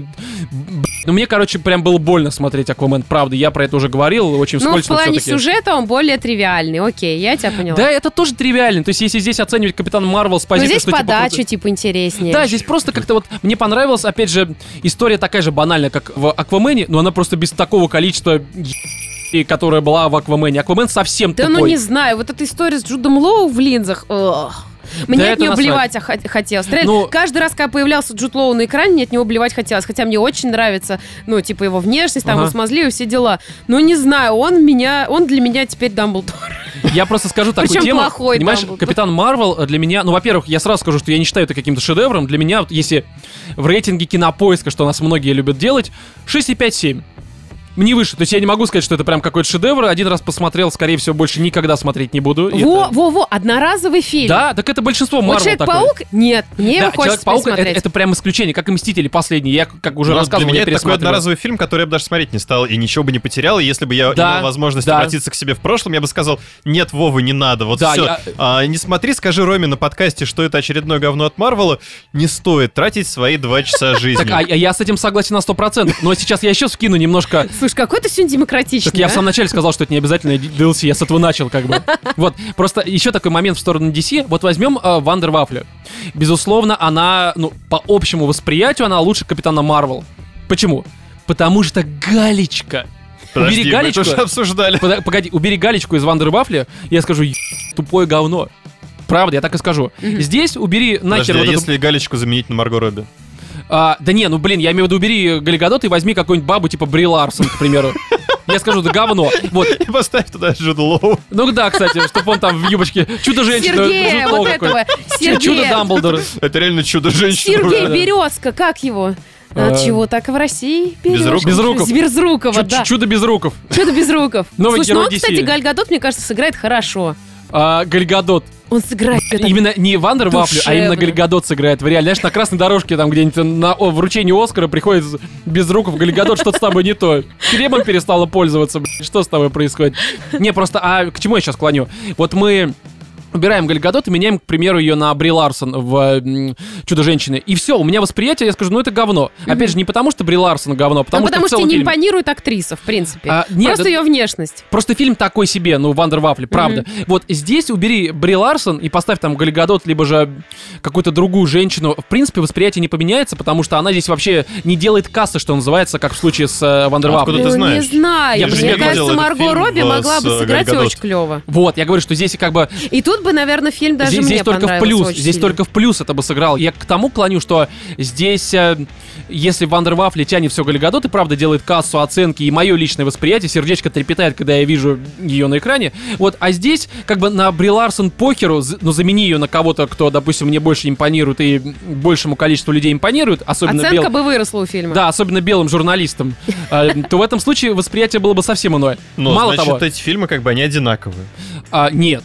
Ну, мне, короче, прям было больно смотреть Аквамен, правда, я про это уже говорил, очень Ну, в скользко плане всё-таки. сюжета он более тривиальный. Окей, я тебя поняла. Да, это тоже тривиально, то есть если здесь оценивать Капитан Марвел с Но позиции, здесь что, типа, подача, круто- типа, интереснее. Да, здесь просто как-то вот мне понравилась, опять же, история такая же банальная, как в Аквамене, но она просто без такого количества которая была в Аквамене. Аквамен совсем Да тупой. ну не знаю, вот эта история с Джудом Лоу в линзах. Ох. Мне Да от нее это блевать хотелось. Реально, Ну- каждый раз, когда появлялся Джуд Лоу на экране, мне от него блевать хотелось. Хотя мне очень нравится, ну, типа, его внешность, там, Ага. он смазливый, все дела. Но не знаю, он для меня теперь Дамблдор. Я просто скажу такую Причем тему. плохой Понимаешь, Дамблдор. Капитан Марвел для меня... Ну, во-первых, я сразу скажу, что я не считаю это каким-то шедевром. Для меня, вот если в рейтинге Кинопоиска, что у нас многие любят делать, 6,5-7. Не выше. То есть я не могу сказать, что это прям какой-то шедевр. Один раз посмотрел, скорее всего, больше никогда смотреть не буду. И это- Во, одноразовый фильм. Да, так это большинство Вот Марвел такое. Человек-паук? Нет, мне Да, его хочется Человек-паук это, пересмотреть. это прям исключение, как и Мстители последние. Я как уже Но рассказывал, для меня я это такой пересматриваю. одноразовый фильм, который я бы даже смотреть не стал и ничего бы не потерял. И если бы я Да, имел возможность да. обратиться к себе в прошлом, я бы сказал: нет, Вова, не надо. Вот Да, все. Не смотри, скажи Роме на подкасте, что это очередное говно от Марвела. Не стоит тратить свои 2 часа жизни. Так, а я с этим согласен на 100%. Но сейчас я еще скину немножко. Слушай, какой ты сегодня демократичный, Так я в а? самом начале сказал, что это не обязательно DLC, я с этого начал как бы. Вот, просто еще такой момент в сторону DC. Вот возьмем Вандер Вафли. Безусловно, она, ну, по общему восприятию, она лучше Капитана Марвел. Почему? Потому что Галечка. Подожди, убери мы Галечку. это уже обсуждали. Погоди, убери Галечку из Вандер Вафли, я скажу, тупое говно. Правда, я так и скажу. Здесь убери Подожди, нахер а вот эту... если Галечку заменить на Марго Робби? Да не, ну блин, я имею в виду, убери Галь Гадот и возьми какую-нибудь бабу типа Бри Ларсон, к примеру. Я скажу, да говно. Вот. И поставь туда Джуд Лоу. Ну да, кстати, чтобы он там в юбочке. Чудо-женщина. Сергея, Джуд Лоу вот какой. этого. Сергея. Чудо-Дамблдор. Это реально чудо-женщина. Сергей Да. Березка, как его? Чего так в России? Безруков. Безруков. Безрукова, да. Чудо без руков. Чудо Безруков. Новый Слушай, ну герой он, кстати, DC. Галь Гадот, мне кажется, сыграет хорошо. Галь Гадот. Он сыграет это. Именно не Вандер Вафли, а именно Душевно. Галь Гадот сыграет в реале. Знаешь, на красной дорожке там где-нибудь на вручении Оскара приходит без руков Галь Гадот, что-то с тобой не то. Кремом перестала пользоваться, что с тобой происходит? Не, просто, к чему я сейчас клоню? Вот мы... убираем Галь Гадот и меняем, к примеру, ее на Бри Ларсон в «Чудо-женщины». И все, у меня восприятие, я скажу, ну это говно. Опять же, не потому что Бри Ларсон говно, а потому, Потому что в что целом не фильм... импонирует актриса, в принципе. Нет, Просто да- ее внешность. Просто фильм такой себе, ну, Вандер Вафли, правда. Вот здесь убери Бри Ларсон и поставь там Галь Гадот, либо же какую-то другую женщину. В принципе, восприятие не поменяется, потому что она здесь вообще не делает кассы, что называется, как в случае с Вандер Откуда Вафли. ты знаешь? Не знаю. Я же Мне не кажется, видел этот Марго фильм Робби могла бы с сыграть Галь Гадот. очень клево. Вот, я говорю, что здесь как бы... И тут бы, наверное, фильм даже Здесь мне только в понравился плюс, очень здесь сильно. только в плюс это бы сыграл. Я к тому клоню, что здесь, если Вандер Вафли тянет все Галь Гадот и правда делает кассу, оценки, и мое личное восприятие, сердечко трепетает, когда я вижу ее на экране. Вот, а здесь как бы на Бри Ларсон похеру, ну замени ее на кого-то, кто, допустим, мне больше импонирует и большему количеству людей импонирует, особенно Оценка бы выросла у фильма. Да, особенно белым журналистам, то в этом случае восприятие было бы совсем иное. Но, Мало значит, того, эти фильмы как бы они одинаковые. нет.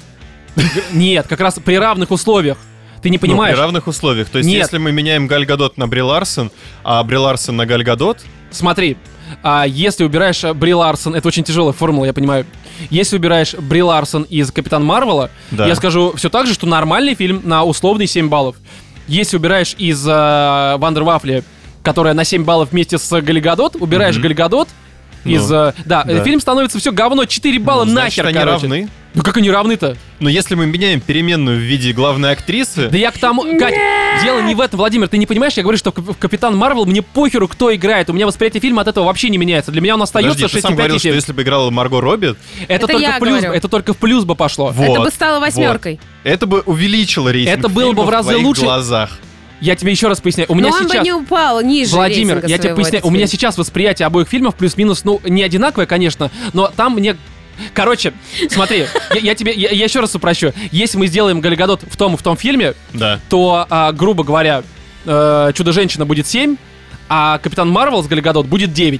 Нет, как раз при равных условиях. Ты не понимаешь. При равных условиях. То есть, Нет. если мы меняем Галь Гадот на Бри Ларсон, а Бри Ларсон на Галь Гадот, Смотри, если убираешь Бри Ларсон, это очень тяжелая формула, я понимаю. Если убираешь Бри Ларсон из Капитан Марвела, Да. я скажу все так же, что нормальный фильм на условный 7 баллов. Если убираешь из Вандер Вафли, которая на 7 баллов вместе с Галь Гадот, убираешь Галь Гадот из... Ну, да, да. фильм становится все говно, 4 балла значит, нахер, они короче. равны. Ну как они равны-то? Но если мы меняем переменную в виде главной актрисы, Да я к тому... Кать, дело не в этом, Владимир, ты не понимаешь? Я говорю, что в Капитан Марвел мне похеру, кто играет. У меня восприятие фильма от этого вообще не меняется. Для меня он остается подожди, ты сам 6,5 говорил, и что 7. если бы играла Марго Робби, Это только я в плюс, говорю. это только в плюс бы пошло. вот, Это бы стало 8. это бы увеличило рейтинг Это было бы фильма в разы твоих лучше. глазах. Я тебе еще раз поясняю. У меня Но он бы сейчас... не упал ниже Владимир, рейтинга я тебе своего, поясняю. этот У меня фильм. сейчас восприятие обоих фильмов плюс-минус, ну, не одинаковое, конечно, но там мне... Короче, смотри, я еще раз упрощу. Если мы сделаем Галь Гадот в том фильме, Да. то, грубо говоря, Чудо-женщина будет 7, а Капитан Марвел с Галь Гадот будет 9.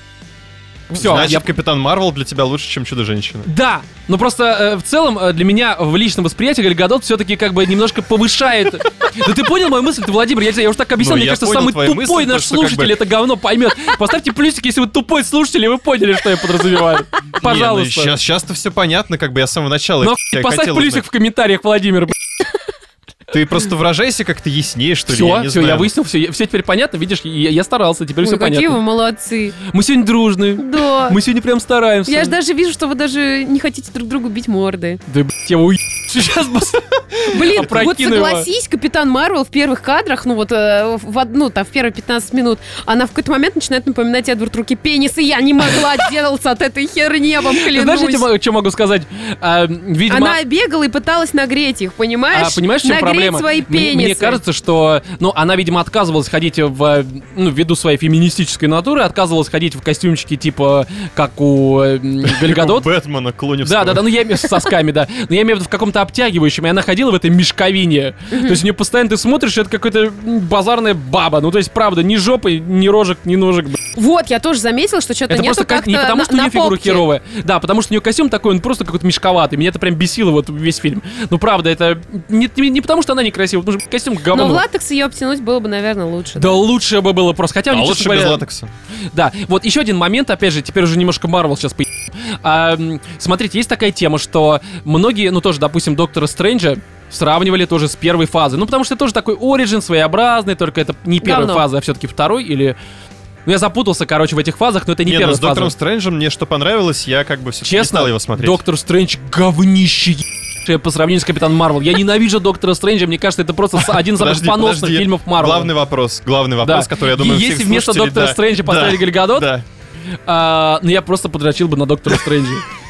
Все, Значит, Капитан Марвел для тебя лучше, чем Чудо-женщина. Да, но просто в целом для меня в личном восприятии Галь Гадот все-таки как бы немножко повышает... Да ты понял мою мысль, ты, Владимир? Я уже так объяснял, Ну, мне я кажется, понял самый твою мысль, тупой то, наш что как слушатель бы- это говно поймет. Поставьте плюсик, если вы тупой слушатель, и вы поняли, что я подразумеваю. Пожалуйста. Сейчас-то все понятно, как бы я с самого начала... Ну, я поставь хотел плюсик узнать. в комментариях, Владимир. Ты просто выражайся как-то яснее, что ли, Все, я не все, знаю. я выяснил, все теперь понятно, видишь, я старался, теперь Ой, все какие вы понятно. молодцы. Мы сегодня дружны, Да. мы сегодня прям стараемся. Я же даже вижу, что вы даже не хотите друг другу бить морды. Да, блядь, я его сейчас бы... Блин, вот Опрокину его. согласись, Капитан Марвел в первых кадрах, ну вот в первые 15 минут, она в какой-то момент начинает напоминать Эдвард руки пенис, и я не могла отделаться от этой херни, я вам Ты знаешь, я клянусь. тебе что могу сказать? Видимо... Она бегала и пыталась нагреть их, понимаешь? Понимаешь, в чем нагреть проблема? свои пенисы. Мне кажется, что, ну, она, видимо, отказывалась ходить ввиду своей феминистической натуры, отказывалась ходить в костюмчики типа, как у Галь Гадот. У Бэтмена, Клуневского. Да, ну я имею с сосками, да. Но я имею в виду в каком-то обтягивающем, и она ходила в этой мешковине. То есть у нее постоянно ты смотришь, это какая-то базарная баба. Ну, то есть, правда, ни жопы, ни рожек, ни ножек. Вот, я тоже заметила, что что-то Это нету просто как-то не потому, что у на нее фигура попке. херовая. Да, потому что у нее костюм такой, он просто какой-то мешковатый. Меня это прям бесило вот весь фильм. Ну, правда, это не потому, что она некрасивая, потому что костюм говно. Но в латекс ее обтянуть было бы, наверное, лучше. Да лучше бы было просто. Хотя, А мне, лучше честно без говоря, латекса. Да, вот еще один момент, опять же, теперь уже немножко Марвел сейчас смотрите, есть такая тема, что многие, ну тоже, допустим, Доктора Стрэнджа сравнивали тоже с первой фазой. Ну, потому что это тоже такой оригин своеобразный, только это не первая Говно. фаза, а все-таки второй или... Ну, я запутался, короче, в этих фазах, но это не Не, ну первая с Доктором фаза. Стрэнджем мне что понравилось, я как бы все-таки не Честно, стал его смотреть. Доктор Стрэндж говнище ебучее по сравнению с Капитаном Марвел. Я ненавижу Доктора Стрэнджа, мне кажется, это просто один из самых Подожди, поносных подожди. фильмов Марвел. Главный вопрос, Да. который, я думаю, Если всех вместо слушателей, Доктора да. Стрэнджа поставили Галь Гадот, Да. ну я просто подрочил бы на Доктора Стрэнджа.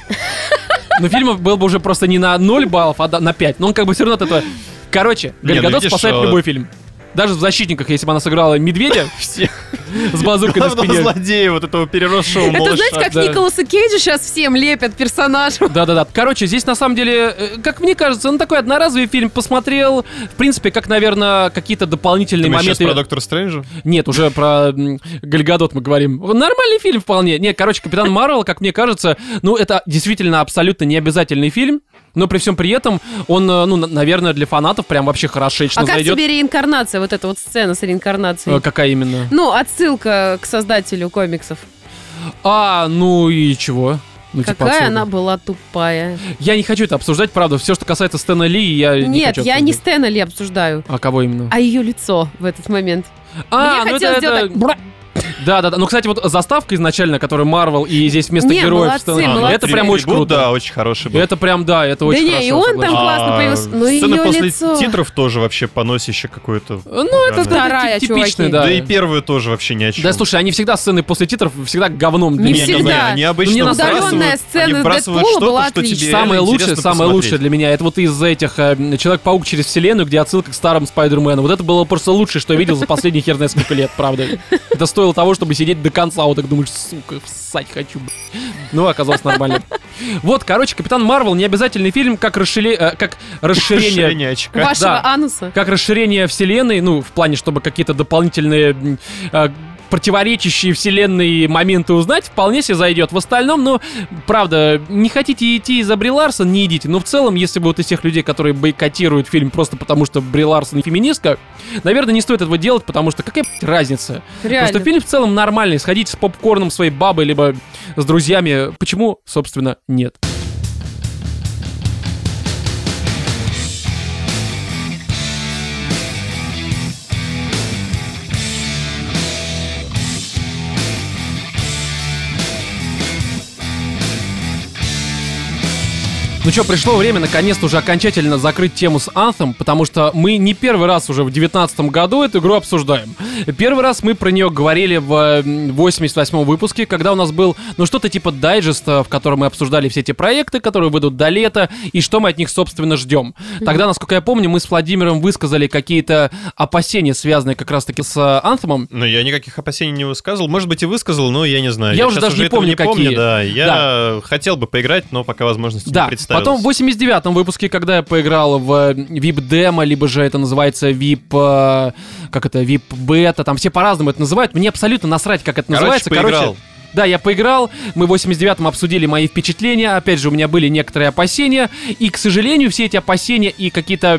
Но фильм был бы уже просто не на 0 баллов, а на 5. Но он как бы все равно от этого... Короче, Галь Не, ну Гадот видишь, спасает любой фильм. Даже в «Защитниках», если бы она сыграла медведя Все. с базукой на Главного спине. злодея, вот этого переросшего Это малыша. знаете, как да. Николаса Кейджа сейчас всем лепят персонажем. Да-да-да. Короче, здесь на самом деле, как мне кажется, он такой одноразовый фильм. Посмотрел, в принципе, как, наверное, какие-то дополнительные Мы сейчас моменты... про Доктора Стрэнджа? Нет, уже про Галь Гадот мы говорим. Нормальный фильм вполне. Нет, короче, Капитан Марвел, как мне кажется, ну, это действительно абсолютно необязательный фильм. Но при всем при этом он, ну, наверное, для фанатов прям вообще хорошечно А как зайдет. тебе реинкарнация, вот эта вот сцена с реинкарнацией? Какая именно? Ну, отсылка к создателю комиксов. Ну и чего? Ну, типа Какая отсылка. она была тупая. Я не хочу это обсуждать, правда. Все, что касается Стэна Ли, я не Нет, хочу я не обсуждать. Стэна Ли обсуждаю, А кого именно? а ее лицо в этот момент. Мне хотелось сделать так, бра. Да. Ну, кстати, вот заставка изначально, которая Марвел, и здесь вместо Не, героев молодцы, Стэна Ли, молодцы. это прям очень Ребут, круто. Да, очень хороший был. Это прям, да, это очень Да хорошо. не, и он там согласен. классно появился. Ну, сцена ее после лицо. титров тоже вообще поносище какое-то. Ну, это Вторая, типичный, чуваки. да. Да и первую тоже вообще ни о чем. Да, слушай, они всегда сцены после титров всегда говном. для Не меня всегда. казались. Они обычно мне насрать. Удаленная сцена они с вбрасывают Дэдпула что-то, была что тебе отличная. реально Самое интересно лучшее посмотреть. для меня, это вот из этих Человек-паук через вселенную, где отсылка к старым Спайдермену. Вот это было просто лучшее, что я видел за последние хер знает сколько лет, правда. Это стоило того, чтобы сидеть до конца, вот так думаешь, сука, ссать хочу. Ну, оказалось нормально. Вот, короче, Капитан Марвел не обязательный фильм, как расширение... Расширение очка. Вашего Да. ануса. Как расширение вселенной, ну, в плане, чтобы какие-то дополнительные противоречащие вселенной моменты узнать, вполне себе зайдет. В остальном, ну, правда, не хотите идти из-за Бри Ларсон, не идите. Но в целом, если вы вот из тех людей, которые бойкотируют фильм просто потому, что Бри Ларсон феминистка, наверное, не стоит этого делать, потому что какая разница? Реально. Просто фильм в целом нормальный. Сходить с попкорном своей бабой, либо с друзьями. Почему, собственно, нет? Ну что, пришло время наконец-то уже окончательно закрыть тему с Anthem, потому что мы не первый раз уже в 2019 году эту игру обсуждаем. Первый раз мы про нее говорили в 88-м выпуске, когда у нас был, что-то типа дайджеста, в котором мы обсуждали все эти проекты, которые выйдут до лета, и что мы от них, собственно, ждем. Тогда, насколько я помню, мы с Владимиром высказали какие-то опасения, связанные как раз-таки с Anthem. Но я никаких опасений не высказывал. Может быть, и высказал, но я не знаю. Я уже даже не помню, какие. Да, я хотел бы поиграть, но пока возможности не представилось. Потом в 89-м выпуске, когда я поиграл в VIP-демо, либо же это называется VIP-бета, там все по-разному это называют. Мне абсолютно насрать, как это называется. Поиграл. Да, я поиграл, мы в 89-м обсудили мои впечатления, опять же, у меня были некоторые опасения, и, к сожалению, все эти опасения и какие-то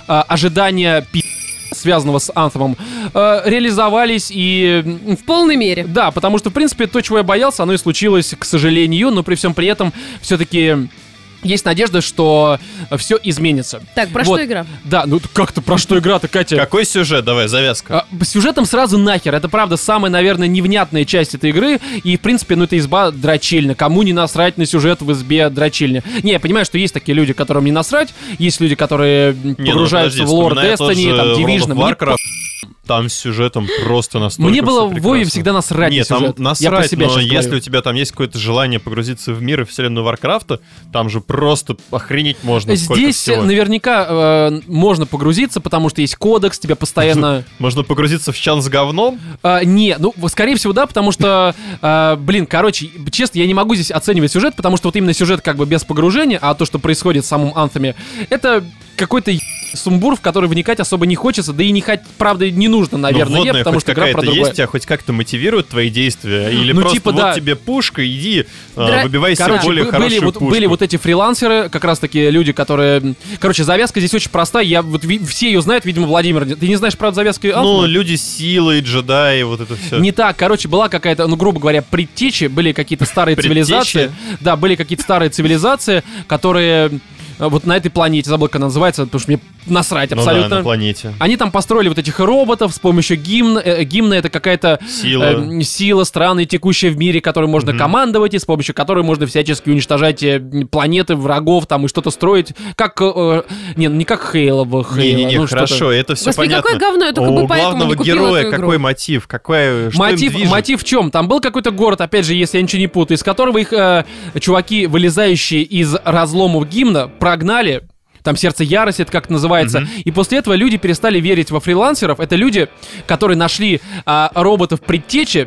ожидания связанного с Anthem, реализовались и... В полной мере. Да, потому что, в принципе, то, чего я боялся, оно и случилось, к сожалению, но при всем при этом все-таки... Есть надежда, что все изменится. Так, про что игра? Да, как-то про что игра-то, Катя? Какой сюжет? Давай, завязка. Сюжетом сразу нахер. Это, правда, самая, наверное, невнятная часть этой игры. И, в принципе, это изба дрочильня. Кому не насрать на сюжет в избе дрочильня? Не, я понимаю, что есть такие люди, которым не насрать. Есть люди, которые погружаются в лор Destiny, там, Division. Там с сюжетом просто настолько Мне было в Вове всегда насрать на сюжет. Там насрать, но если у тебя там есть какое-то желание погрузиться в мир и вселенную Варкрафта, там же просто охренеть можно. Здесь наверняка можно погрузиться, потому что есть кодекс, тебя постоянно... Можно погрузиться в чан с говном? Скорее всего, да, потому что, честно, я не могу здесь оценивать сюжет, потому что вот именно сюжет как бы без погружения, а то, что происходит в самом Anthem, это какой-то сумбур, в который вникать особо не хочется, да и правда, не нужно, наверное, потому что игра про другое. Есть, тебя хоть как-то мотивирует твои действия? Или просто тебе пушка, иди, выбивай себе более хорошую пушку. Были вот эти фрилансеры, как раз-таки люди, которые... завязка здесь очень простая, все ее знают, видимо, Владимир. Ты не знаешь, правда, завязки Anthem? Люди силы, джедаи, вот это все. Не так, была какая-то, грубо говоря, предтечи, были какие-то старые цивилизации. Да, были какие-то старые цивилизации, которые... Вот на этой планете, забыл, как она называется, потому что мне насрать абсолютно. На планете. Они там построили вот этих роботов с помощью гимна. Гимна — это какая-то сила странная, текущая в мире, которой можно командовать, и с помощью которой можно всячески уничтожать планеты, врагов там и что-то строить. Как... не как Halo. Не, хорошо, это все понятно. Господи, какое говно, я только бы поэтому не купила героя эту игру. Какой мотив? Мотив в чем? Там был какой-то город, опять же, если я ничего не путаю, из которого их чуваки, вылезающие из разломов гимна, прогнали, там «Сердце ярости», это как это называется, и после этого люди перестали верить во фрилансеров. Это люди, которые нашли роботов предтечи,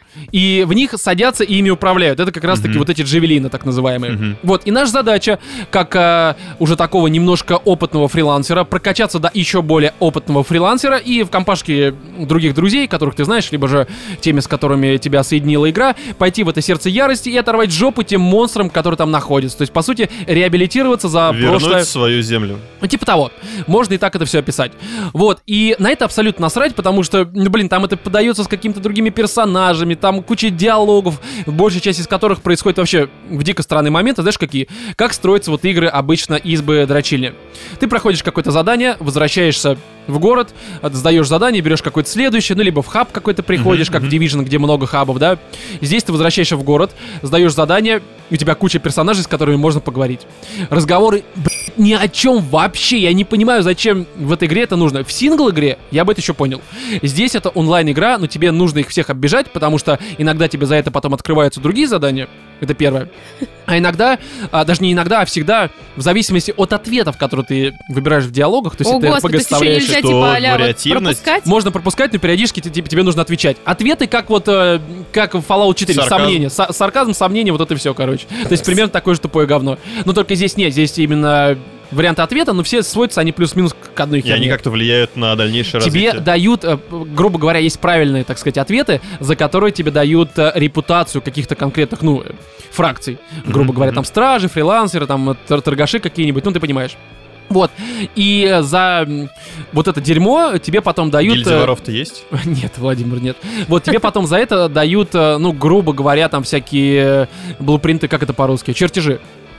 и в них садятся и ими управляют. Это как раз-таки вот эти джавелины, так называемые. Вот, и наша задача, как уже такого немножко опытного фрилансера, прокачаться до еще более опытного фрилансера и в компашке других друзей, которых ты знаешь, либо же теми, с которыми тебя соединила игра, пойти в это «Сердце ярости» и оторвать жопу тем монстрам, которые там находятся. То есть, по сути, реабилитироваться за прошлое. Вернуть свою землю. Типа того. Можно и так это все описать. Вот, и на это абсолютно насрать, потому что, там это подается с какими-то другими персонажами, там куча диалогов, большая часть из которых происходит вообще в дико странные моменты. Знаешь, какие? Как строятся вот игры обычно избы дрочильни. Ты проходишь какое-то задание, возвращаешься в город, сдаешь задание, берешь какое-то следующее, либо в хаб какой-то приходишь, как в Division, где много хабов, да. Здесь ты возвращаешься в город, сдаешь задание, у тебя куча персонажей, с которыми можно поговорить. Разговоры, ни о чем вообще. Я не понимаю, зачем в этой игре это нужно. В сингл-игре я бы это еще понял. Здесь это онлайн-игра, но тебе нужно их всех оббежать, потому что иногда тебе за это потом открываются другие задания. Это первое. А иногда, даже не иногда, а всегда, в зависимости от ответов, которые ты выбираешь в диалогах, то есть ты Господи, РПГ вставляешь, нельзя, вариативность? пропускать? Можно пропускать, но периодически тебе нужно отвечать. Ответы как как в Fallout 4, Сарказм. сомнения. Сарказм, сомнения, вот это все, короче. То есть примерно такое же тупое говно. Но только здесь нет, здесь именно варианты ответа, но все сводятся они плюс-минус к одной херне. И они как-то влияют на дальнейшее развитие. Тебе дают, грубо говоря, есть правильные, так сказать, ответы, за которые тебе дают репутацию каких-то конкретных, фракций. Грубо говоря, там стражи, фрилансеры, там торгаши какие-нибудь, ты понимаешь. Вот. И за вот это дерьмо тебе потом дают... Гильдия воров-то есть? Нет, Владимир, нет. Вот тебе потом за это дают, грубо говоря, там всякие блупринты, как это по-русски, чертежи.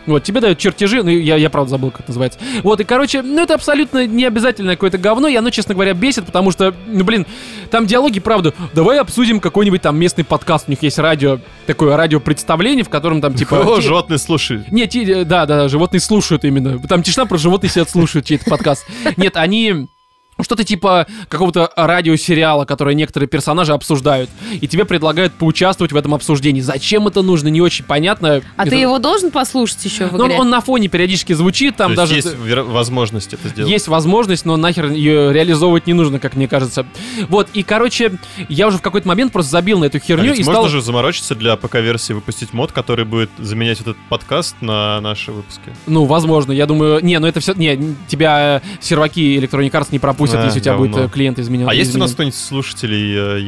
Вот, тебе дают чертежи, ну, я правда забыл, как это называется. Вот, и, короче, ну, это абсолютно не обязательное какое-то говно, и оно, честно говоря, бесит, потому что, ну, блин, там диалоги, правда, давай обсудим какой-нибудь там местный подкаст, у них есть такое радиопредставление, в котором там, типа... О, животные слушают. Нет, да, животные слушают именно. Там тишина, про животные сидят, слушают чей-то подкаст. Нет, они... Что-то типа какого-то радиосериала, который некоторые персонажи обсуждают. И тебе предлагают поучаствовать в этом обсуждении. Зачем это нужно, не очень понятно. А ты его должен послушать еще в игре? Он на фоне периодически звучит. Там То даже есть возможность это сделать. Есть возможность, но нахер ее реализовывать не нужно, как мне кажется. Вот, и, короче, я уже в какой-то момент просто забил на эту херню и можно же заморочиться для ПК-версии, выпустить мод, который будет заменять этот подкаст на наши выпуски. Ну, возможно, я думаю... Не, ну это все... Не, тебя серваки Electronic Arts не пропустят, если у тебя будет клиент изменен. А есть у нас кто-нибудь слушателей?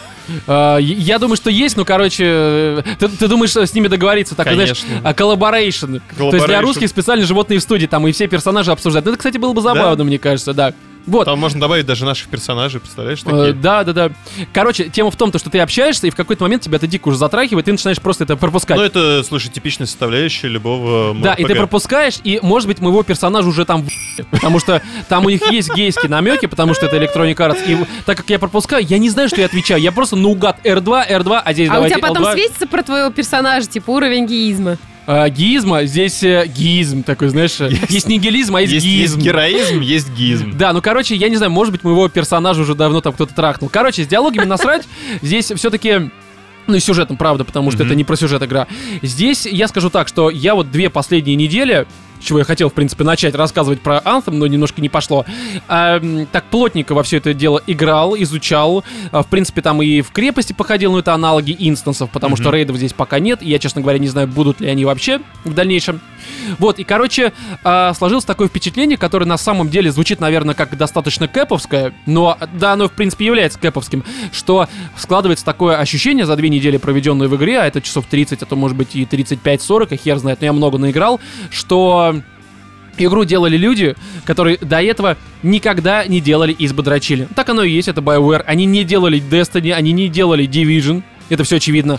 Я думаю, что есть, но, короче, ты думаешь, с ними договориться? Так, знаешь, коллаборейшн. То есть для русских специально животные в студии, там и все персонажи обсуждают. Ну, это, кстати, было бы забавно, мне кажется, да. Вот. Там можно добавить даже наших персонажей, представляешь, такие? Да. Короче, тема в том, что ты общаешься, и в какой-то момент тебя это дико уже затрахивает, ты начинаешь просто это пропускать. Ну, это, слушай, типичная составляющая любого Да, и ты пропускаешь, и, может быть, моего персонажа уже там потому что там у них есть гейские намеки, потому что это Electronic Arts, и так как я пропускаю, я не знаю, что я отвечаю, я просто наугад R2, а здесь давайте у тебя потом L2. Светится про твоего персонажа, типа уровень геизма. Геизма, здесь геизм такой, знаешь, есть нигилизм, а есть геизм. Есть героизм, есть геизм. Да, ну, короче, я не знаю, может быть, моего персонажа уже давно там кто-то трахнул. Короче, с диалогами насрать, здесь все-таки... Ну и сюжетом, правда, потому что это не про сюжет игра. Здесь я скажу так, что я вот 2 последние недели, с чего я хотел, в принципе, начать рассказывать про Anthem, но немножко не пошло, так плотненько во все это дело играл, изучал. В принципе, там и в крепости походил, но это аналоги инстансов, потому что рейдов здесь пока нет, и я, честно говоря, не знаю, будут ли они вообще в дальнейшем. Вот, и, короче, сложилось такое впечатление, которое на самом деле звучит, наверное, как достаточно кэповское, но, да, оно, в принципе, является кэповским, что складывается такое ощущение за 2 недели, проведенные в игре, а это часов 30, а то, может быть, и 35-40, и хер знает, но я много наиграл, что игру делали люди, которые до этого никогда не делали избы дрочили. Так оно и есть, это BioWare. Они не делали Destiny, они не делали Division, это все очевидно.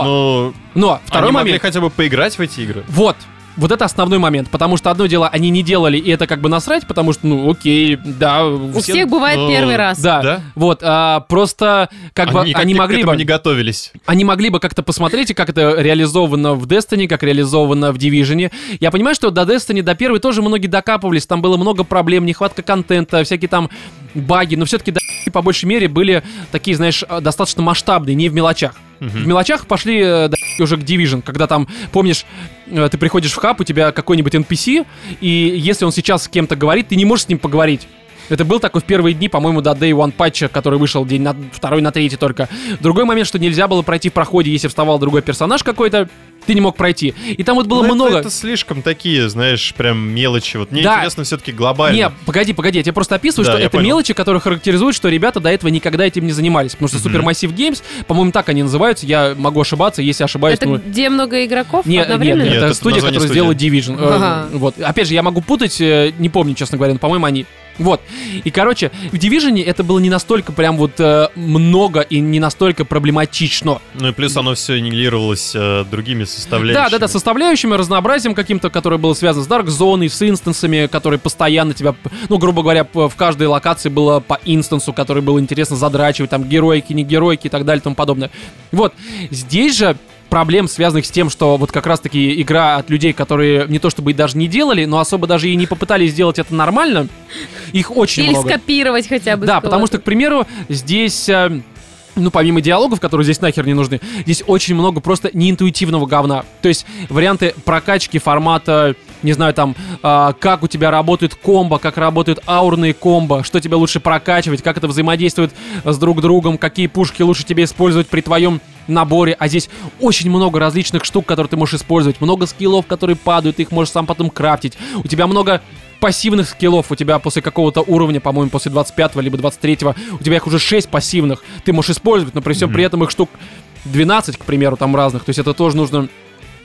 Но второй они момент... могли хотя бы поиграть в эти игры. Вот это основной момент, потому что одно дело они не делали, и это как бы насрать, потому что, ну, окей, да. У всех бывает первый раз. Да? Вот, просто как бы они могли бы... не готовились. Они могли бы как-то посмотреть, как это реализовано в Destiny, как реализовано в Division. Я понимаю, что до Destiny, до первой тоже многие докапывались, там было много проблем, нехватка контента, всякие там баги, но все-таки по большей мере были такие, знаешь, достаточно масштабные, не в мелочах. В мелочах пошли уже к Division, когда там, помнишь, ты приходишь в хаб, у тебя какой-нибудь NPC, и если он сейчас с кем-то говорит, ты не можешь с ним поговорить. Это был такой в первые дни, по-моему, до Day One патча, который вышел день на 2-й, на 3-й только. Другой момент, что нельзя было пройти в проходе, если вставал другой персонаж какой-то, ты не мог пройти. И там вот было много... Это слишком такие, знаешь, прям мелочи. Вот мне интересно все-таки глобально. Не, погоди, я тебе просто описываю, что это мелочи, которые характеризуют, что ребята до этого никогда этим не занимались. Потому что Supermassive Games, по-моему, так они называются, я могу ошибаться, если ошибаюсь. Это где много игроков одновременно? Нет, это студия, которая сделала Division. Вот. Опять же, я могу путать, не помню, честно говоря, но, по-моему, они... Вот. И, короче, в Division это было не настолько прям вот много и не настолько проблематично. Ну и плюс оно все нивелировалось другими составляющими. Да, составляющими, разнообразием каким-то, которое было связано с Dark Zone, с инстансами, которые постоянно тебя, ну, грубо говоря, в каждой локации было по инстансу, который было интересно задрачивать, там, геройки, не геройки и так далее и тому подобное. Вот. Здесь же проблем, связанных с тем, что вот как раз-таки игра от людей, которые не то чтобы даже не делали, но особо даже и не попытались сделать это нормально, их очень много. Или скопировать хотя бы. Да, потому что, к примеру, здесь... Ну, помимо диалогов, которые здесь нахер не нужны, здесь очень много просто неинтуитивного говна. То есть варианты прокачки формата, не знаю, там, как у тебя работает комбо, как работают аурные комбо, что тебе лучше прокачивать, как это взаимодействует с друг другом, какие пушки лучше тебе использовать при твоем наборе. А здесь очень много различных штук, которые ты можешь использовать, много скиллов, которые падают, ты их можешь сам потом крафтить. У тебя много пассивных скиллов, у тебя после какого-то уровня, по-моему, после 25-го либо 23-го, у тебя их уже 6 пассивных ты можешь использовать, но при всем при этом их штук 12, к примеру, там разных, то есть это тоже нужно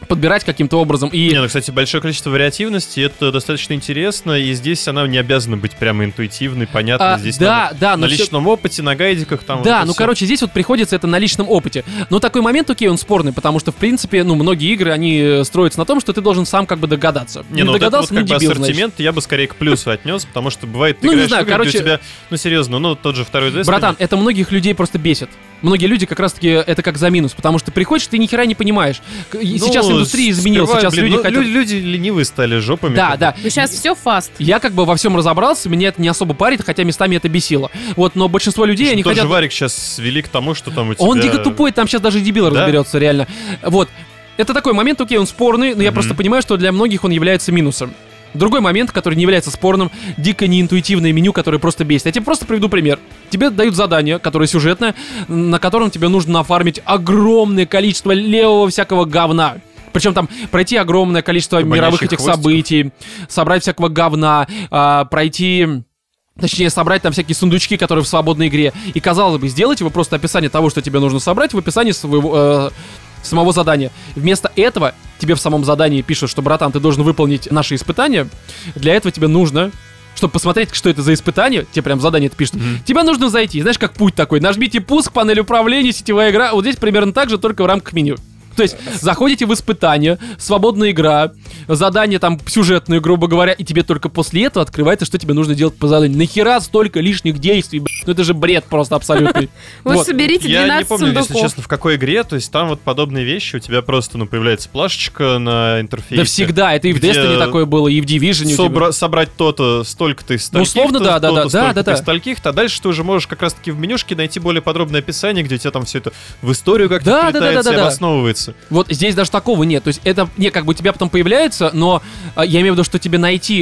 подбирать каким-то образом. И... Не, ну, кстати, большое количество вариативности, это достаточно интересно, и здесь она не обязана быть прямо интуитивной, понятной. Здесь да, на личном опыте, на гайдиках там. Да, вот ну, всё. короче, здесь вот приходится это на личном опыте. Но такой момент, окей, он спорный, потому что, в принципе, ну, многие игры, они строятся на том, что ты должен сам как бы догадаться. Не, ну вот это вот догадался, как бы дебил, значит. ассортимент я бы скорее к плюсу отнес, потому что бывает, ты Ну, не играешь знаю, в игры, где короче- у тебя, ну, серьезно, ну, тот же второй Destiny. Братан, это многих людей просто бесит. Многие люди как раз-таки это как за минус, потому что ты приходишь, ты ни хера не понимаешь. Сейчас индустрия изменилась, сперва, сейчас люди хотят... люди ленивые стали жопами. Да, как бы. да. Ну, сейчас все фаст. Я как бы во всем разобрался, меня это не особо парит, хотя местами это бесило. Вот, но большинство людей, они Тот же хотят... Варик сейчас свели к тому, что там у тебя... Он дико тупой, там сейчас даже дебил Да? разберется, реально. Вот. Это такой момент, окей, он спорный, но я просто понимаю, что для многих он является минусом. Другой момент, который не является спорным, дико неинтуитивное меню, которое просто бесит. Я тебе просто приведу пример. Тебе дают задание, которое сюжетное, на котором тебе нужно нафармить огромное количество левого всякого говна. Причем там пройти огромное количество мировых Бонящих этих хвостиков. событий, собрать всякого говна, пройти... Точнее, собрать там всякие сундучки, которые в свободной игре. И, казалось бы, сделать его просто описание того, что тебе нужно собрать в описании своего... самого задания. Вместо этого тебе в самом задании пишут, что, братан, ты должен выполнить наши испытания. Для этого тебе нужно, чтобы посмотреть, что это за испытание, тебе прям задание это пишут, тебе нужно зайти, знаешь, как путь такой, нажмите пуск, панель управления, сетевая игра. Вот здесь примерно так же, только в рамках меню. То есть заходите в испытание, свободная игра, задание там сюжетное, грубо говоря, и тебе только после этого открывается, что тебе нужно делать по заданию. Нахера столько лишних действий, блядь? Ну это же бред просто абсолютный. Вот Вот. соберите Я 12 не помню, если сундуков. честно, в какой игре, то есть там вот подобные вещи, у тебя просто, ну, появляется плашечка на интерфейсе. Да всегда, это и в где Destiny такое было, и в Division. у тебя. Собрать то-то, столько-то из стольких, условно, да, да, да, столько-то да. из стольких-то, а дальше ты уже можешь как раз-таки в менюшке найти более подробное описание, где у тебя там все это в историю как-то Да, да, вплетается да, и да. обосновывается. Вот здесь даже такого нет. То есть это, не, как бы у тебя потом появляется, но я имею в виду, что тебе найти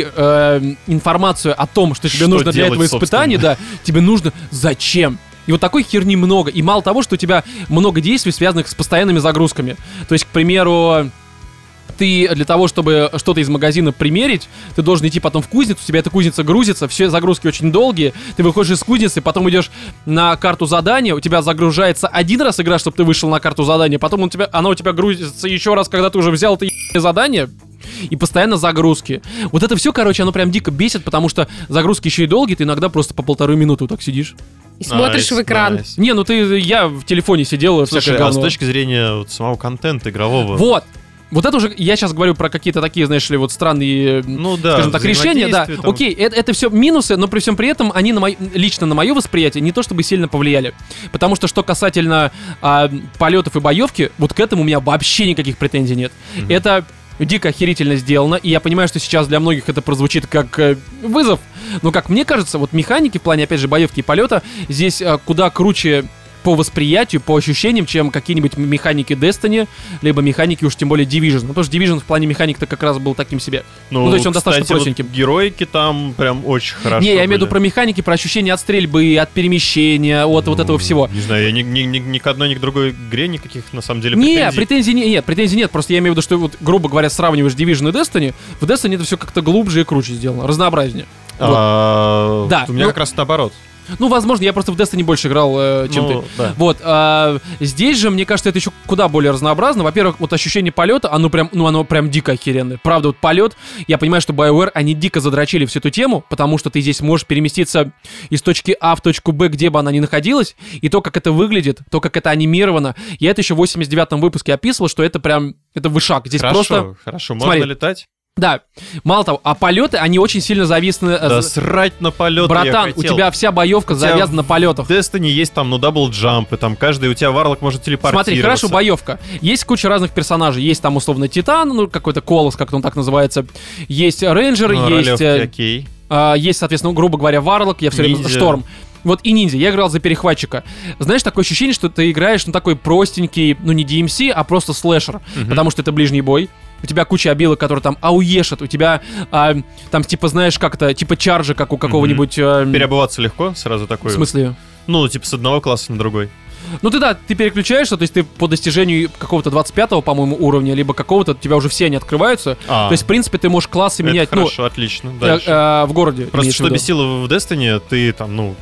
информацию о том, что тебе Что нужно для делать, этого испытания, да, тебе нужно зачем? И вот такой херни много. И мало того, что у тебя много действий, связанных с постоянными загрузками. То есть, к примеру, ты для того, чтобы что-то из магазина примерить, ты должен идти потом в кузницу, у тебя эта кузница грузится, все загрузки очень долгие, ты выходишь из кузницы, потом идешь на карту задания, у тебя загружается один раз игра, чтобы ты вышел на карту задания, потом она у тебя грузится еще раз, когда ты уже взял это задание, и постоянно загрузки. Вот это все, короче, оно прям дико бесит, потому что загрузки еще и долгие, ты иногда просто по 1,5 минуты вот так сидишь. И смотришь в экран. Nice. Не, ну я в телефоне сидел, Слушай, всякое а говно. с точки зрения вот самого контента игрового... Вот это уже, я сейчас говорю про какие-то такие, знаешь ли, вот странные, Ну да, скажем так, решения, да. взаимодействие там. Окей, это все минусы, но при всем при этом они лично на мое восприятие не то чтобы сильно повлияли. Потому что касательно полетов и боевки, вот к этому у меня вообще никаких претензий нет. Это дико охерительно сделано, и я понимаю, что сейчас для многих это прозвучит как вызов, но, как мне кажется, вот механики в плане, опять же, боевки и полета здесь куда круче по восприятию, по ощущениям, чем какие-нибудь механики Destiny, либо механики уж тем более Division. Ну, потому что Division в плане механик-то как раз был таким себе. Ну, то есть он достаточно кстати, простеньким. Вот героики там прям очень хорошо Не, я имею в виду были. про механики, про ощущения от стрельбы, от перемещения, от вот этого всего. Не знаю, я ни к одной, ни к другой игре никаких, на самом деле, Претензий нет. Просто я имею в виду, что, вот, грубо говоря, сравниваешь Division и Destiny, в Destiny это все как-то глубже и круче сделано, разнообразнее. Вот. Да, У меня ну- как раз наоборот. Ну, возможно, я просто в Destiny больше играл, чем ты. Да. Вот, здесь же, мне кажется, это еще куда более разнообразно. Во-первых, вот ощущение полета, оно прям дико охеренное. Правда, вот полет, я понимаю, что BioWare, они дико задрочили всю эту тему, потому что ты здесь можешь переместиться из точки А в точку Б, где бы она ни находилась, и то, как это выглядит, то, как это анимировано. Я это еще в 89-м выпуске описывал, что это прям, это вышаг. Здесь просто... Хорошо, можно Смотри. летать? Да, мало того, а полеты, они очень сильно зависны... Да срать на полет. Братан, у тебя вся боевка тебя завязана на полетах. В Destiny есть там, дабл-джампы, там каждый, у тебя варлок может телепортироваться. Смотри, хорошо, боевка. Есть куча разных персонажей. Есть там, условно, Титан, ну, какой-то Колос, как он так называется. Есть Рейнджер, есть... окей. Есть, соответственно, грубо говоря, Варлок, я все время... Ниндзя. Шторм. Вот и ниндзя. Я играл за перехватчика. Знаешь, такое ощущение, что ты играешь, ну, такой простенький, ну, не DMC, а просто слэшер. Потому что это ближний бой. У тебя куча обилок, которые там ауешат, у тебя там, типа, знаешь, как-то, типа чаржа, как у какого-нибудь... Переобуваться легко, сразу такой. В смысле? Ну, типа с одного класса на другой. Ну ты переключаешься, то есть ты по достижению какого-то 25-го, по-моему, уровня, либо какого-то, у тебя уже все они открываются. То есть, в принципе, ты можешь классы менять, хорошо, отлично. Дальше. в городе. Просто имеется в что виду. бесило в Destiny, ты там, ну,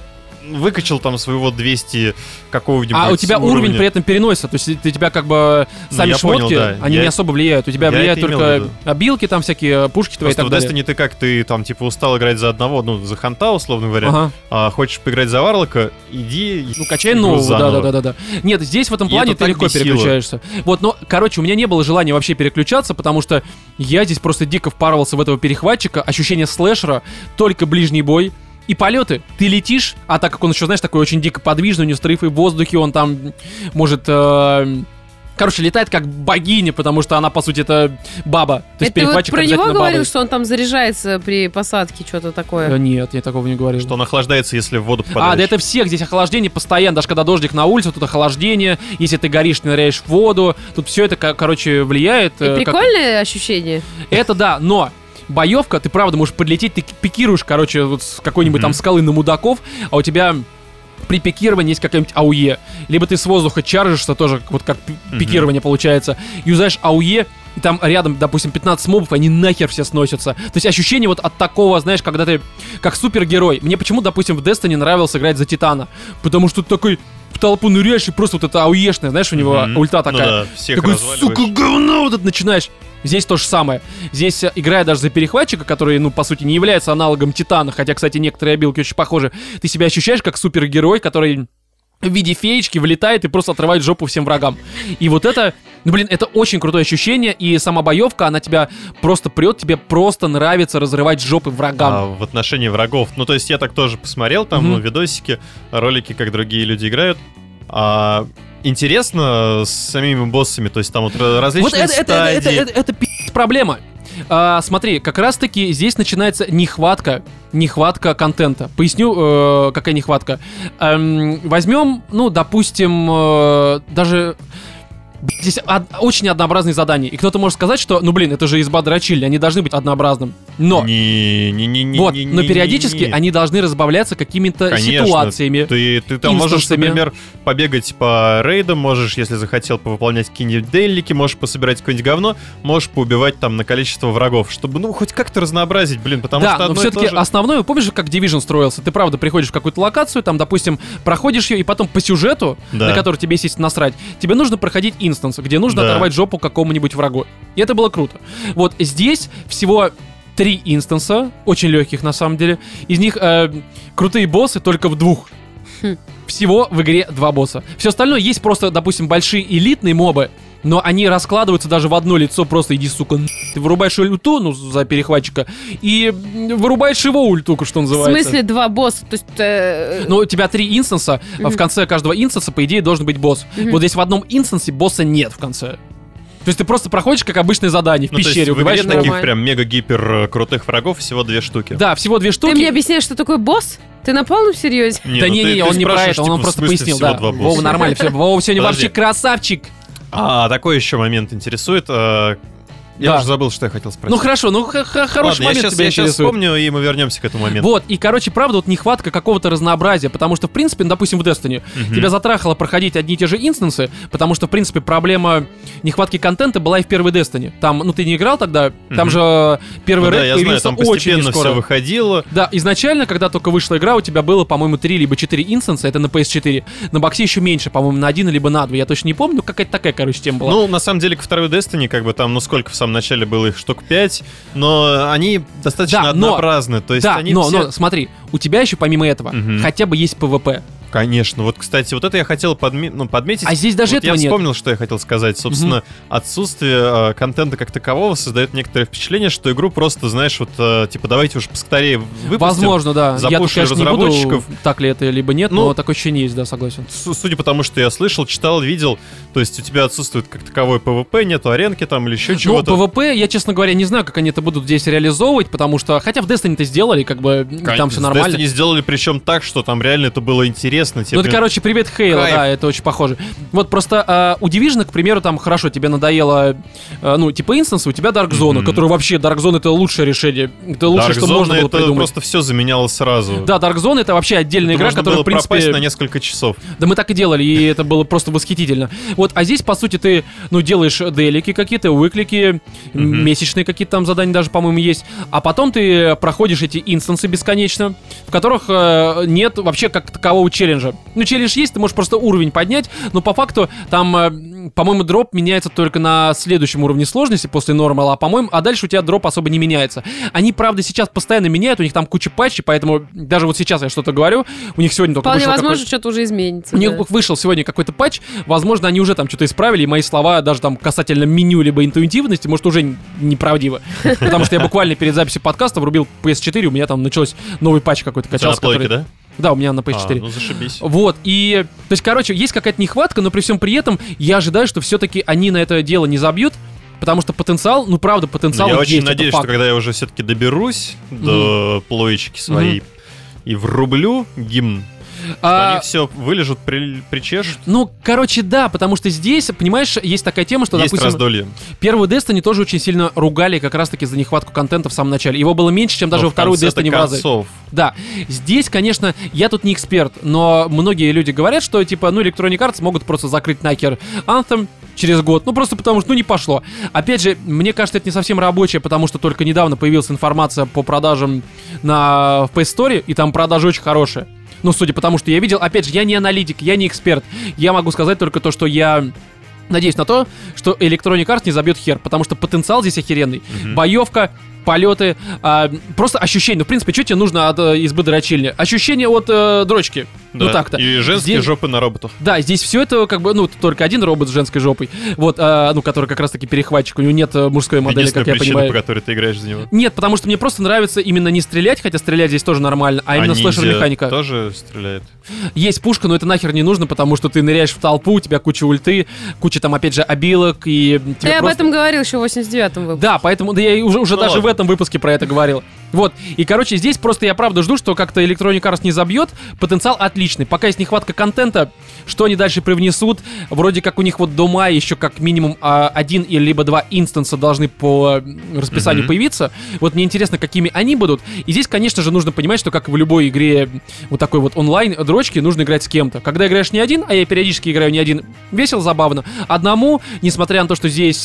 выкачал там своего 200 какого-нибудь А у тебя уровень при этом переносится, то есть у тебя как бы сами я шмотки, понял, да. они не особо влияют. У тебя Я влияют это имел в только виду. обилки, там всякие пушки твои и Просто так в далее. Destiny ты как, ты там типа устал играть за одного, ну, за ханта, условно говоря, Ага. а хочешь поиграть за Варлока, иди... Ну, качай игру нового, заново. да. Нет, здесь в этом И плане это ты так легко бесило. переключаешься. Вот, но, короче, у меня не было желания вообще переключаться, потому что я здесь просто дико впарывался в этого перехватчика, ощущение слэшера, только ближний бой. И полеты. Ты летишь, а так как он еще, знаешь, такой очень дико подвижный, у него стрейфы в воздухе, он там может... Короче, летает как богиня, потому что она, по сути, это баба. То есть Это ты вот перехватчик про него обязательно говорил, баба. что он там заряжается при посадке, что-то такое? Нет, я такого не говорил. Что он охлаждается, если в воду попадаешь. Да это всех, здесь охлаждение постоянно, даже когда дождик на улице, тут охлаждение, если ты горишь, ты ныряешь в воду, тут все это, короче, влияет. И прикольное ощущение. Это да, но боевка, ты правда можешь подлететь, ты пикируешь, короче, вот с какой-нибудь там скалы на мудаков, а у тебя при пикировании есть какая-нибудь АУЕ. Либо ты с воздуха чаржишься, тоже вот как пикирование получается, юзаешь АУЕ, и там рядом, допустим, 15 мобов, они нахер все сносятся. То есть ощущение вот от такого, знаешь, когда ты как супергерой. Мне почему, допустим, в Destiny нравилось играть за Титана. Потому что ты такой в толпу ныряешь, и просто вот это АУЕшная, знаешь, у него ульта такая. Ну да, всех Такой, разваливаешь. сука, говно, вот это начинаешь. Здесь то же самое. Здесь, играя даже за перехватчика, который, ну, по сути, не является аналогом Титана, хотя, кстати, некоторые обилки очень похожи, ты себя ощущаешь как супергерой, который в виде феечки влетает и просто отрывает жопу всем врагам. И вот это, ну, блин, это очень крутое ощущение, и сама боевка, она тебя просто прет, тебе просто нравится разрывать жопы врагам. В отношении врагов. Ну, то есть я так тоже посмотрел, там, видосики, ролики, как другие люди играют. Интересно с самими боссами, то есть там вот различные Вот стадии. это проблема. Смотри, как раз-таки здесь начинается нехватка контента. Поясню, какая нехватка. Возьмем, ну, допустим, даже... Здесь очень однообразные задания. И кто-то может сказать, что, ну, блин, это же изба дрочильни, они должны быть однообразным. Но... Вот, но периодически они должны разбавляться какими-то ситуациями. Ты там можешь, инстансами. например, побегать по рейдам, можешь, если захотел, повыполнять какие-нибудь дейлики, можешь пособирать какое-нибудь говно, можешь поубивать там на количество врагов, чтобы, ну, хоть как-то разнообразить, блин, потому да, что но одно все-таки и то же... основное, помнишь, как Division строился? Ты правда приходишь в какую-то локацию, там, допустим, проходишь ее, и потом по сюжету, Да. на который тебе, естественно, насрать, тебе нужно проходить инстанс, где нужно Да. оторвать жопу какому-нибудь врагу. И это было круто. Вот здесь всего 3 инстанса, очень легких на самом деле. Из них крутые боссы только в 2. Всего в игре 2 босса. Все остальное есть просто, допустим, большие элитные мобы, но они раскладываются даже в одно лицо. Просто иди, сука, ты вырубаешь ульту, ну, за перехватчика, и вырубаешь его ульту, что В называется. смысле 2 босса? То есть... Ну, у тебя 3 инстанса, в конце каждого инстанса, по идее, должен быть босс. Вот здесь в одном инстансе босса нет в конце. То есть ты просто проходишь как обычное задание в Ну, то есть пещере, в игре убиваешь таких врагов. нормально. прям мега-гипер крутых врагов всего 2 штуки. Да, всего 2 штуки. Ты мне объясняешь, что такое босс? Ты на полном серьезе? Не, Да ну не-не-не, ты он не про спрашиваешь, это, он типа, в просто смысле пояснил, всего да. 2 босса? Вова, нормально, все. Вова сегодня Подожди. вообще красавчик. Такой еще момент интересует. Я Да. уже забыл, что я хотел спросить. Ну хорошо, ну хороший Ладно, момент тебя я сейчас интересует. вспомню, и мы вернемся к этому моменту. Вот, и, короче, правда, вот нехватка какого-то разнообразия, потому что, в принципе, ну, допустим, в Destiny тебя затрахало проходить одни и те же инстансы, потому что, в принципе, проблема нехватки контента была и в первой Destiny. Там, ну, ты не играл тогда, там же первый Ну да, рейд я знаю, появился там очень постепенно нескоро. все выходило. Да, изначально, когда только вышла игра, у тебя было, по-моему, 3 либо 4 инстанса, это на PS4. На боксе еще меньше, по-моему, на 1 либо на 2, я точно не помню, но какая-то такая, короче, тема была. Ну, на самом деле, к второй Destiny, как бы там, ну сколько в самом начале было их, штук 5, но они достаточно Да, но- однообразны. То есть да, они но все... смотри, у тебя еще помимо этого хотя бы есть PvP. Конечно. Вот, кстати, вот это я хотел подметить. А здесь даже Вот этого я нет. вспомнил, что я хотел сказать. Собственно, отсутствие контента как такового создает некоторое впечатление, что игру просто, знаешь, вот, типа, давайте уж поскорее выпустим. Возможно, да. Я тут, запушили конечно, не буду, разработчиков. так ли это либо нет, Ну, но такое ощущение есть, да, согласен. Судя по тому, что я слышал, читал, видел, то есть у тебя отсутствует как таковой PvP, нету аренки там или еще Ну, чего-то. PvP, я, честно говоря, не знаю, как они это будут здесь реализовывать, потому что, хотя в Destiny-то сделали, как бы, там все В нормально. Destiny сделали, причем так, что там реально это было интересно интересно. Ну, это, короче, привет Хейла, Кайф. да, это очень похоже. Вот просто у Division, к примеру, там, хорошо, тебе надоело, ну, типа инстансы, у тебя Dark Zone, который вообще, Dark Zone это лучшее решение. Это лучшее, что можно было придумать. Просто все заменяло сразу. Да, Dark Zone это вообще отдельная игра, можно которая, было в принципе... пропасть на несколько часов. Да мы так и делали, и это было просто восхитительно. Вот, а здесь, по сути, ты, ну, делаешь делики какие-то, уиклики, месячные какие-то там задания даже, по-моему, есть, а потом ты проходишь эти инстансы бесконечно, в которых нет вообще как такового челленджа. Ну, челлендж есть, ты можешь просто уровень поднять, но по факту там, по-моему, дроп меняется только на следующем уровне сложности после нормала, а дальше у тебя дроп особо не меняется. Они, правда, сейчас постоянно меняют, у них там куча патчей, поэтому даже вот сейчас я что-то говорю, у них сегодня только Вполне вышел возможно, что-то уже изменится. у них вышел сегодня какой-то патч, возможно, они уже там что-то исправили, и мои слова даже там касательно меню либо интуитивности, может, уже неправдивы. Потому что я буквально перед записью подкаста врубил PS4, у меня там начался новый патч какой-то качался. На плойке, да? Да, у меня на PS4. Ну зашибись. Вот, и, то есть, короче, есть какая-то нехватка, но при всем при этом я ожидаю, что все-таки они на это дело не забьют, потому что потенциал, ну, правда, потенциал Я есть, очень это надеюсь, факт. что когда я уже все-таки доберусь до плоечки своей и врублю гимн, что они все вылежут, причешут. Ну, короче, да, потому что здесь, понимаешь, есть такая тема, что, Есть допустим, раздолье. первую Destiny тоже очень сильно ругали как раз-таки за нехватку контента в самом начале. Его было меньше, чем даже Но во вторую в конце-то Destiny в разы. концов. Да, здесь, конечно, я тут не эксперт, но многие люди говорят, что, типа, ну, Electronic Arts могут просто закрыть нахер Anthem через год, ну, просто потому что, ну, не пошло. Опять же, мне кажется, это не совсем рабочее, потому что только недавно появилась информация по продажам в PS Store, и там продажи очень хорошие. Ну, судя по тому, что я видел, опять же, я не аналитик, я не эксперт. Я могу сказать только то, что я надеюсь на то, что Electronic Arts не забьет хер, потому что потенциал здесь охеренный. Боевка, полеты, просто ощущение. Ну, в принципе, что тебе нужно от избы дрочильни? Ощущение от дрочки. Да. Ну так-то. И женские Здесь- жопы на роботах. Да, здесь все это как бы, ну, только один робот с женской жопой, вот, ну, который как раз-таки перехватчик, у него нет мужской модели, Единственная как я причина, понимаю. по которой ты играешь за него. Нет, потому что мне просто нравится именно не стрелять, хотя стрелять здесь тоже нормально, а именно ниндзя слэшер-механика. тоже стреляет. Есть пушка, но это нахер не нужно, потому что ты ныряешь в толпу, у тебя куча ульты, куча там, опять же, обилок, и тебе Ты об просто- этом говорил еще в 89-м выпуске. Да, поэтому да, я и уже Ну даже ладно. в этом выпуске про это говорил. Вот, и, короче, здесь просто я правда жду, что как-то Electronic Arts не забьет. Потенциал отличный. Пока есть нехватка контента, что они дальше привнесут? Вроде как у них вот до мая еще как минимум один или либо два инстанса должны по расписанию появиться. Вот мне интересно, какими они будут. И здесь, конечно же, нужно понимать, что как в любой игре вот такой вот онлайн-дрочки, нужно играть с кем-то. Когда играешь не один, а я периодически играю не один, весело, забавно. Одному, несмотря на то, что здесь...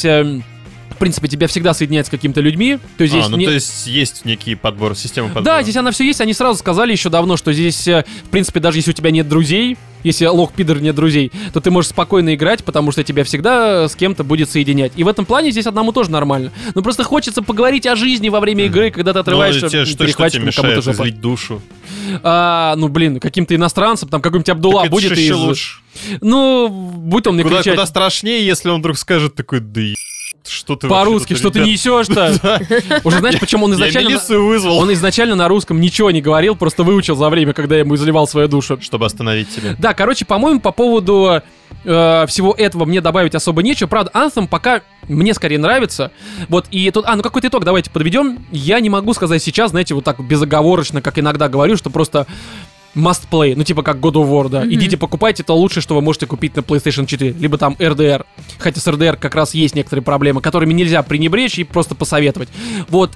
в принципе, тебя всегда соединяет с какими-то людьми. То есть здесь Ну то есть есть некий подбор, система подбора. Да, здесь она все есть. Они сразу сказали еще давно, что здесь, в принципе, даже если у тебя нет друзей, если лох-пидор нет друзей, то ты можешь спокойно играть, потому что тебя всегда с кем-то будет соединять. И в этом плане здесь одному тоже нормально. Но просто хочется поговорить о жизни во время игры, когда ты отрываешься Ну, тебе что тебе перехватчиком кому-то мешает жопу. излить душу? Ну, блин, каким-то иностранцем, там какой-нибудь Абдулла Так это будет ж и... еще лучше. Ну, будь он мне Куда, кричать куда страшнее, если он вдруг скажет такой, да что ты по-русски, вообще что тут, ты ребят?» несешь-то? Уже знаешь, почему он Я изначально... милицию вызвал, Он изначально на русском ничего не говорил, просто выучил за время, когда я ему изливал свою душу. чтобы остановить тебя. Да, короче, по-моему, по поводу всего этого мне добавить особо нечего. Правда, Anthem пока мне скорее нравится. Вот, и тут... ну какой-то итог давайте подведем. Я не могу сказать сейчас, знаете, вот так безоговорочно, как иногда говорю, что просто must play, ну типа как God of War, да. Идите покупайте, это лучшее, что вы можете купить на PlayStation 4. Либо там RDR. Хотя с RDR как раз есть некоторые проблемы, которыми нельзя пренебречь и просто посоветовать. Вот,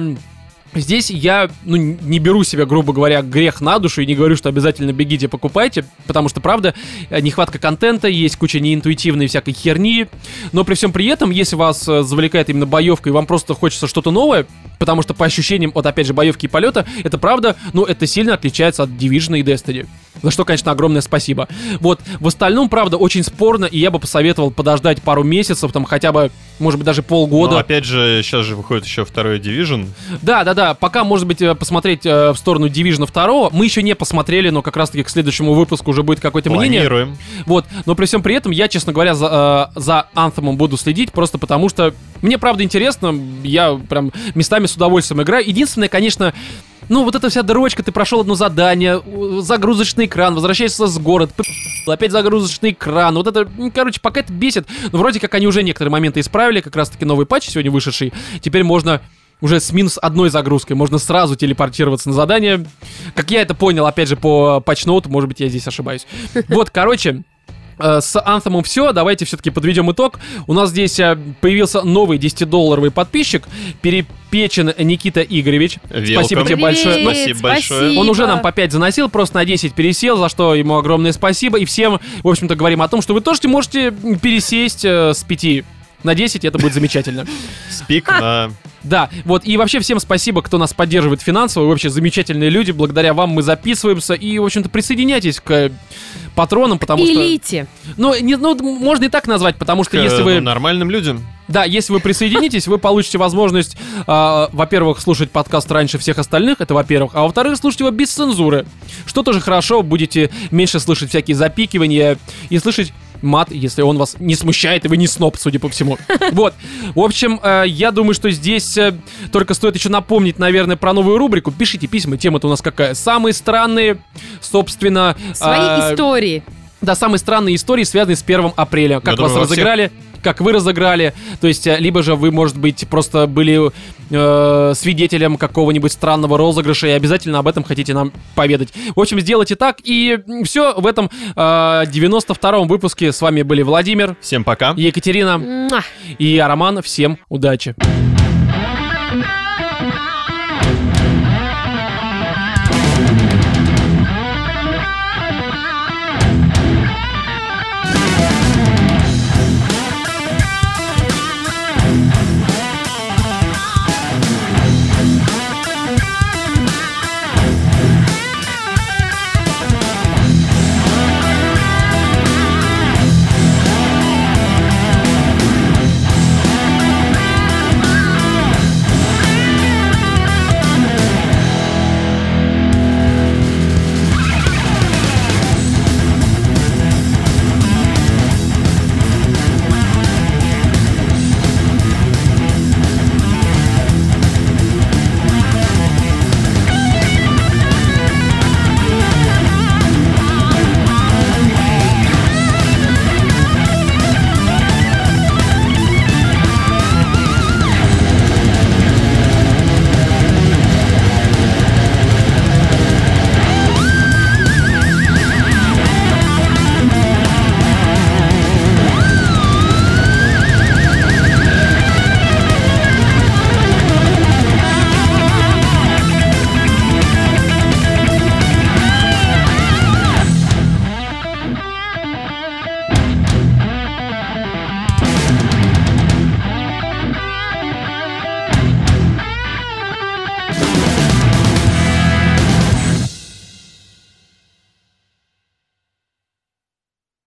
здесь я, не беру себе, грубо говоря, грех на душу и не говорю, что обязательно бегите, покупайте, потому что, правда, нехватка контента, есть куча неинтуитивной всякой херни, но при всем при этом, если вас завлекает именно боевка и вам просто хочется что-то новое, потому что по ощущениям от, опять же, боевки и полета, это правда, это сильно отличается от Division и Destiny. За что, конечно, огромное спасибо. Вот, в остальном, правда, очень спорно, и я бы посоветовал подождать пару месяцев, там хотя бы, может быть, даже полгода. Но опять же, сейчас же выходит еще второй Division. Да, пока, может быть, посмотреть в сторону Division 2. Мы еще не посмотрели, но как раз-таки к следующему выпуску уже будет какое-то мнение. Планируем. Вот, но при всем при этом я, честно говоря, за Anthem буду следить, просто потому что мне, правда, интересно, я прям местами с удовольствием играю. Единственное, конечно... вот эта вся дрочка, ты прошел одно задание, загрузочный экран, возвращаешься с города, опять загрузочный экран. Вот это, короче, пока это бесит. Но вроде как они уже некоторые моменты исправили, как раз-таки новый патч сегодня вышедший. Теперь можно уже с минус одной загрузкой можно сразу телепортироваться на задание. Как я это понял, опять же, по патчноуту, может быть, я здесь ошибаюсь. Вот, короче, с Anthem все, давайте все-таки подведем итог. У нас здесь появился новый 10-долларовый подписчик, Перепечин Никита Игоревич. Welcome. Спасибо тебе большое. Спасибо большое. Он уже нам по 5 заносил, просто на 10 пересел, за что ему огромное спасибо. И всем, в общем-то, говорим о том, что вы тоже можете пересесть с 5 на 10, это будет замечательно. Спик на... Да, вот, и вообще всем спасибо, кто нас поддерживает финансово, вы вообще замечательные люди, благодаря вам мы записываемся, и, в общем-то, присоединяйтесь к патронам, потому Элите. что... Ну, можно и так назвать, потому что если вы... нормальным людям. Да, если вы присоединитесь, вы получите возможность, во-первых, слушать подкаст раньше всех остальных, это во-первых, а во-вторых, слушать его без цензуры, что тоже хорошо, будете меньше слышать всякие запикивания и слышать мат, если он вас не смущает, и вы не сноб, судя по всему. Вот. В общем, я думаю, что здесь только стоит еще напомнить, наверное, про новую рубрику. Пишите письма, тема-то у нас какая? Самые странные, собственно... Свои истории. Да, самые странные истории, связанные с 1 апреля. Как вас разыграли, как вы разыграли. То есть, либо же вы, может быть, просто были свидетелем какого-нибудь странного розыгрыша и обязательно об этом хотите нам поведать. В общем, сделайте так. И все, в этом 92-м выпуске с вами были Владимир. Всем пока. Екатерина. Муа. И Роман. Всем удачи.